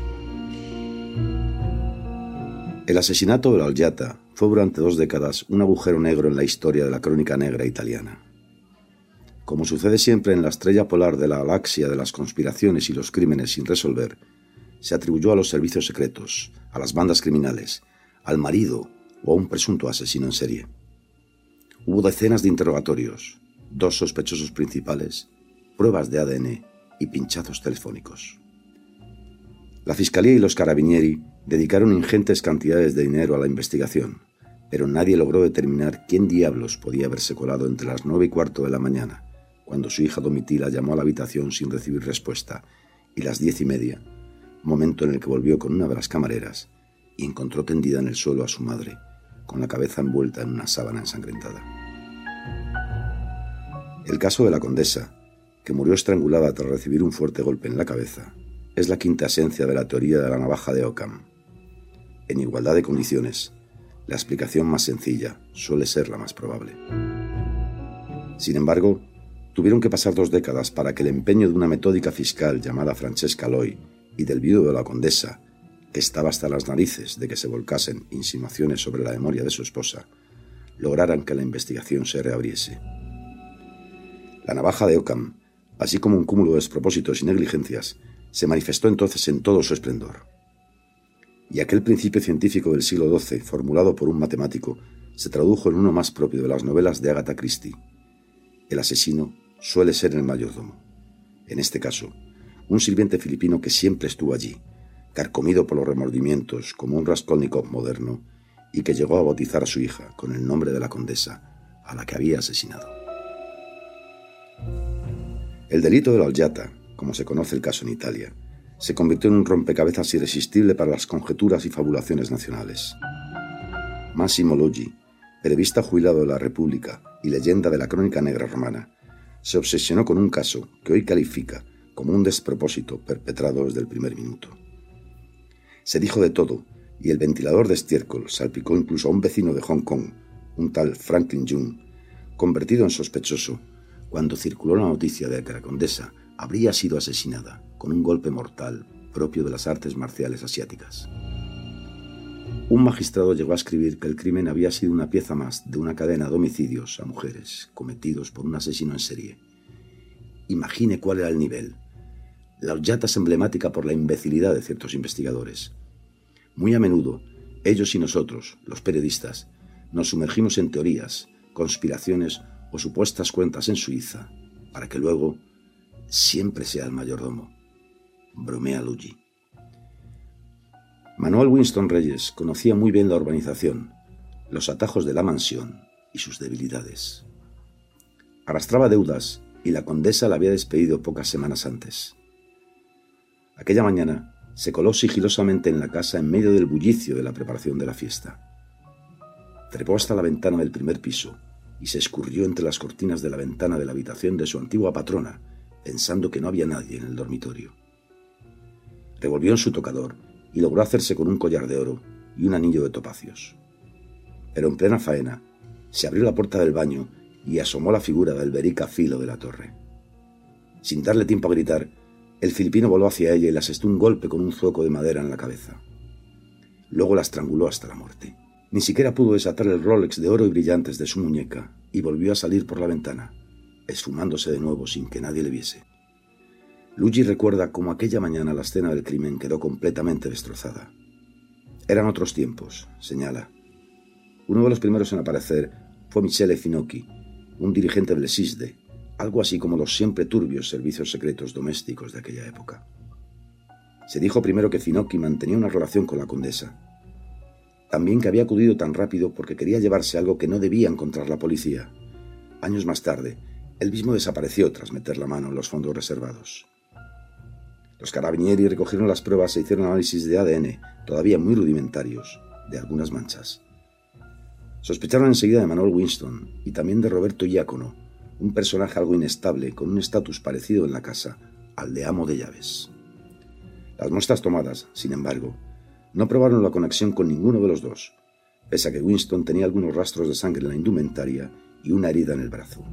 El asesinato de la Algiata fue durante 2 décadas un agujero negro en la historia de la crónica negra italiana. Como sucede siempre en la estrella polar de la galaxia de las conspiraciones y los crímenes sin resolver, se atribuyó a los servicios secretos, a las bandas criminales, al marido o a un presunto asesino en serie. Hubo decenas de interrogatorios, 2 sospechosos principales, pruebas de ADN y pinchazos telefónicos. La Fiscalía y los Carabinieri dedicaron ingentes cantidades de dinero a la investigación, pero nadie logró determinar quién diablos podía haberse colado entre las 9:15 de la mañana, cuando su hija Domitila llamó a la habitación sin recibir respuesta, y las 10:30, momento en el que volvió con una de las camareras y encontró tendida en el suelo a su madre, con la cabeza envuelta en una sábana ensangrentada. El caso de la condesa, que murió estrangulada tras recibir un fuerte golpe en la cabeza, es la quinta esencia de la teoría de la navaja de Occam. En igualdad de condiciones, la explicación más sencilla suele ser la más probable. Sin embargo, tuvieron que pasar 2 décadas para que el empeño de una metódica fiscal llamada Francesca Loi y del viudo de la condesa, que estaba hasta las narices de que se volcasen insinuaciones sobre la memoria de su esposa, lograran que la investigación se reabriese. La navaja de Occam, así como un cúmulo de despropósitos y negligencias, se manifestó entonces en todo su esplendor. Y aquel principio científico del siglo XII, formulado por un matemático, se tradujo en uno más propio de las novelas de Agatha Christie. El asesino suele ser el mayordomo. En este caso, un sirviente filipino que siempre estuvo allí, carcomido por los remordimientos como un Raskolnikov moderno, y que llegó a bautizar a su hija con el nombre de la condesa, a la que había asesinado. El delito de la Olgiata, como se conoce el caso en Italia, se convirtió en un rompecabezas irresistible para las conjeturas y fabulaciones nacionales. Massimo Loggi, periodista jubilado de la República y leyenda de la crónica negra romana, se obsesionó con un caso que hoy califica como un despropósito perpetrado desde el primer minuto. Se dijo de todo, y el ventilador de estiércol salpicó incluso a un vecino de Hong Kong, un tal Franklin Jung, convertido en sospechoso cuando circuló la noticia de que la condesa habría sido asesinada con un golpe mortal propio de las artes marciales asiáticas. Un magistrado llegó a escribir que el crimen había sido una pieza más de una cadena de homicidios a mujeres cometidos por un asesino en serie. Imagine cuál era el nivel. La Olgiata es emblemática por la imbecilidad de ciertos investigadores. Muy a menudo, ellos y nosotros, los periodistas, nos sumergimos en teorías, conspiraciones o supuestas cuentas en Suiza, para que luego siempre sea el mayordomo. Bromea Loggi. Manuel Winston Reyes conocía muy bien la urbanización, los atajos de la mansión y sus debilidades. Arrastraba deudas y la condesa la había despedido pocas semanas antes. Aquella mañana se coló sigilosamente en la casa en medio del bullicio de la preparación de la fiesta. Trepó hasta la ventana del primer piso y se escurrió entre las cortinas de la ventana de la habitación de su antigua patrona, pensando que no había nadie en el dormitorio. Revolvió en su tocador y logró hacerse con un collar de oro y un anillo de topacios. Pero en plena faena se abrió la puerta del baño y asomó la figura de Alberica Filo de la Torre. Sin darle tiempo a gritar, el filipino voló hacia ella y le asestó un golpe con un zueco de madera en la cabeza. Luego la estranguló hasta la muerte. Ni siquiera pudo desatar el Rolex de oro y brillantes de su muñeca y volvió a salir por la ventana, esfumándose de nuevo sin que nadie le viese. Loggi recuerda cómo aquella mañana la escena del crimen quedó completamente destrozada. Eran otros tiempos, señala. Uno de los primeros en aparecer fue Michele Finocchi, un dirigente del SISDE, algo así como los siempre turbios servicios secretos domésticos de aquella época. Se dijo primero que Finocchi mantenía una relación con la condesa. También que había acudido tan rápido porque quería llevarse algo que no debía encontrar la policía. Años más tarde, él mismo desapareció tras meter la mano en los fondos reservados. Los carabinieri recogieron las pruebas e hicieron análisis de ADN, todavía muy rudimentarios, de algunas manchas. Sospecharon enseguida de Manuel Winston y también de Roberto Iacono, un personaje algo inestable con un estatus parecido en la casa al de amo de llaves. Las muestras tomadas, sin embargo, no probaron la conexión con ninguno de los dos, pese a que Winston tenía algunos rastros de sangre en la indumentaria y una herida en el brazo.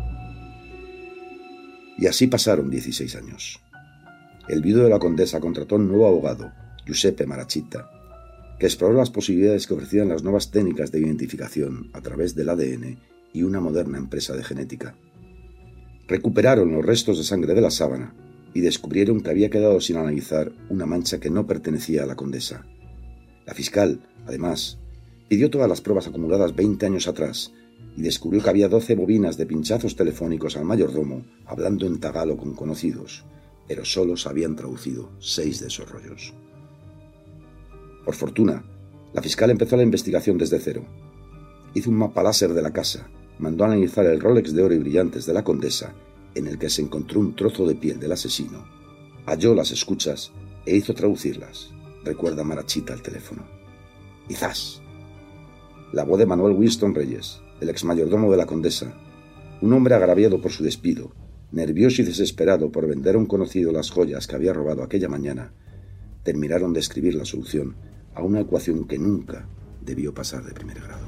Y así pasaron 16 años. El viudo de la condesa contrató un nuevo abogado, Giuseppe Marachita, que exploró las posibilidades que ofrecían las nuevas técnicas de identificación a través del ADN y una moderna empresa de genética. Recuperaron los restos de sangre de la sábana y descubrieron que había quedado sin analizar una mancha que no pertenecía a la condesa. La fiscal, además, pidió todas las pruebas acumuladas 20 años atrás y descubrió que había 12 bobinas de pinchazos telefónicos al mayordomo hablando en tagalo con conocidos, pero solo se habían traducido 6 de esos rollos. Por fortuna, la fiscal empezó la investigación desde cero. Hizo un mapa láser de la casa, mandó a analizar el Rolex de oro y brillantes de la condesa, en el que se encontró un trozo de piel del asesino, halló las escuchas e hizo traducirlas, recuerda Marachita al teléfono. Y ¡zas! La voz de Manuel Winston Reyes, el exmayordomo de la condesa, un hombre agraviado por su despido, nervioso y desesperado por vender a un conocido las joyas que había robado aquella mañana, terminaron de escribir la solución a una ecuación que nunca debió pasar de primer grado.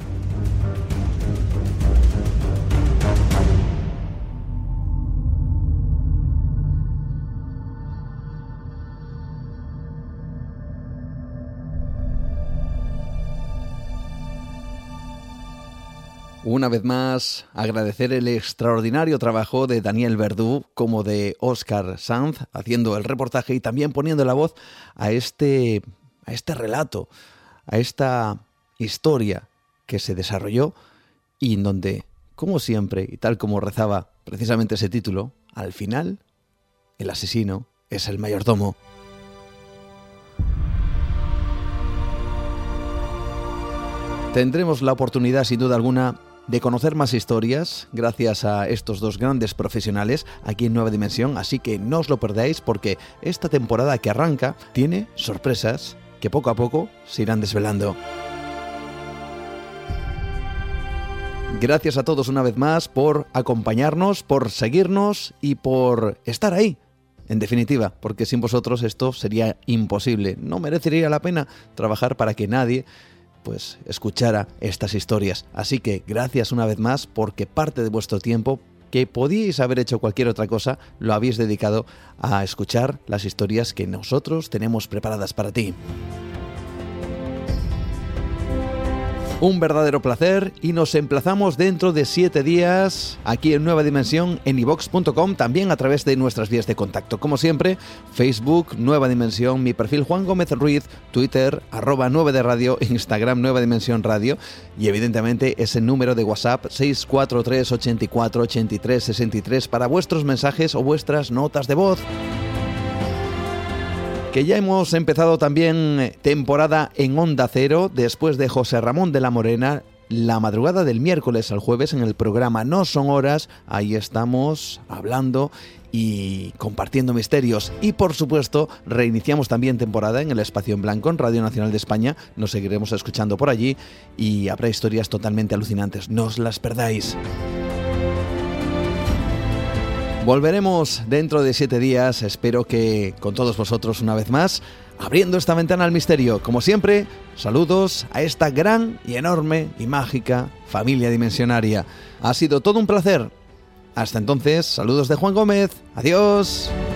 Una vez más, agradecer el extraordinario trabajo de Daniel Verdú como de Óscar Sanz, haciendo el reportaje y también poniendo la voz a este relato, a esta historia que se desarrolló y en donde, como siempre, y tal como rezaba precisamente ese título, al final, el asesino es el mayordomo. Tendremos la oportunidad, sin duda alguna, de conocer más historias gracias a estos dos grandes profesionales aquí en Nueva Dimensión, así que no os lo perdáis porque esta temporada que arranca tiene sorpresas que poco a poco se irán desvelando. Gracias a todos una vez más por acompañarnos, por seguirnos y por estar ahí. En definitiva, porque sin vosotros esto sería imposible. No merecería la pena trabajar para que nadie pues escuchara estas historias. Así que gracias una vez más porque parte de vuestro tiempo, que podíais haber hecho cualquier otra cosa, lo habéis dedicado a escuchar las historias que nosotros tenemos preparadas para ti. Un verdadero placer y nos emplazamos dentro de 7 días aquí en Nueva Dimensión en iVox.com, también a través de nuestras vías de contacto. Como siempre, Facebook, Nueva Dimensión, mi perfil Juan Gómez Ruiz, Twitter, @9 de Radio, Instagram Nueva Dimensión Radio y evidentemente ese número de WhatsApp 643 84 83 63 para vuestros mensajes o vuestras notas de voz. Que ya hemos empezado también temporada en Onda Cero, después de José Ramón de la Morena, la madrugada del miércoles al jueves en el programa No Son Horas. Ahí estamos hablando y compartiendo misterios. Y por supuesto, reiniciamos también temporada en el Espacio en Blanco, en Radio Nacional de España. Nos seguiremos escuchando por allí y habrá historias totalmente alucinantes. No os las perdáis. Volveremos dentro de 7 días, espero que con todos vosotros una vez más, abriendo esta ventana al misterio. Como siempre, saludos a esta gran y enorme y mágica familia dimensionaria. Ha sido todo un placer. Hasta entonces, saludos de Juan Gómez. Adiós.